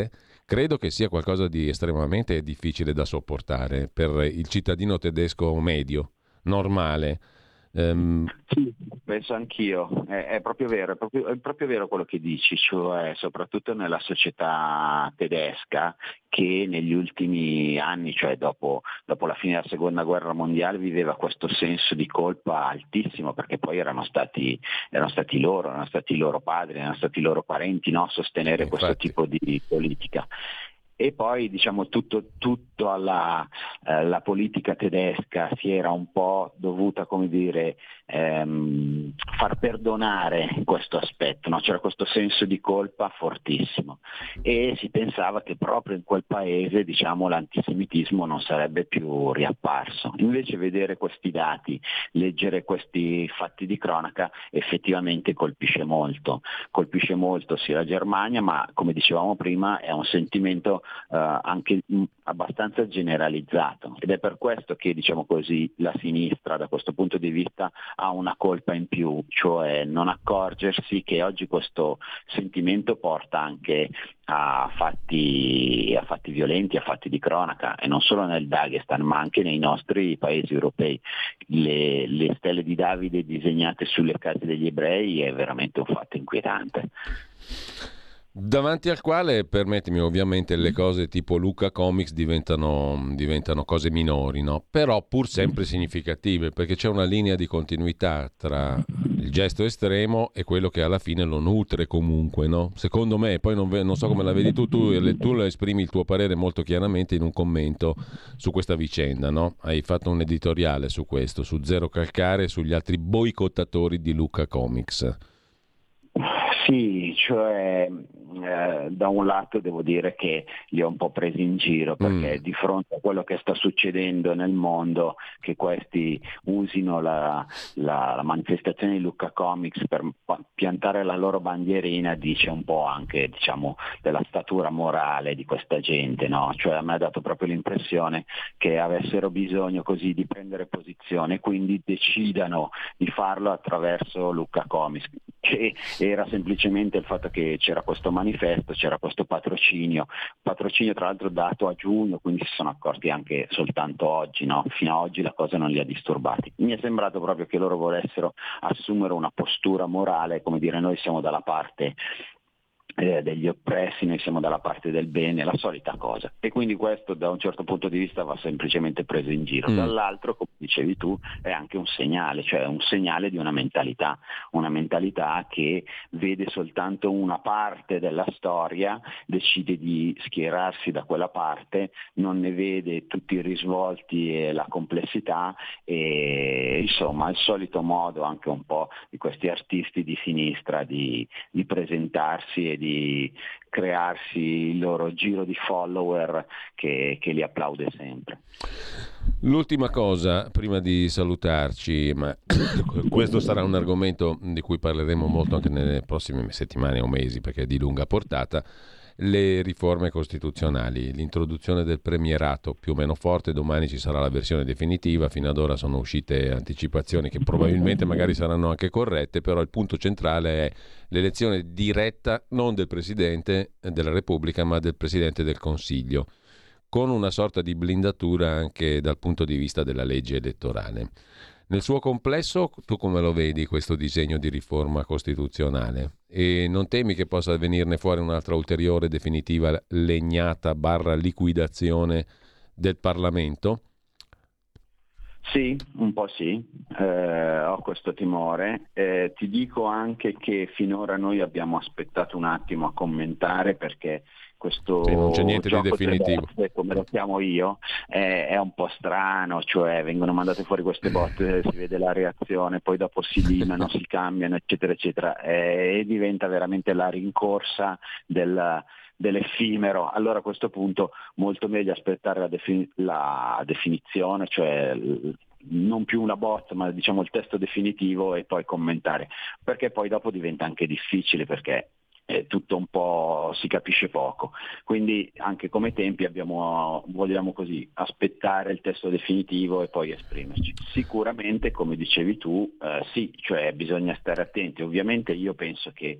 credo che sia qualcosa di estremamente difficile da sopportare per il cittadino tedesco medio, normale. Um... Sì, penso anch'io, è, è proprio vero, è proprio, è proprio vero quello che dici, cioè soprattutto nella società tedesca che negli ultimi anni, cioè dopo, dopo la fine della seconda guerra mondiale, viveva questo senso di colpa altissimo, perché poi erano stati, erano stati loro, erano stati i loro padri, erano stati i loro parenti, no? Sostenere Infatti. questo tipo di politica. E poi diciamo tutto, tutto alla eh, la politica tedesca si era un po' dovuta, come dire, ehm, far perdonare questo aspetto, no? C'era questo senso di colpa fortissimo e si pensava che proprio in quel paese, diciamo, l'antisemitismo non sarebbe più riapparso. Invece vedere questi dati, leggere questi fatti di cronaca effettivamente colpisce molto, colpisce molto sia la Germania, ma come dicevamo prima è un sentimento Uh, anche mh, abbastanza generalizzato, ed è per questo che, diciamo così, la sinistra da questo punto di vista ha una colpa in più, cioè non accorgersi che oggi questo sentimento porta anche a fatti, a fatti violenti, a fatti di cronaca, e non solo nel Dagestan ma anche nei nostri paesi europei. Le, le stelle di Davide disegnate sulle case degli ebrei è veramente un fatto inquietante. Davanti al quale, permettimi, ovviamente le cose tipo Lucca Comics diventano, diventano cose minori, no? Però pur sempre significative, perché c'è una linea di continuità tra il gesto estremo e quello che alla fine lo nutre comunque, no? Secondo me, poi non, non so come la vedi tu, tu, tu esprimi il tuo parere molto chiaramente in un commento su questa vicenda, no? Hai fatto un editoriale su questo, su Zero Calcare e sugli altri boicottatori di Lucca Comics. Sì, cioè eh, da un lato devo dire che li ho un po' presi in giro, perché mm. di fronte a quello che sta succedendo nel mondo, che questi usino la, la, la manifestazione di Lucca Comics per piantare la loro bandierina, dice un po' anche, diciamo, della statura morale di questa gente, no? Cioè a me ha dato proprio l'impressione che avessero bisogno così di prendere posizione e quindi decidano di farlo attraverso Lucca Comics, che era semplicemente il fatto che c'era questo manifesto, c'era questo patrocinio, patrocinio tra l'altro dato a giugno, quindi si sono accorti anche soltanto oggi, no? Fino a oggi la cosa non li ha disturbati. Mi è sembrato proprio che loro volessero assumere una postura morale, come dire, noi siamo dalla parte eh, degli oppressi, noi siamo dalla parte del bene, la solita cosa, e quindi questo da un certo punto di vista va semplicemente preso in giro. Mm. Dall'altro, come dicevi tu, è anche un segnale, cioè un segnale di una mentalità, una mentalità che vede soltanto una parte della storia, decide di schierarsi da quella parte, non ne vede tutti i risvolti e la complessità, e insomma il solito modo anche un po' di questi artisti di sinistra di, di presentarsi e di crearsi il loro giro di follower che, che li applaude sempre. L'ultima cosa, prima di salutarci, ma questo sarà un argomento di cui parleremo molto anche nelle prossime settimane o mesi, perché è di lunga portata, le riforme costituzionali, l'introduzione del premierato più o meno forte, domani ci sarà la versione definitiva, fino ad ora sono uscite anticipazioni che probabilmente magari saranno anche corrette, però il punto centrale è l'elezione diretta non del Presidente della Repubblica ma del Presidente del Consiglio, con una sorta di blindatura anche dal punto di vista della legge elettorale. Nel suo complesso, tu come lo vedi questo disegno di riforma costituzionale? E non temi che possa venirne fuori un'altra ulteriore definitiva legnata barra liquidazione del Parlamento? Sì, un po' sì, eh, ho questo timore. Eh, ti dico anche che finora noi abbiamo aspettato un attimo a commentare, perché questo sì, non c'è niente gioco di definitivo, bozze, come lo chiamo io, è, è un po' strano, cioè vengono mandate fuori queste botte, si vede la reazione, poi dopo si limano, si cambiano, eccetera, eccetera, eh, e diventa veramente la rincorsa del, dell'effimero. Allora a questo punto molto meglio aspettare la, defini- la definizione, cioè l- non più una bozza ma diciamo il testo definitivo, e poi commentare, perché poi dopo diventa anche difficile, perché è tutto un po', si capisce poco, quindi anche come tempi abbiamo, vogliamo così aspettare il testo definitivo e poi esprimerci. Sicuramente, come dicevi tu, eh, sì, cioè bisogna stare attenti. Ovviamente io penso che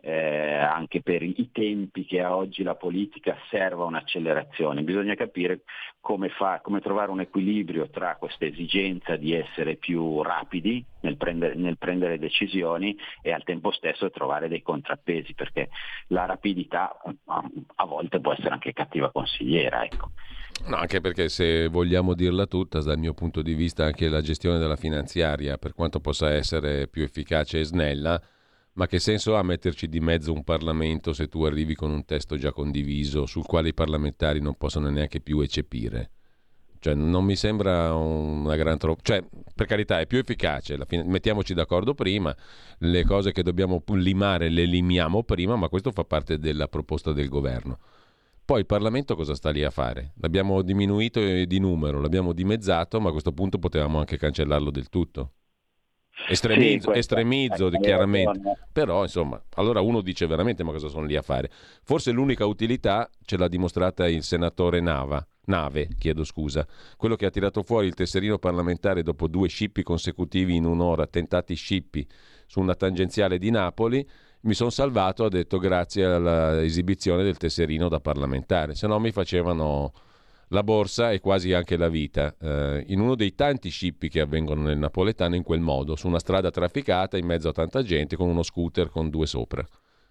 eh, anche per i tempi che ha oggi la politica serva un'accelerazione. Bisogna capire come, fa, come trovare un equilibrio tra questa esigenza di essere più rapidi nel prendere, nel prendere decisioni e al tempo stesso trovare dei contrappesi, perché la rapidità a, a volte può essere anche cattiva consigliera, ecco. No, anche perché, se vogliamo dirla tutta, dal mio punto di vista anche la gestione della finanziaria, per quanto possa essere più efficace e snella, ma che senso ha metterci di mezzo un Parlamento se tu arrivi con un testo già condiviso sul quale i parlamentari non possono neanche più eccepire? Cioè, non mi sembra una gran troppo... Cioè, per carità, è più efficace, la fin- mettiamoci d'accordo prima, le cose che dobbiamo limare le limiamo prima, ma questo fa parte della proposta del governo. Poi il Parlamento cosa sta lì a fare? L'abbiamo diminuito di numero, l'abbiamo dimezzato, ma a questo punto potevamo anche cancellarlo del tutto. Estremizzo, sì, estremizzo chiaramente, però insomma, allora uno dice veramente: ma cosa sono lì a fare? Forse l'unica utilità ce l'ha dimostrata il senatore Nava, Nave, chiedo scusa, quello che ha tirato fuori il tesserino parlamentare dopo due scippi consecutivi in un'ora, tentati scippi su una tangenziale di Napoli. Mi sono salvato, ha detto, grazie all'esibizione del tesserino da parlamentare, se no mi facevano la borsa e quasi anche la vita, eh, in uno dei tanti scippi che avvengono nel napoletano in quel modo, su una strada trafficata in mezzo a tanta gente con uno scooter con due sopra.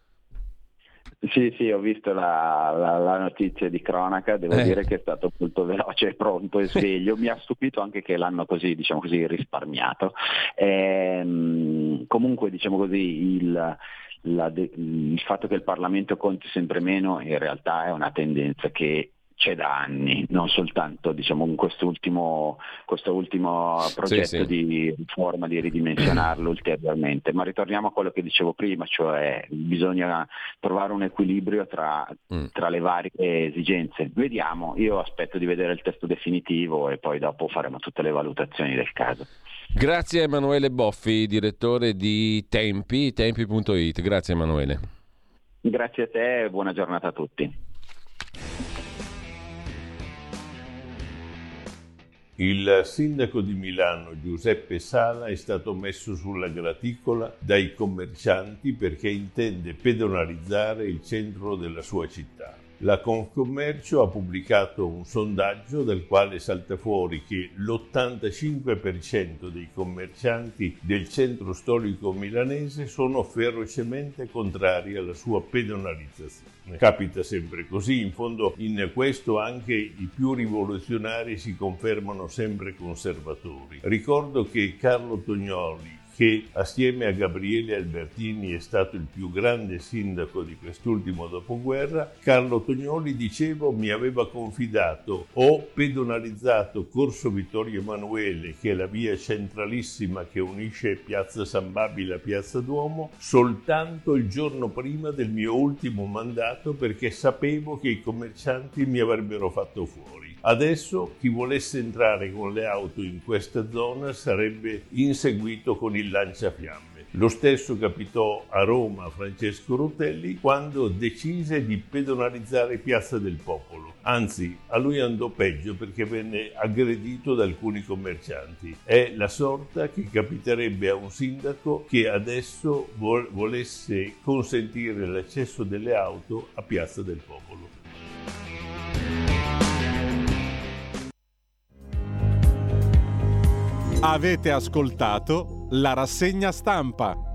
Sì, sì, ho visto la, la, la notizia di cronaca, devo eh. dire che è stato molto veloce, pronto e sveglio. Mi ha stupito anche che l'hanno così, diciamo così, risparmiato. Ehm, comunque, diciamo così, il, la, il fatto che il Parlamento conti sempre meno in realtà è una tendenza che c'è da anni, non soltanto, diciamo, in quest'ultimo, questo ultimo progetto sì, sì. di riforma, di ridimensionarlo ulteriormente. Ma ritorniamo a quello che dicevo prima, cioè bisogna trovare un equilibrio tra, mm. tra le varie esigenze. Vediamo, io aspetto di vedere il testo definitivo e poi dopo faremo tutte le valutazioni del caso. Grazie Emanuele Boffi, direttore di Tempi, tempi punto it. Grazie Emanuele. Grazie a te e buona giornata a tutti. Il sindaco di Milano Giuseppe Sala è stato messo sulla graticola dai commercianti perché intende pedonalizzare il centro della sua città. La Confcommercio ha pubblicato un sondaggio dal quale salta fuori che l'ottantacinque per cento dei commercianti del centro storico milanese sono ferocemente contrari alla sua pedonalizzazione. Capita sempre così, in fondo in questo anche i più rivoluzionari si confermano sempre conservatori. Ricordo che Carlo Tognoli, che assieme a Gabriele Albertini è stato il più grande sindaco di quest'ultimo dopoguerra, Carlo Tognoli, dicevo, mi aveva confidato: ho pedonalizzato Corso Vittorio Emanuele, che è la via centralissima che unisce Piazza San Babila a Piazza Duomo, soltanto il giorno prima del mio ultimo mandato, perché sapevo che i commercianti mi avrebbero fatto fuori. Adesso chi volesse entrare con le auto in questa zona sarebbe inseguito con il lanciafiamme. Lo stesso capitò a Roma a Francesco Rutelli quando decise di pedonalizzare Piazza del Popolo. Anzi, a lui andò peggio perché venne aggredito da alcuni commercianti. È la sorta che capiterebbe a un sindaco che adesso vol- volesse consentire l'accesso delle auto a Piazza del Popolo. Avete ascoltato la rassegna stampa.